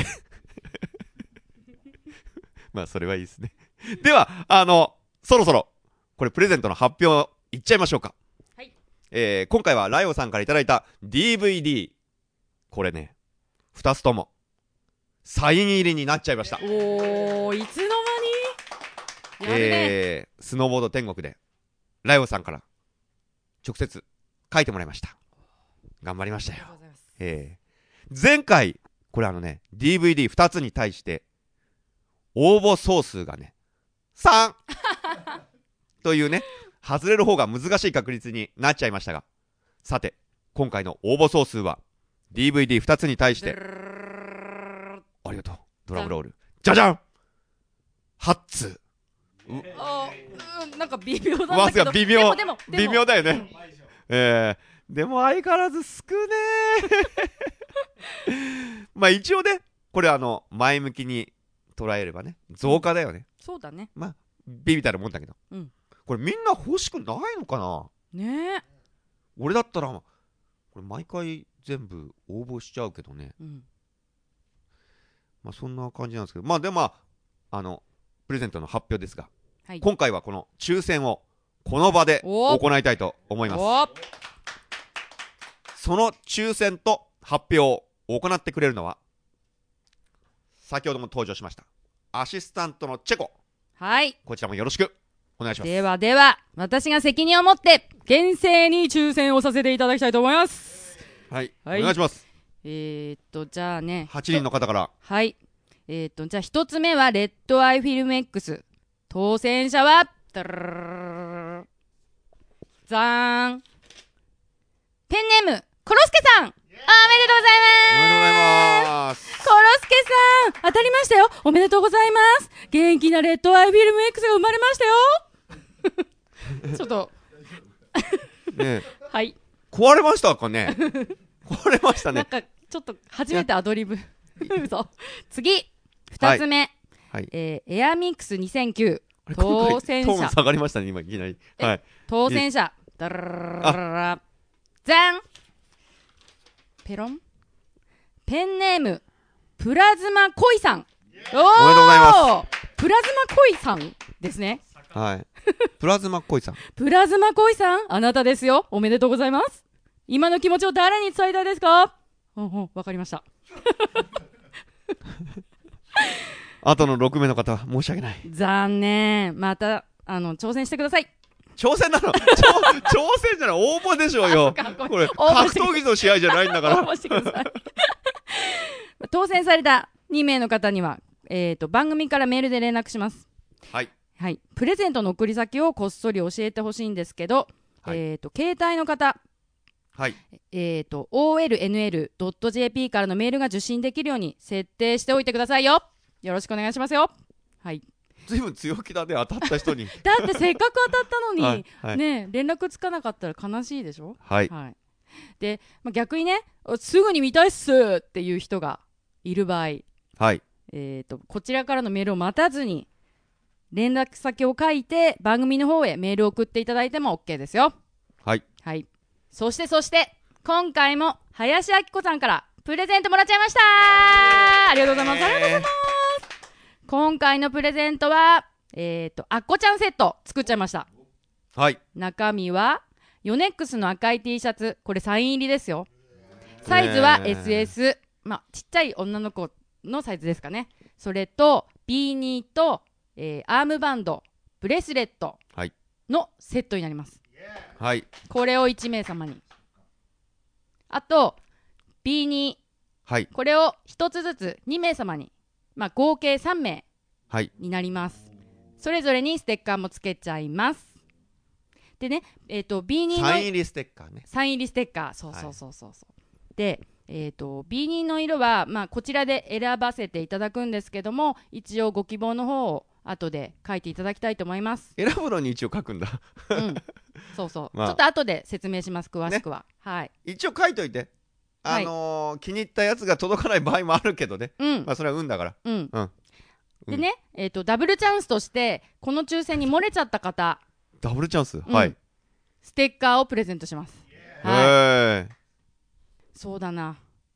Speaker 1: まあそれはいいですね。では、あの、そろそろ、これプレゼントの発表いっちゃいましょうか。
Speaker 4: はい。
Speaker 1: えー、今回はライオさんからいただいた ディーブイディー。これね、ふたつとも、サイン入りになっちゃいました。
Speaker 4: おー、いつの間にやるね。
Speaker 1: えー、スノーボード天国で、ライオさんから、直接、書いてもらいました。頑張りましたよ。えー、前回、これあのね、ディーブイディーふた つに対して、応募総数がね、さんというね、外れる方が難しい確率になっちゃいましたが、さて、今回の応募総数は、ディーブイディーふた つに対して、ありがとう、ドラムロール。じゃじゃん !はち 通。
Speaker 4: あー、なんか微妙だったけど。
Speaker 1: 微妙、
Speaker 4: でもでも
Speaker 1: 微妙だよね。うん、えー、でも相変わらず少ねー。まあ一応ね、これあの、前向きに捉えればね、増加だよね。
Speaker 4: そうだね。
Speaker 1: まあ、ビビたるもんだけど。
Speaker 4: うん。
Speaker 1: これみんな欲しくないのかな
Speaker 4: ねえ。
Speaker 1: 俺だったら、これ毎回全部応募しちゃうけどね。
Speaker 4: うん。
Speaker 1: まあそんな感じなんですけど、まあでもまあ、あの、プレゼントの発表ですが、
Speaker 4: はい、
Speaker 1: 今回はこの抽選をこの場で行いたいと思います。その抽選と発表を行ってくれるのは、先ほども登場しましたアシスタントのチェコ。
Speaker 4: はい、
Speaker 1: こちらもよろしくお願いします。
Speaker 4: ではでは、私が責任を持って厳正に抽選をさせていただきたいと思います。
Speaker 1: はい、はい、お願いします。
Speaker 4: えー、っとじゃあね、
Speaker 1: はちにんの方から。
Speaker 4: はい、えー、っとじゃあひとつめはレッドアイフィルム X。当選者はザーン、ペンネームコロスケさん、おめでとうございます。
Speaker 1: おめでとうございます。
Speaker 4: コロスケさん、当たりましたよ。おめでとうございます。元気なレッドアイフィルム X が生まれましたよ。ちょっと
Speaker 1: ね、
Speaker 4: はい、
Speaker 1: 壊れましたかね。壊れましたね。
Speaker 4: なんかちょっと初めてアドリブ嘘。次ふたつめ、はいはい、えー、エアミックスにせんきゅう当選者。
Speaker 1: トーン下がりましたね今いきなり。はい、
Speaker 4: 当選者ダララララザン、ペロン、ペンネームプラズマコイさん。お
Speaker 1: おめでとうございます。
Speaker 4: プラズマコイさんですね。
Speaker 1: はい。プラズマコイさん。
Speaker 4: プラズマコイさん、あなたですよ。おめでとうございます。今の気持ちを誰に伝えたいですか。おお、わかりました。
Speaker 1: あとのろくめいの方申し訳ない。
Speaker 4: 残念。またあの挑戦してください。
Speaker 1: 挑戦なの？挑戦じゃない、応募でしょうよ。これ格闘技の試合じゃないんだから。応募してください。
Speaker 4: 当選されたにめいの方には、えーと、番組からメールで連絡します。
Speaker 1: はい。
Speaker 4: はい。プレゼントの送り先をこっそり教えてほしいんですけど、はい、えーと携帯の方。
Speaker 1: はい、
Speaker 4: えーと オーエルエヌエルドットジェーピー からのメールが受信できるように設定しておいてくださいよ。よろしくお願いしますよ。はい。
Speaker 1: ずいぶん強気だね、当たった人に。
Speaker 4: だってせっかく当たったのに、
Speaker 1: はいはい、
Speaker 4: ね、連絡つかなかったら悲しいでしょ。
Speaker 1: はい。
Speaker 4: はい、で、まあ、逆にね、すぐに見たいっすっていう人がいる場合、
Speaker 1: はい。
Speaker 4: えーとこちらからのメールを待たずに連絡先を書いて番組の方へメールを送っていただいても OK ですよ。
Speaker 1: はい。
Speaker 4: はい。そしてそして今回も林明子さんからプレゼントもらっちゃいました。ありがとうございます。ありがとうございます。今回のプレゼントはえーとあっこちゃんセット作っちゃいました。
Speaker 1: はい。
Speaker 4: 中身はヨネックスの赤い T シャツ、これサイン入りですよ。サイズは エスエス、まあちっちゃい女の子のサイズですかね。それとビーニーと、えー、アームバンド、ブレスレットのセットになります。
Speaker 1: はい。
Speaker 4: これをいちめい様に。あと ビーニー、はい、これをひとつずつにめい様に、まあ、合計さんめいになります。はい、それぞれにステッカーもつけちゃいます。でね、えっ、ー、と ビーニー の
Speaker 1: サイン入りステッカーね。
Speaker 4: サイン入りステッカー、そうそうそうそうそう。はい、で、えっ、ー、と ビーニー の色はまあこちらで選ばせていただくんですけども、一応ご希望の方を後で書いていただきたいと思います。
Speaker 1: 選ぶのに一応書くんだ。
Speaker 4: うん。そうそう。まあ、ちょっと後で説明します、詳しくは。ね、はい。
Speaker 1: 一応書いといて。あのーはい、気に入ったやつが届かない場合もあるけどね。うん。まあそれは運だから。
Speaker 4: うん。うん。でね、えっ、ー、とダブルチャンスとしてこの抽選に漏れちゃった方。
Speaker 1: ダブルチャンス、うん、はい。
Speaker 4: ステッカーをプレゼントします。
Speaker 1: はい。
Speaker 4: そうだな。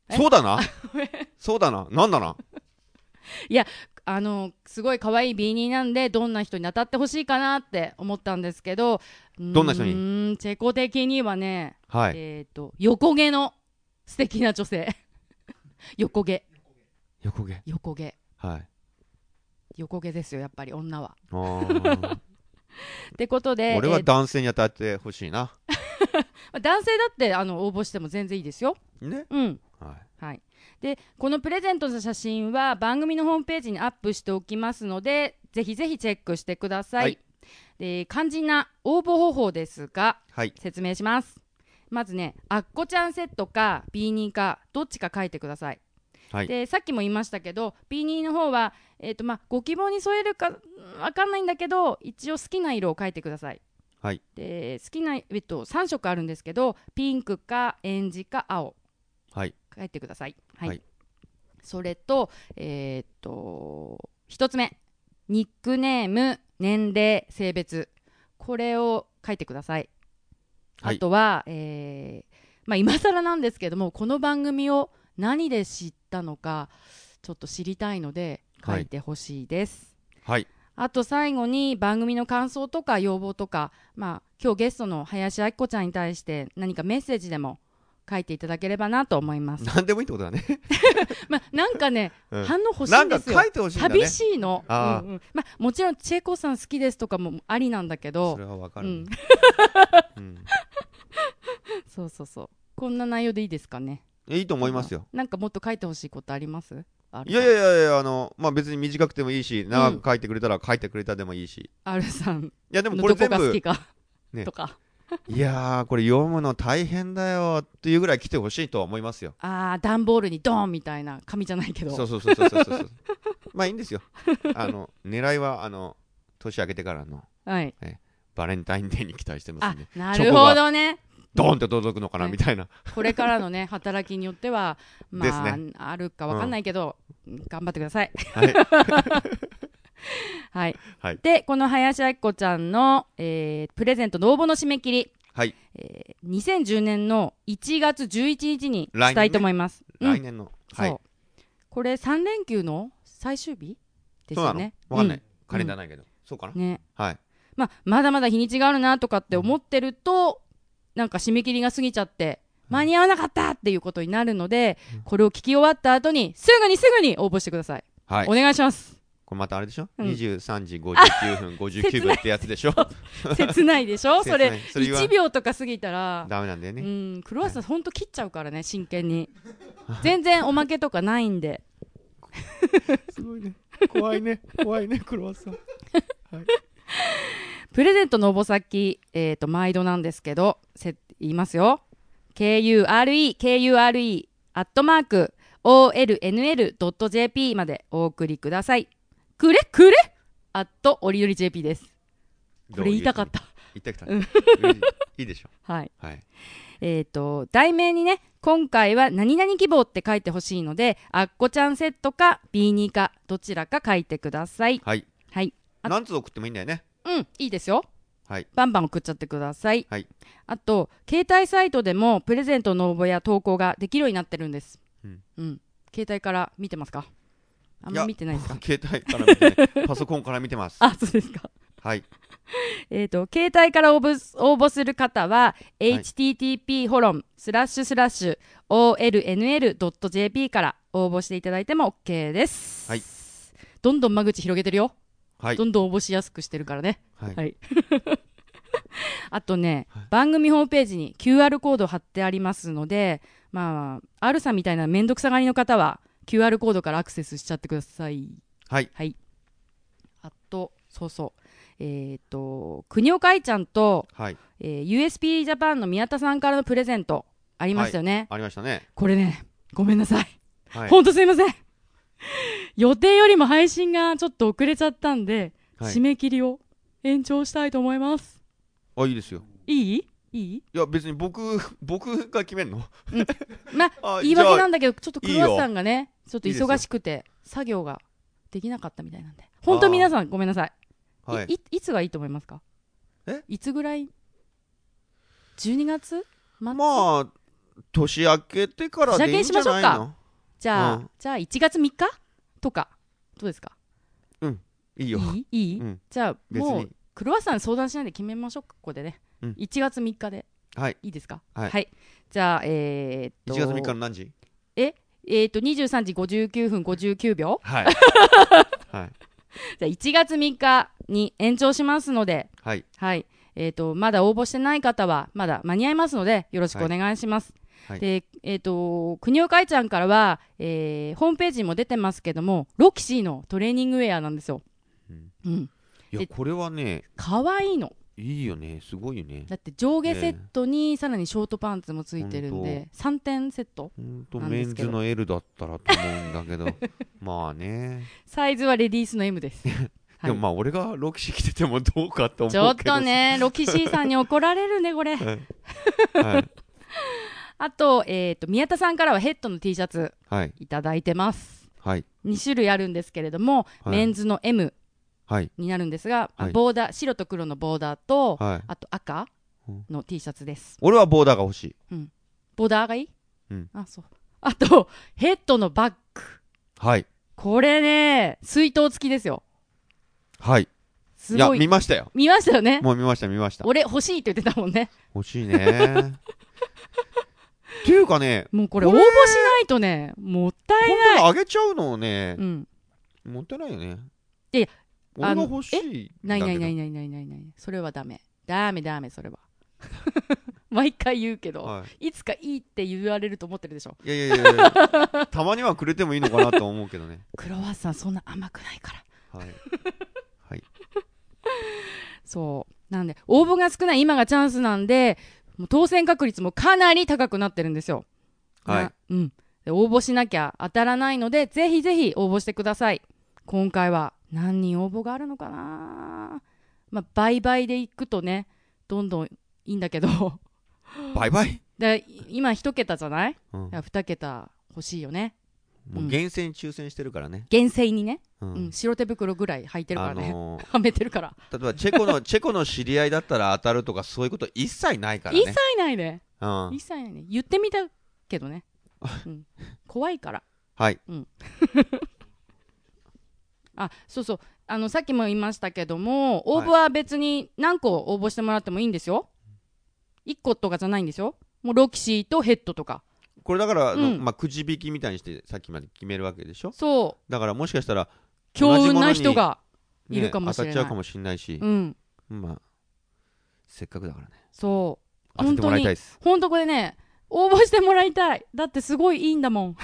Speaker 1: そうだなそうだななんだな。
Speaker 4: いやあのすごい可愛いビーニーなんでどんな人に当たってほしいかなって思ったんですけど、
Speaker 1: どんな人に？
Speaker 4: うーんチェコ的にはね、
Speaker 1: はい、
Speaker 4: えっ、ー、と横毛の素敵な女性横毛
Speaker 1: 横毛
Speaker 4: 横毛
Speaker 1: はい
Speaker 4: 横毛ですよやっぱり女は。
Speaker 1: あ
Speaker 4: ってことで
Speaker 1: 俺は男性に当たってほしいな、
Speaker 4: えー男性だってあの応募しても全然いいですよ。
Speaker 1: ね、
Speaker 4: うん
Speaker 1: はい、
Speaker 4: はい、でこのプレゼントの写真は番組のホームページにアップしておきますのでぜひぜひチェックしてください、
Speaker 1: はい、
Speaker 4: で肝心な応募方法ですが、
Speaker 1: はい、
Speaker 4: 説明します。まずねアッコちゃんセットかビーニーかどっちか書いてください、
Speaker 1: はい、
Speaker 4: でさっきも言いましたけどビーニーの方は、えーとまあ、ご希望に添えるかわかんないんだけど一応好きな色を書いてください。
Speaker 1: はい、
Speaker 4: で好きな、えっと、さん色あるんですけどピンクかエンジか青、
Speaker 1: はい、
Speaker 4: 書いてください、はい
Speaker 1: はい、
Speaker 4: それとえー、っとひとつめニックネーム年齢性別これを書いてください、はい、あとは、えーまあ、今更なんですけどもこの番組を何で知ったのかちょっと知りたいので書いてほしいです、
Speaker 1: はい、
Speaker 4: あと最後に番組の感想とか要望とか、まあ、今日ゲストの林明子ちゃんに対して何かメッセージでも書いていただければなと思います。
Speaker 1: 何でもいいってことだね
Speaker 4: まあ、なんかね、うん、反応欲しいんですよ。
Speaker 1: なんか書いてほしいんだね。
Speaker 4: 寂しいの、うんうん、まあ、もちろんチェコさん好きですとかもありなんだけど
Speaker 1: それはわかる、うんうん、
Speaker 4: そうそうそうこんな内容でいいですかね。
Speaker 1: いいと思いますよ。
Speaker 4: なんかもっと書いてほしいことあります？
Speaker 1: いやいやいやいやあの、まあ、別に短くてもいいし長く書いてくれたら書いてくれたでもいいし、
Speaker 4: うん、R さん
Speaker 1: いやでもこれ全部
Speaker 4: どこが好きか、
Speaker 1: ね、
Speaker 4: とか
Speaker 1: いやーこれ読むの大変だよっていうぐらい来てほしいとは思いますよ。
Speaker 4: あー段ボールにドーンみたいな紙じゃないけど
Speaker 1: そうそうそうそうそうそうまあいいんですよ。あの狙いはあの年明けてからの、
Speaker 4: はい、
Speaker 1: えバレンタインデーに期待してますんで。
Speaker 4: あなるほどね
Speaker 1: ドーンって届くのかな、ね、みたいな
Speaker 4: これからのね働きによってはまあ、
Speaker 1: ね、
Speaker 4: あるかわかんないけど、うん、頑張ってください
Speaker 1: はい
Speaker 4: はい
Speaker 1: はい、
Speaker 4: でこの林明子ちゃんの、えー、プレゼントの応募の締め切り、
Speaker 1: はい
Speaker 4: えー、にせんじゅうねんのいちがつじゅういちにちにしたいと思います。
Speaker 1: 来年の、うん
Speaker 4: はい、そうこれさん連休の最終日ですよね。
Speaker 1: わかんない、うん、カレンダーないけど、うん、そうかな、
Speaker 4: ね、
Speaker 1: はい、
Speaker 4: まあ、まだまだ日にちがあるなとかって思ってると、うん、なんか締め切りが過ぎちゃって間に合わなかったっていうことになるので、うん、これを聞き終わった後にすぐにすぐに応募してください、はい、お願いします。
Speaker 1: これまたあれでしょ、うん、にじゅうさんじごじゅうきゅうふんごじゅうきゅうびょうってやつでしょ
Speaker 4: 切ないでしょそれ
Speaker 1: それ
Speaker 4: いちびょうとか過ぎたら
Speaker 1: ダメなんだよね。
Speaker 4: うんクロワッサンほんと切っちゃうからね真剣に全然おまけとかないんです
Speaker 1: ごいね怖いね怖いねクロワッサン、はい、
Speaker 4: プレゼントの応募先、えー、と毎度なんですけどせ言いますよ ケーユーアールイー ケーユーアールイー アットマーク オーエルエヌエル ドット ジェーピー までお送りください。くれくれアットオリオリ ジェーピー です。これ言いたかった
Speaker 1: 言いたかったいいでしょ
Speaker 4: はい、
Speaker 1: はい、
Speaker 4: えーと題名にね今回は何々希望って書いてほしいのであっこちゃんセットかビーニーかどちらか書いてください。
Speaker 1: はい、
Speaker 4: はい、
Speaker 1: 何通送ってもいいんだよね。
Speaker 4: うんいいですよ、
Speaker 1: はい、
Speaker 4: バンバン送っちゃってください、
Speaker 1: はい、
Speaker 4: あと携帯サイトでもプレゼントの応募や投稿ができるようになってるんです、うんうん、携帯から見てますか？あんま見てないですか？
Speaker 1: 携帯から見てないパソコンから見てます
Speaker 4: あそうですか
Speaker 1: はい
Speaker 4: えーと携帯から応募、応募する方は、はい、エイチティーティーピー ホロンスラッシュスラッシュ オーエルエヌエル ドット ジェーピー から応募していただいても OK です、はい、どんどん間口広げてるよ、はい、どんどん応募しやすくしてるからね、はいはい、あとね、はい、番組ホームページに キューアール コード貼ってありますので、まあ、R さんみたいなめんどくさがりの方は キューアール コードからアクセスしちゃってください。
Speaker 1: はい、
Speaker 4: はい、あとそうそうえーと国岡愛ちゃんと、はいえー、ユーエスピー ジャパンの宮田さんからのプレゼントありましたよね、
Speaker 1: はい、ありましたね。
Speaker 4: これねごめんなさい、はい、ほんとすいません予定よりも配信がちょっと遅れちゃったんで、はい、締め切りを延長したいと思います。
Speaker 1: あいいですよ。
Speaker 4: いいいい
Speaker 1: いや別に僕僕が決めんの、うん、
Speaker 4: まあ言い訳なんだけどちょっとクロワッサンがねちょっと忙しくて作業ができなかったみたいなんで本当皆さんごめんなさい。はい、い, いつがいいと思いますか？
Speaker 1: えい
Speaker 4: つぐらい？じゅうにがつ？
Speaker 1: まあ年明けてからでいいんじゃないの。
Speaker 4: じゃあ、うん、じゃあいちがつみっかとかどうですか。
Speaker 1: うんいいよ。
Speaker 4: いいいい、うん、じゃあもうクロワッサン相談しないで決めましょうか。ここでね、うん、いちがつみっかで、はい、いいですか。はい、はい、じゃあえー、っと
Speaker 1: いちがつみっかの何時。
Speaker 4: ええー、っとにじゅうさんじごじゅうきゅうふんごじゅうきゅうびょうはい、はい、じゃあいちがつみっかに延長しますので、はい、はい、えー、とまだ応募してない方はまだ間に合いますのでよろしくお願いします。はい、でえー、と国岡愛ちゃんからは、えー、ホームページにも出てますけどもロキシーのトレーニングウェアなんですよ。うんうん、
Speaker 1: いやこれはね
Speaker 4: かわいいの。
Speaker 1: いいよね、すごいよね。
Speaker 4: だって上下セットにさらにショートパンツもついてるんでさんてんセットなんですけど、
Speaker 1: メンズの エル だったらと思うんだけどまあね
Speaker 4: サイズはレディースの エム です
Speaker 1: でもまあ俺がロキシー着ててもどうかと思うけど、
Speaker 4: ちょっとねロキシーさんに怒られるねこれ、はいはい、あと、えー、と宮田さんからはヘッドの T シャツいただいてます、はい、に種類あるんですけれども、はい、メンズの エムになるんですが、はい、ボーダー白と黒のボーダーと、はい、あと赤の T シャツです。
Speaker 1: 俺はボーダーが欲しい、
Speaker 4: うん、ボーダーがいい、うん、あそうあとヘッドのバッグ、はい、これね水筒付きですよ。
Speaker 1: はいすごい、いや見ましたよ。
Speaker 4: 見ましたよね。
Speaker 1: もう見ました見ました。
Speaker 4: 俺欲しいって言ってたもんね。
Speaker 1: 欲しいねっていうかね、
Speaker 4: もうこれ応募しないとねもったいない。
Speaker 1: こんなあげちゃうのをね、うん、もったいないよね。
Speaker 4: いや
Speaker 1: 俺が欲しいんだけど。
Speaker 4: ないないないないないないない、それはダメダメダメそれは毎回言うけど、はい、いつかいいって言われると思ってるでしょ。
Speaker 1: いやいやいやいやたまにはくれてもいいのかなと思うけどね
Speaker 4: クロワッサンそんな甘くないからはいはいそうなんで応募が少ない今がチャンスなんでもう当選確率もかなり高くなってるんですよ。はい、うん、で応募しなきゃ当たらないのでぜひぜひ応募してください。今回は何人応募があるのかな。まあ倍々でいくとねどんどんいいんだけど
Speaker 1: 倍々
Speaker 4: で今一桁じゃない、うん、二桁欲しいよね。
Speaker 1: もう厳正に抽選してるからね、
Speaker 4: うん、厳正にね、うんうん、白手袋ぐらい履いてるからね、あのー、はめてるから。
Speaker 1: 例えばチェコのチェコの知り合いだったら当たるとかそういうこと一切ないからね。
Speaker 4: 一切ないね、うん、一切ないね。言ってみたけどね、うん、怖いからはい、うんあそうそうあのさっきも言いましたけども応募は別に何個応募してもらってもいいんですよ。いっことかじゃないんですよ。もうロキシーとヘッドとか
Speaker 1: これだから、うんまあ、くじ引きみたいにしてさっきまで決めるわけでしょ。
Speaker 4: そう
Speaker 1: だからもしかしたら
Speaker 4: 強運な人がいるかもしれない、
Speaker 1: ね、当たっちゃうかもしれないし、うん、まあせっかくだからね
Speaker 4: そう
Speaker 1: 当ててもらいたいです。
Speaker 4: 本当これね応募してもらいたい。だってすごいいいんだもん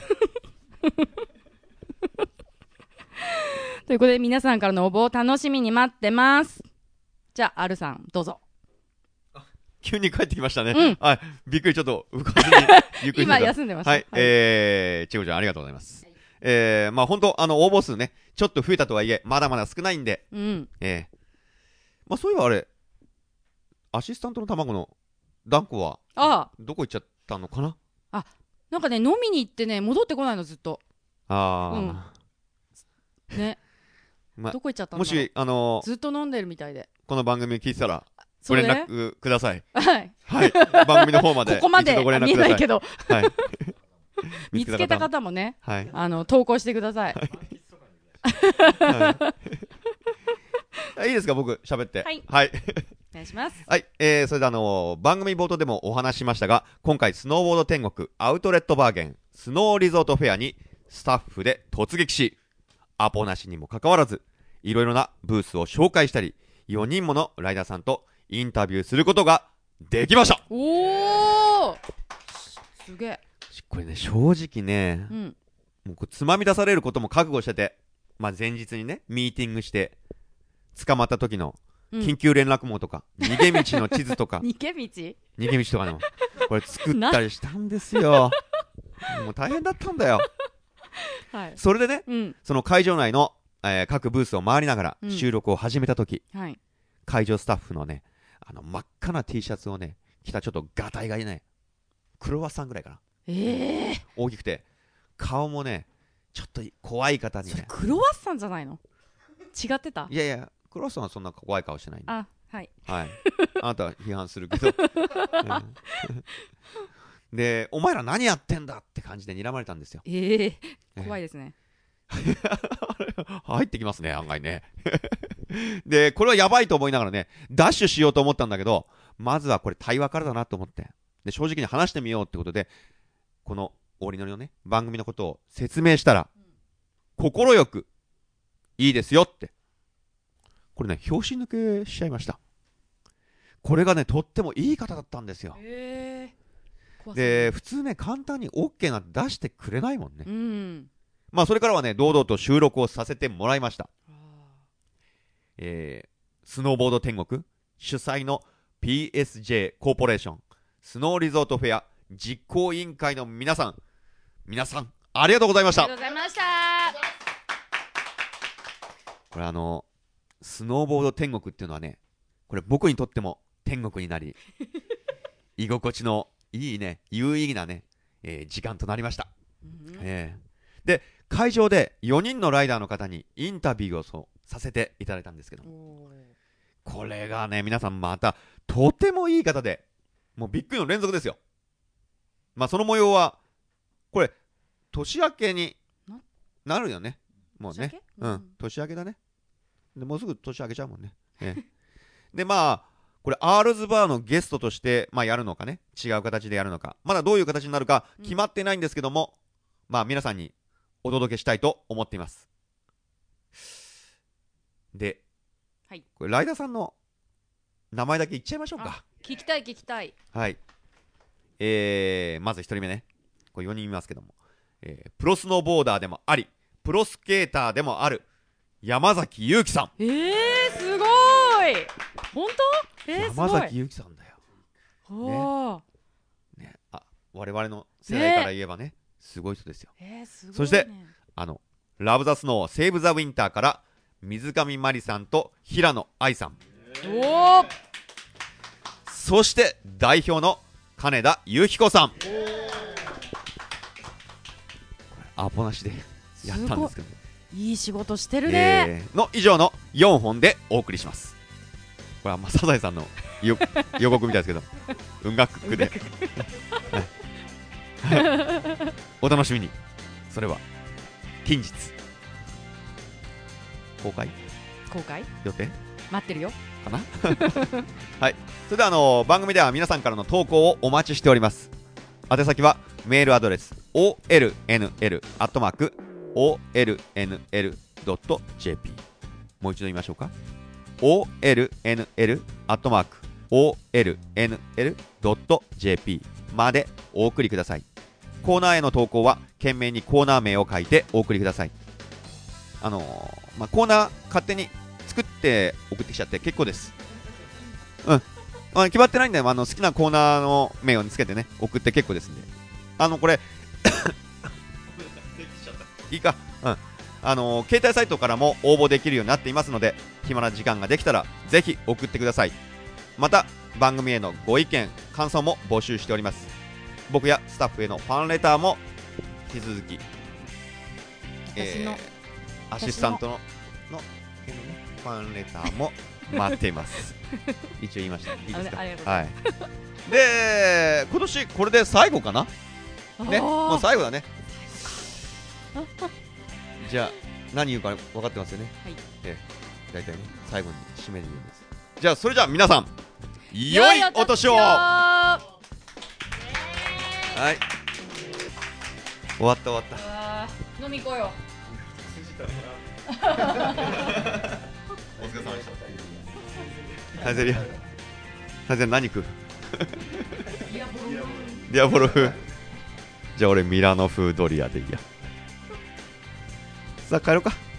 Speaker 4: ということで皆さんからの応募を楽しみに待ってます。じゃあ R さんどうぞ。
Speaker 1: 急に帰ってきましたね、うん、はいびっくりちょっと浮かずにゆっくり
Speaker 4: 今休んでました。
Speaker 1: はい、はい、えー、ちえこちゃんありがとうございます、はい、えー、まあ本当あの応募数ねちょっと増えたとはいえまだまだ少ないんで、うんえー、まあそういえばあれアシスタントの卵のダンコはああどこ行っちゃったのかな。
Speaker 4: あなんかね飲みに行ってね戻ってこないのずっと。ああ、うん、ね、ま、どこ行っちゃったの。
Speaker 1: もしあのー、
Speaker 4: ずっと飲んでるみたいで
Speaker 1: この番組聞いてたらご連絡ください。
Speaker 4: はい、
Speaker 1: はい、番組の方まで
Speaker 4: ここまで
Speaker 1: ご連絡
Speaker 4: 見えないけど、はい、見
Speaker 1: つ
Speaker 4: けた方もね、はい、あの投稿してください。
Speaker 1: はい、いいですか僕喋って。はい、はい、
Speaker 4: お願いします。
Speaker 1: はい、えー、それであのー、番組冒頭でもお話ししましたが今回スノーボード天国アウトレットバーゲンスノーリゾートフェアにスタッフで突撃しアポなしにもかかわらずいろいろなブースを紹介したりよにんものライダーさんとインタビューすることができました。
Speaker 4: おーすげえ。
Speaker 1: これね正直ね、うん、もうこうつまみ出されることも覚悟してて、まあ、前日にねミーティングして捕まった時の緊急連絡網とか、うん、逃げ道の地図とか
Speaker 4: 逃げ道
Speaker 1: 逃げ道とかのこれ作ったりしたんですよもう大変だったんだよ、はい、それでね、うん、その会場内の、えー、各ブースを回りながら収録を始めた時、うんはい、会場スタッフのねあの真っ赤な T シャツをね着たちょっとガタイがいいねクロワッサンぐらいかな、
Speaker 4: えー、
Speaker 1: 大きくて顔もねちょっと怖い方にね。それ
Speaker 4: クロワッサンじゃないの。違ってた。
Speaker 1: いやいやクロワッサンはそんな怖い顔してないんで。
Speaker 4: あはい、
Speaker 1: はい、あなたは批判するけど、うん、 でお前ら何やってんだって感じで睨まれたんですよ。
Speaker 4: ええー、怖いですね。
Speaker 1: 入ってきますね、案外ね。でこれはやばいと思いながらねダッシュしようと思ったんだけど、まずはこれ対話からだなと思って、で正直に話してみようってことで、このオリノリのね番組のことを説明したら、快くいいですよって、これね拍子抜けしちゃいました。これがねとってもいい方だったんですよ。
Speaker 4: えー、
Speaker 1: で普通ね簡単に OK なんて出してくれないもんね。
Speaker 4: うん、
Speaker 1: まあそれからはね堂々と収録をさせてもらいました。えー、スノーボード天国主催の ピーエスジェー コーポレーションスノーリゾートフェア実行委員会の皆さん、皆さんありがとうございました。
Speaker 3: ありがとうございました。
Speaker 1: これあのスノーボード天国っていうのはね、これ僕にとっても天国になり居心地のいいね有意義なね、えー、時間となりました、うんえー、で会場でよにんのライダーの方にインタビューをそうさせていただいたんですけど、これがね皆さんまたとてもいい方で、もうびっくりの連続ですよ。まあその模様はこれ年明けになるよね、もうね、うん、年明けだね。でもうすぐ年明けちゃうもんね、ええ、でまあこれアールズバーのゲストとして、まあ、やるのかね違う形でやるのかまだどういう形になるか決まってないんですけども、うん、まあ皆さんにお届けしたいと思っています。で、はい、これライダーさんの名前だけ言っちゃいましょうか。
Speaker 3: 聞きたい聞きたい。
Speaker 1: はい、えー、まずひとりめね、これよにんいますけども、えー、プロスノーボーダーでもありプロスケーターでもある山崎裕貴さん。
Speaker 4: えー、すごい本当、えー、
Speaker 1: 山崎裕貴さんだよ、ねね、あ我々の世代から言えば ね, ねすごい人ですよ、
Speaker 4: えーすごいね、
Speaker 1: そしてあのラブザスノーセーブザウィンターから水上真理さんと平野愛さん、
Speaker 4: おー、
Speaker 1: そして代表の金田由紀子さん、アポなしでやったんですけど、
Speaker 4: いい仕事してるね、
Speaker 1: えー、の以上のよんほんでお送りします。これはまあサザエさんの予告みたいですけど運楽でお楽しみに。それは近日公開
Speaker 4: 公開
Speaker 1: 予定
Speaker 4: 待ってるよ
Speaker 1: かなはい、それではあの番組では皆さんからの投稿をお待ちしております。宛先はメールアドレス オーエルエヌエル アットマーク オーエルエヌエル ドット ジェーピー もう一度言いましょうか。 オーエルエヌエル アットマーク オーエルエヌエル ドット ジェーピー までお送りください。コーナーへの投稿は懸命にコーナー名を書いてお送りください。あのーまあ、コーナー勝手に作って送ってきちゃって結構です。うん、まあ、決まってないんで、あの好きなコーナーの名をつけてね送って結構ですんで、あのこれいいか、うん、あのー、携帯サイトからも応募できるようになっていますので、暇な時間ができたらぜひ送ってください。また番組へのご意見感想も募集しております。僕やスタッフへのファンレターも引き続き、えー、アシスタントのの、ね、ファンレターも待っています一応言いました。いいですか。はい。で今年これで最後かなね、もう最後だねじゃあ何言うか分かってますよね。はい、えー、大体ね最後に締めるようです。じゃあそれじゃあ皆さん良いお年を。はい、終わった終わった。
Speaker 4: 飲み行こうよ。
Speaker 1: お疲れ様でした。サイゼリアサイゼリア何食うディアボロ風。じゃあ俺ミラノ風ドリアでいいや。さあ帰ろうか。